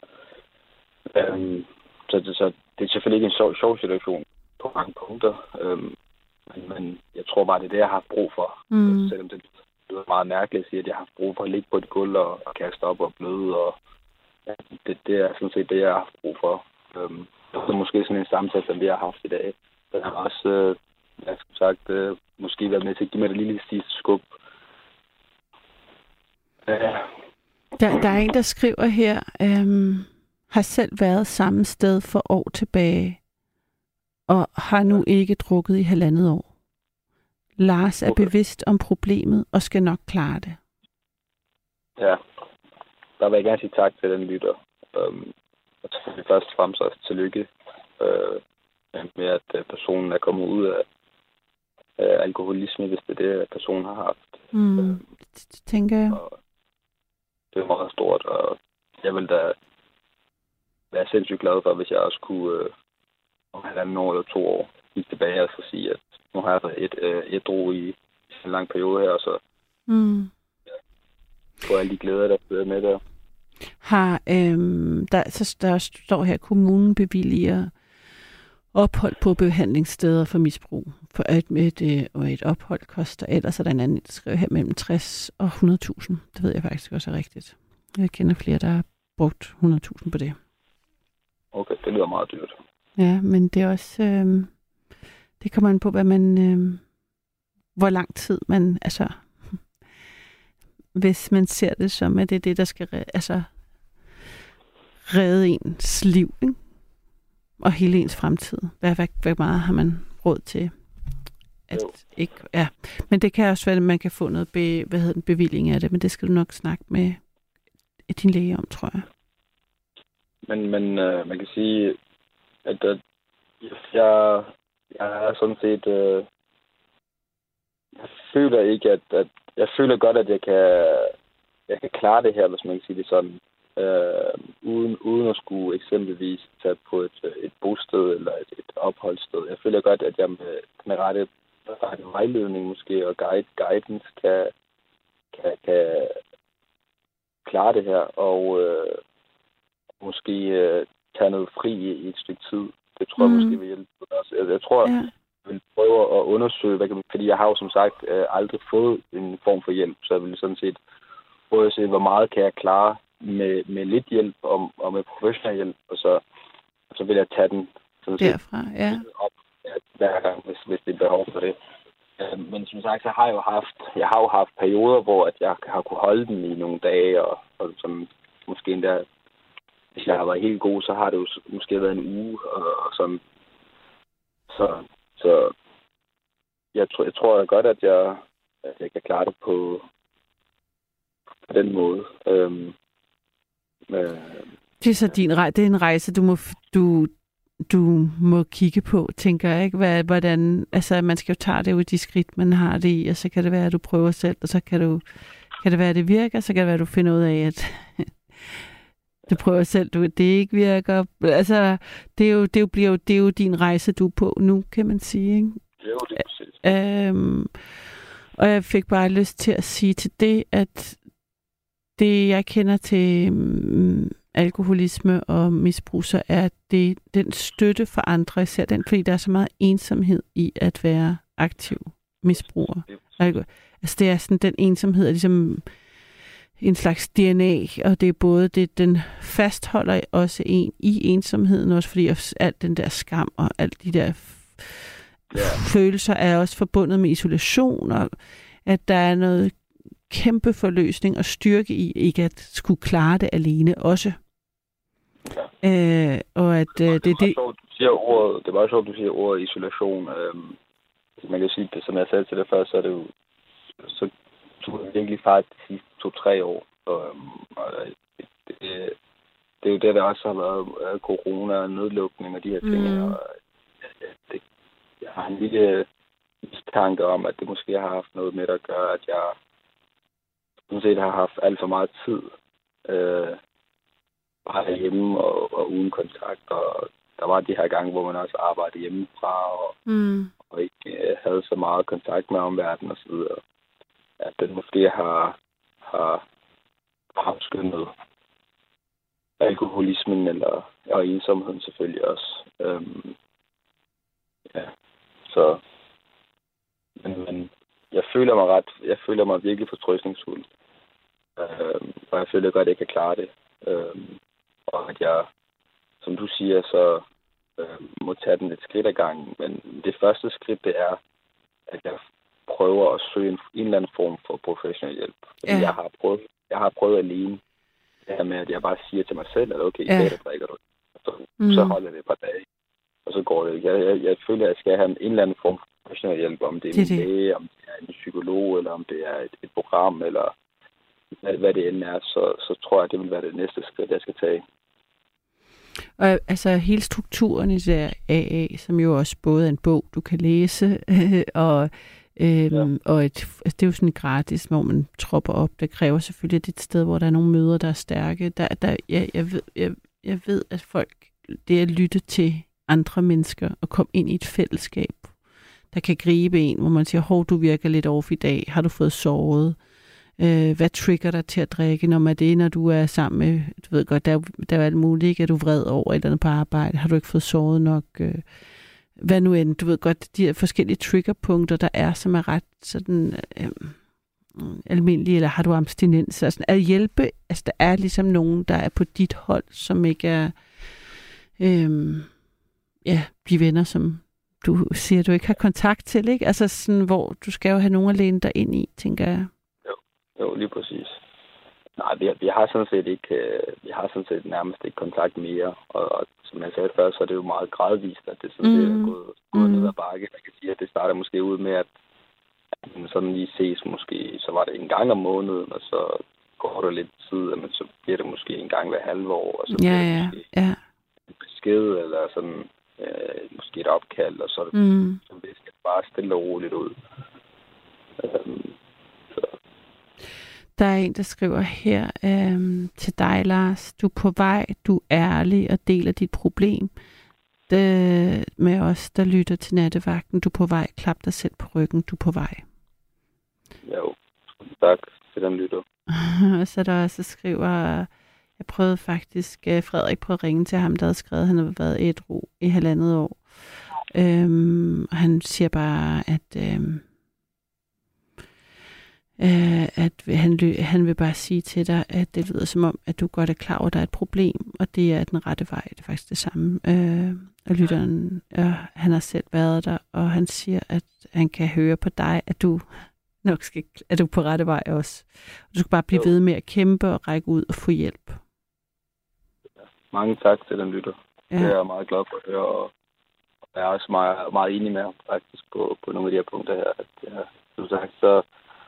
øh, så, det, så det er selvfølgelig ikke en sjov, sjov situation på mange punkter, øh, men, men jeg tror bare, det er det, jeg har haft brug for, mm. selvom det lyder meget mærkeligt at sige, at jeg har haft brug for at ligge på et gulv og, og kaste op og bløde, og ja, det, det er sådan set det, jeg har haft brug for. Øhm, det er måske sådan en samtale, som vi har haft i dag. Den har også, øh, jeg som sagt, øh, måske været med til at give mig det lille sidste skub. Ja. Der, der er en, der skriver her, øhm, har selv været samme sted for år tilbage, og har nu ikke drukket i halvandet år. Lars er okay. bevidst om problemet, og skal nok klare det. Ja. Der vil jeg gerne sige tak til den lytter. Um, og selvfølgelig først og fremmest også tillykke uh, med, at personen er kommet ud af, øh, alkoholisme, hvis det er det, personen har haft. Mm. Øh, Det tænker jeg. og det er meget stort, og jeg vil da være sindssygt glad for, hvis jeg også kunne øh, om halvanden år eller to år gik tilbage og så sige, at nu har jeg været et, øh, et dro i en lang periode her, og så Mm. får alle de glæder, der er med der. Har, øhm, der, så der står her, kommunen bevilger ophold på behandlingssteder for misbrug. For et, et, et, og et ophold koster, ellers er der en anden, der skriver her, mellem tres og hundrede tusind. Det ved jeg faktisk også er rigtigt. Jeg kender flere, der har brugt hundrede tusind på det. Okay, det lyder meget dyrt. Ja, men det er også, øhm, det kommer an på, hvad man, øhm, hvor lang tid man, altså, hvis man ser det som, at det er det, der skal re- altså, redde ens liv, ikke? Og hele ens fremtid. Hvad, hvad, hvad meget har man råd til? At Jo. ikke, ja. Men det kan også være, at man kan få noget be, hvad hedder den, bevilling af det, men det skal du nok snakke med din læge om, tror jeg. Men, men øh, man kan sige, at, at jeg, jeg er sådan set... Øh, jeg føler ikke, at, at... Jeg føler godt, at jeg kan, jeg kan klare det her, hvis man kan sige det sådan. Øh, uden, uden at skulle eksempelvis tage på et, et bosted eller et, et opholdssted. Jeg føler godt, at jeg med, med rette, rette vejledning måske og guide, guidance kan, kan, kan klare det her. Og øh, måske øh, tage noget fri i et stykke tid. Det tror jeg mm. måske vil hjælpe også. Jeg, jeg tror, ja. jeg vil prøve at undersøge, hvad kan man, fordi jeg har jo som sagt øh, aldrig fået en form for hjælp, så jeg vil sådan set prøve at se, hvor meget kan jeg klare med, med lidt hjælp og, og med professionel hjælp, og så, og så vil jeg tage den sådan set derfra, ja. op hver gang, hvis, hvis det er behov for det. Øh, men som sagt, så har jeg jo haft, jeg har jo haft perioder, hvor at jeg har kunne holde den i nogle dage, og, og som måske endda, hvis jeg har været helt god, så har det jo måske været en uge, og, og sådan. Så, så jeg, tror, jeg tror godt, at jeg, at jeg kan klare det på, på den måde. Øhm, øh, Det er så din rejse. Det er en rejse, du må, du, du må kigge på, tænker jeg, ikke? Hvad, hvordan, altså, man skal jo tage det ud i de skridt, man har det i, og så kan det være, at du prøver selv, og så kan, du, kan det være, at det virker, så kan det være, at du finder ud af, at du prøver selv, du, det ikke virker. Altså, det er, jo, det, er jo, bliver jo, det er jo din rejse, du er på nu, kan man sige, ikke? Det er jo det præcis. Øhm, og jeg fik bare lyst til at sige til det, at det, jeg kender til um, alkoholisme og misbrug, så er det den støtte for andre, især den, fordi der er så meget ensomhed i at være aktiv misbruger. Altså det er sådan, den ensomhed er ligesom en slags D N A, og det er både det, den fastholder også en i ensomheden, også fordi alt den der skam og alt de der f- følelser er også forbundet med isolation, og at der er noget kæmpe forløsning og styrke i ikke at skulle klare det alene også. Ja. Øh, og at øh, det, det, det, sjovt, du siger ordet, det er bare sjovt, du siger ordet isolation. Øhm, man kan sige det, som jeg sagde til dig før, så er det jo så du har virkelig faktisk de sidste to-tre år. Og, og det, det, det er jo det, der også har været corona og nedlukning og de her ting. Mm. Og, det, jeg har en lille tanke om, at det måske har haft noget med at gøre, at jeg sådan set har haft alt for meget tid øh, bare hjemme og, og uden kontakt. Og der var de her gange, hvor man også arbejdede hjemmefra og, mm. og ikke øh, havde så meget kontakt med omverdenen og så videre. At den måske har, har fremskyndet alkoholismen eller, og ensomheden selvfølgelig også. Øhm, ja, så men, men jeg føler mig ret, jeg føler mig virkelig fortrøstningsfuld. Øhm, og jeg føler godt, at jeg kan klare det. Øhm, og at jeg, som du siger, så øhm, må tage den et skridt ad gangen. Men det første skridt, det er, at jeg prøver at søge en, en eller anden form for professionel hjælp. Fordi ja. jeg har prøvet, jeg har prøvet alene. Det her med, at jeg bare siger til mig selv, at okay, i dag, der drikker du. Så, mm. så holder det et par dage. Og så går det ikke. Jeg, jeg, jeg føler, at jeg skal have en eller anden form for professionel hjælp. Om det er det en læge, om det er en psykolog, eller om det er et, et program, eller hvad, hvad det end er. Så, så tror jeg, at det vil være det næste skridt, jeg skal tage. Og altså hele strukturen i det der A A, som jo også både er en bog, du kan læse, øh, og, øh, ja. og et, altså det er jo sådan gratis, hvor man tropper op. Det kræver selvfølgelig, at det er et sted, hvor der er nogle møder, der er stærke. Der, der, jeg, jeg, ved, jeg, jeg ved, at folk, det at lytte til andre mennesker og komme ind i et fællesskab, der kan gribe en, hvor man siger, hov, du virker lidt off i dag, har du fået sovet? Øh, hvad trigger dig til at drikke, når man det, når du er sammen med, du ved godt, der, der er alt muligt, ikke? Er du vred over et eller andet på arbejde? Har du ikke fået sovet nok? Øh, hvad nu end, du ved godt, de her forskellige triggerpunkter, der er, som er ret sådan øh, almindelige, eller har du abstinens? Altså, at hjælpe, altså der er ligesom nogen, der er på dit hold, som ikke er, øh, ja, de venner, som du siger, du ikke har kontakt til, ikke? Altså sådan, hvor du skal jo have nogen at læne dig ind i, tænker jeg. Jo, lige præcis. Nej, vi, vi har sådan set ikke, øh, vi har sådan set nærmest ikke kontakt mere, og, og som jeg sagde før, så er det jo meget gradvist, at det sådan mm. er gået, gået mm. ned ad bakke. Jeg kan sige, at det starter måske ud med, at, at man sådan lige ses måske, så var det en gang om måneden, og så går der lidt tid, men så bliver det måske en gang hver halve år, og så bliver ja, det ja, måske ja. en besked, eller sådan, øh, måske et opkald, og så er det mm. så det skal bare stille og roligt ud. Um, Der er en, der skriver her øhm, til dig, Lars. Du er på vej, du er ærlig og deler dit problem. Det, med os, der lytter til nattevagten. Du er på vej, klap dig selv på ryggen. Du er på vej. Jo, tak til den lytter. Og så der også skriver, jeg prøvede faktisk, Frederik prøvede at ringe til ham, der havde skrevet, at han havde været ædru i halvandet år. Øhm, og han siger bare, at... Øhm, Uh, at han, han vil bare sige til dig, at det lyder som om, at du godt er klar over, at der er et problem, og det er den rette vej. Det er faktisk det samme. Uh, og lytteren, uh, han har selv været der, og han siger, at han kan høre på dig, at du nok skal, at du er på rette vej også. Du skal bare blive jo. ved med at kæmpe og række ud og få hjælp. Mange tak til den lytter. Ja. Det er jeg meget glad for at høre, og jeg er også meget, meget enig med ham faktisk på, på nogle af de her punkter her. At, ja, som sagt, så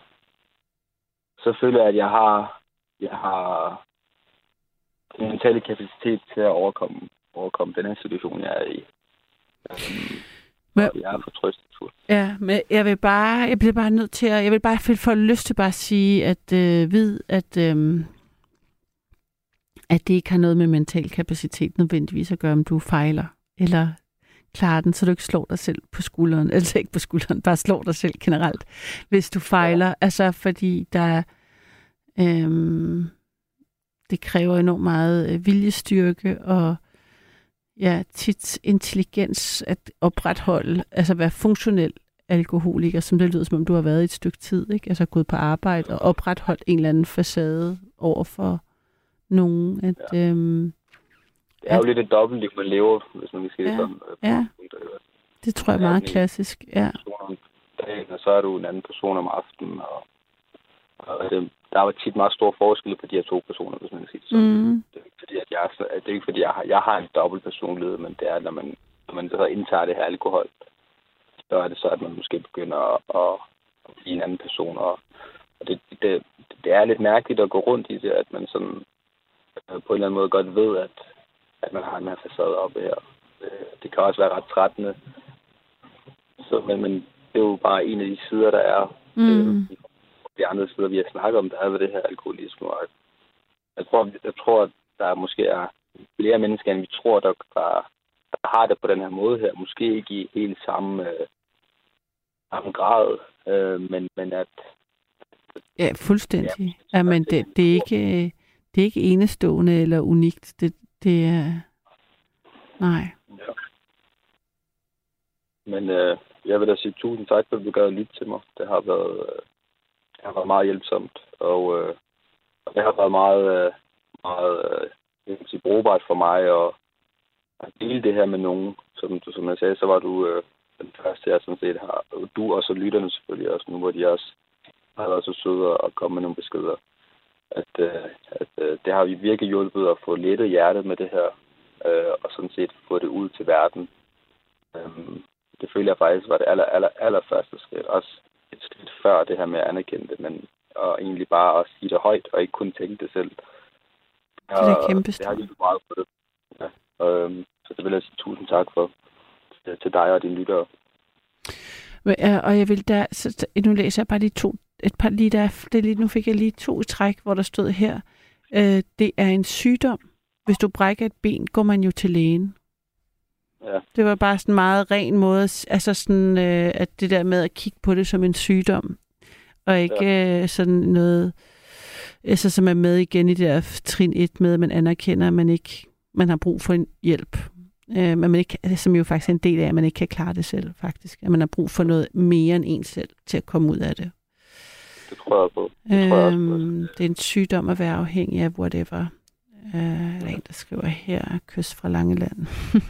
så føler jeg, at jeg har, jeg har den mentale kapacitet til at overkomme, overkomme den her situation, jeg er i. Um, men, jeg er fortrøstningsfuld. Ja, men jeg vil bare, jeg bliver bare nødt til at, jeg vil bare få lyst til bare at sige, at øh, vid, at, øh, at det ikke har noget med mental kapacitet nødvendigvis at gøre, om du fejler, eller klarer den, så du ikke slår dig selv på skulderen, altså ikke på skulderen, bare slår dig selv generelt, hvis du fejler. Ja. Altså, fordi der øhm, det kræver enormt meget øh, viljestyrke og ja, tit intelligens at opretholde, altså være funktionel alkoholiker, som det lyder, som om du har været i et stykke tid, ikke? Altså gået på arbejde og opretholdt en eller anden facade over for nogen. At, ja. øhm, det er jo at, lidt et dobbeltliv, man lever, hvis man kan sige ja, det sådan. Ja, det tror jeg er meget klassisk. Ja. Dagen, og så er du en anden person om aftenen, og, og det, der er jo tit meget stor forskel på de her to personer, hvis man kan sige det sådan. Mm. Det er ikke fordi, at jeg, det er ikke fordi, jeg har, jeg har en dobbelt personlighed, men det er, når man, når man så indtager det her alkohol, så er det så, at man måske begynder at, at, at blive en anden person, og, og det, det, det er lidt mærkeligt at gå rundt i det, at man sådan på en eller anden måde godt ved, at, at man har den her facade oppe her. Det kan også være ret trættende. Så, men, men det er jo bare en af de sider, der er. Mm. Det, de andre sider, vi har snakket om, der er ved det her alkoholisme. Og jeg tror, jeg tror, at der måske er flere mennesker, end vi tror, der, der, der har det på den her måde her. Måske ikke i helt samme, øh, samme grad, øh, men, men at... Ja, fuldstændig. Ja, men det, det, er ikke, det er ikke enestående eller unikt. Det, det er... Nej. Ja. Men øh, jeg vil da sige tusind tak, for at du gad at lytte til mig. Det har været, øh, det har været meget hjælpsomt, og, øh, og det har været meget, øh, meget øh, jeg vil sige, brugbart for mig at, at dele det her med nogen. Som, som jeg sagde, så var du øh, den første, jeg sådan set har. Og du og så lytterne selvfølgelig også, nu hvor de også har været så søde og kommet med nogle beskeder. At, øh, at øh, det har vi virkelig hjulpet at få lettet hjertet med det her, øh, og sådan set få det ud til verden. Um, det føler jeg faktisk var det aller, aller, aller første skridt. Også et skridt før det her med at anerkende det, men og egentlig bare at sige det højt, og ikke kun tænke det selv. Det er kæmpe det har hjulpet meget på det. Ja, Øhm, så det vil jeg sige tusind tak for til, til dig og dine lyttere. Og jeg vil der, så, nu læser jeg bare de to, et par lige der, det lige, nu fik jeg lige to i træk, hvor der stod her, øh, det er en sygdom. Hvis du brækker et ben, går man jo til lægen. Ja. Det var bare sådan en meget ren måde, altså sådan, øh, at det der med at kigge på det som en sygdom, og ikke ja. øh, sådan noget, altså som er med igen i det der trin et med, at man anerkender, at man ikke, man har brug for en hjælp. Øh, men man ikke, som jo faktisk er en del af, at man ikke kan klare det selv, faktisk. At man har brug for noget mere end en selv til at komme ud af det. Det tror jeg på. Det, tror jeg øhm, det er en sygdom at være afhængig af whatever. Øh, der er en, der skriver her, kys fra Langeland.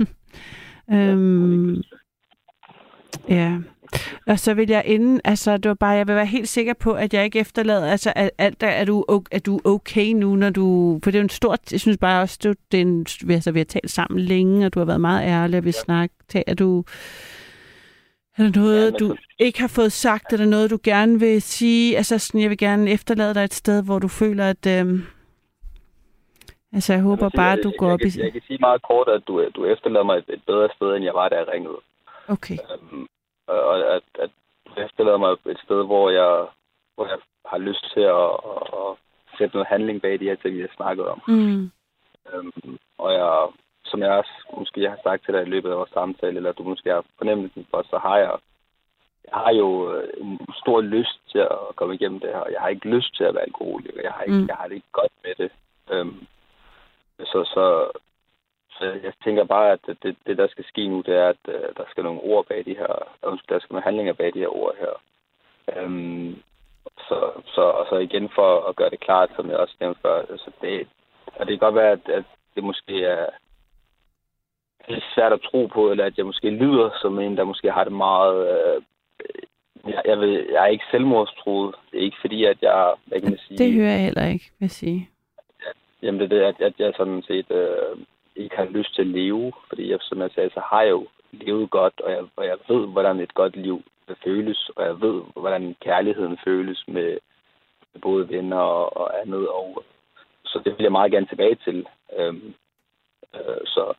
øhm, ja. Og så vil jeg inden, altså det var bare, jeg vil være helt sikker på, at jeg ikke efterlader, altså at, at, er, du, er du okay nu, når du, for det er jo en stor, jeg synes bare også, det, det er en, altså, vi har talt sammen længe, og du har været meget ærlig, og vi snakker, er du, er der noget, du ikke har fået sagt, er der noget, du gerne vil sige, altså sådan, jeg vil gerne efterlade dig et sted, hvor du føler, at, øhm, altså jeg håber sige, bare, jeg, at du jeg, går jeg, op jeg, i... Jeg, jeg kan sige meget kort, at du, du efterlader mig et, et bedre sted, end jeg var, da jeg ringede. Okay. Øhm, og at, at du efterlader mig et sted, hvor jeg, hvor jeg har lyst til at, at, at sætte noget handling bag de her ting, vi har snakket om. Mm. Øhm, og jeg, som jeg også måske jeg har sagt til dig i løbet af vores samtale, eller du måske har fornemmelsen for, så har jeg, jeg har jo en stor lyst til at komme igennem det her. Jeg har ikke lyst til at være alkoholiker. Jeg har, ikke, mm. jeg har det ikke godt med det. Øhm, så, så, så jeg tænker bare, at det, det, der skal ske nu, det er, at uh, der skal nogle ord bag de her, der skal nogle handlinger bag de her ord her. Øhm, så, så, og så igen for at gøre det klart, som jeg også nævnte før, altså det, og det kan godt være, at, at det måske er, det er svært at tro på, eller at jeg måske lyder som en, der måske har det meget... Øh, jeg, jeg, ved, jeg er ikke selvmordstruet. Det er ikke fordi, at jeg... Hvad kan man sige, det hører jeg heller ikke, vil jeg sige. At, jamen det er det, at, at jeg sådan set øh, ikke har lyst til at leve. Fordi jeg, som jeg sagde, så har jeg jo levet godt, og jeg, og jeg ved, hvordan et godt liv føles, og jeg ved, hvordan kærligheden føles med, med både venner og, og andet. Og, så det vil jeg meget gerne tilbage til. Øhm, øh, så...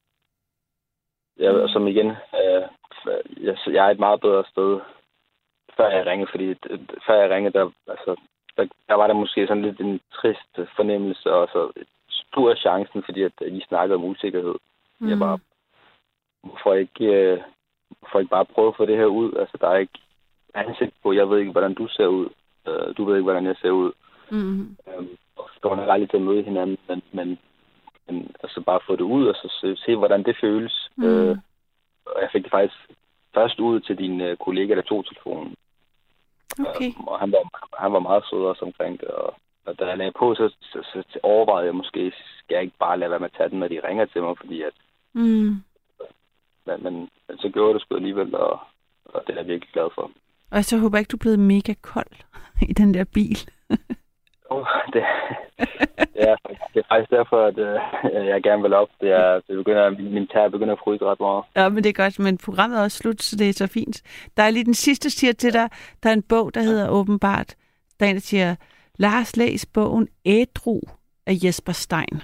Jeg, som igen, øh, jeg, jeg er et meget bedre sted, før jeg ringede, fordi før jeg ringede, der, altså, der, der var der måske sådan lidt en trist fornemmelse, og så stor chancen, fordi at I snakkede om usikkerhed. Mm. Jeg bare, hvorfor ikke, øh, hvorfor ikke bare prøve at få det her ud? Altså, der er ikke ansigt på, jeg ved ikke, hvordan du ser ud. Øh, du ved ikke, hvordan jeg ser ud. Mm. Øhm, og så kommer jeg aldrig til at møde hinanden, men, men Men altså bare få det ud, og så se, se hvordan det føles. Mm. Øh, og jeg fik det faktisk først ud til din øh, kollega, der tog telefonen. Okay. Øh, og han var, han var meget sød også omkring det. Og, og da jeg lagde på, så, så, så, så overvejede jeg måske, skal jeg ikke bare lade være med at tage den, når de ringer til mig, fordi at... Mm. Men, men, men så gjorde det sgu alligevel, og, og det er jeg virkelig glad for. Og så håber jeg ikke, du er blevet mega kold i den der bil. Oh, det, det, er, det er faktisk derfor, at øh, jeg gerne vil op. Det er, det begynder, min, min tær begynder at fryse ret meget. Ja, men det er godt, men programmet er også slut, så det er så fint. Der er lige den sidste, siger til dig. Der er en bog, der hedder Åbenbart. Der er en, der siger, Lars, læs bogen Ædru af Jesper Stein.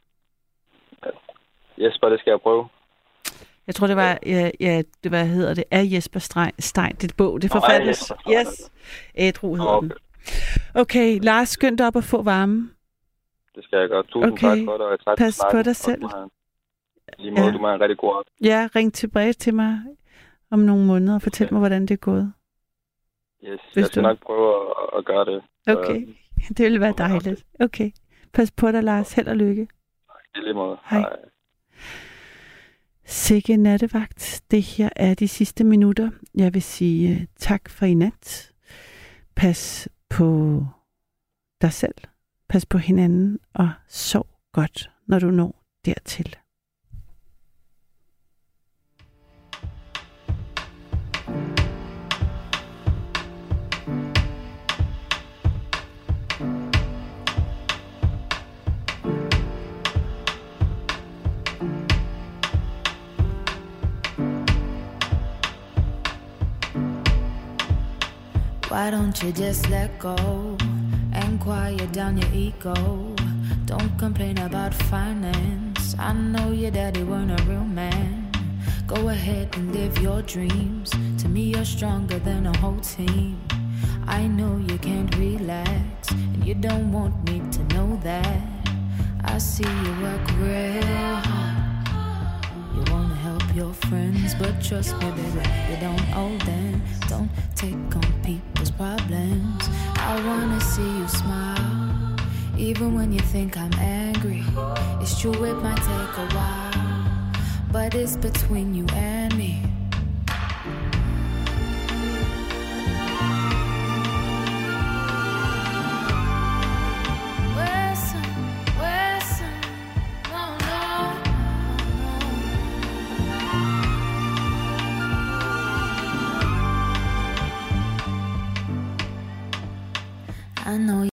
Jesper, det skal jeg prøve. Jeg tror, det var, ja, ja det hvad hedder det, er Jesper Stein. Det er et bog, det er forfattes. Yes, Ædru hedder okay. den. Okay, Lars, skynd dig op og få varme. Det skal jeg gøre. Tusind okay. tak for dig, og tak Pas for på dig selv. Lige måde, ja. Du må have en rigtig god aften. Ja, ring tilbage til mig om nogle måneder og fortæl okay. mig, hvordan det er gået. Yes, Hvis jeg skal du... nok prøve at, at gøre det. Okay, det ville være dejligt. Okay, pas på dig, Lars. Held og lykke. I lige måde. Hej. Hej. Sikke nattevagt. Det her er de sidste minutter. Jeg vil sige uh, tak for i nat. Pas på dig selv. Pas på hinanden. Og sov godt, når du når dertil. Why don't you just let go and quiet down your ego? Don't complain about finance dreams. I know your daddy weren't a real man. Go ahead and live your dreams. To me you're stronger than a whole team. I know you can't relax, and you don't want me to know that. I see you work real hard. You wanna help your friends, but trust me baby, you don't owe them. Don't take on people's problems. I wanna see you smile, even when you think I'm angry. It's true it might take a while, but it's between you and me.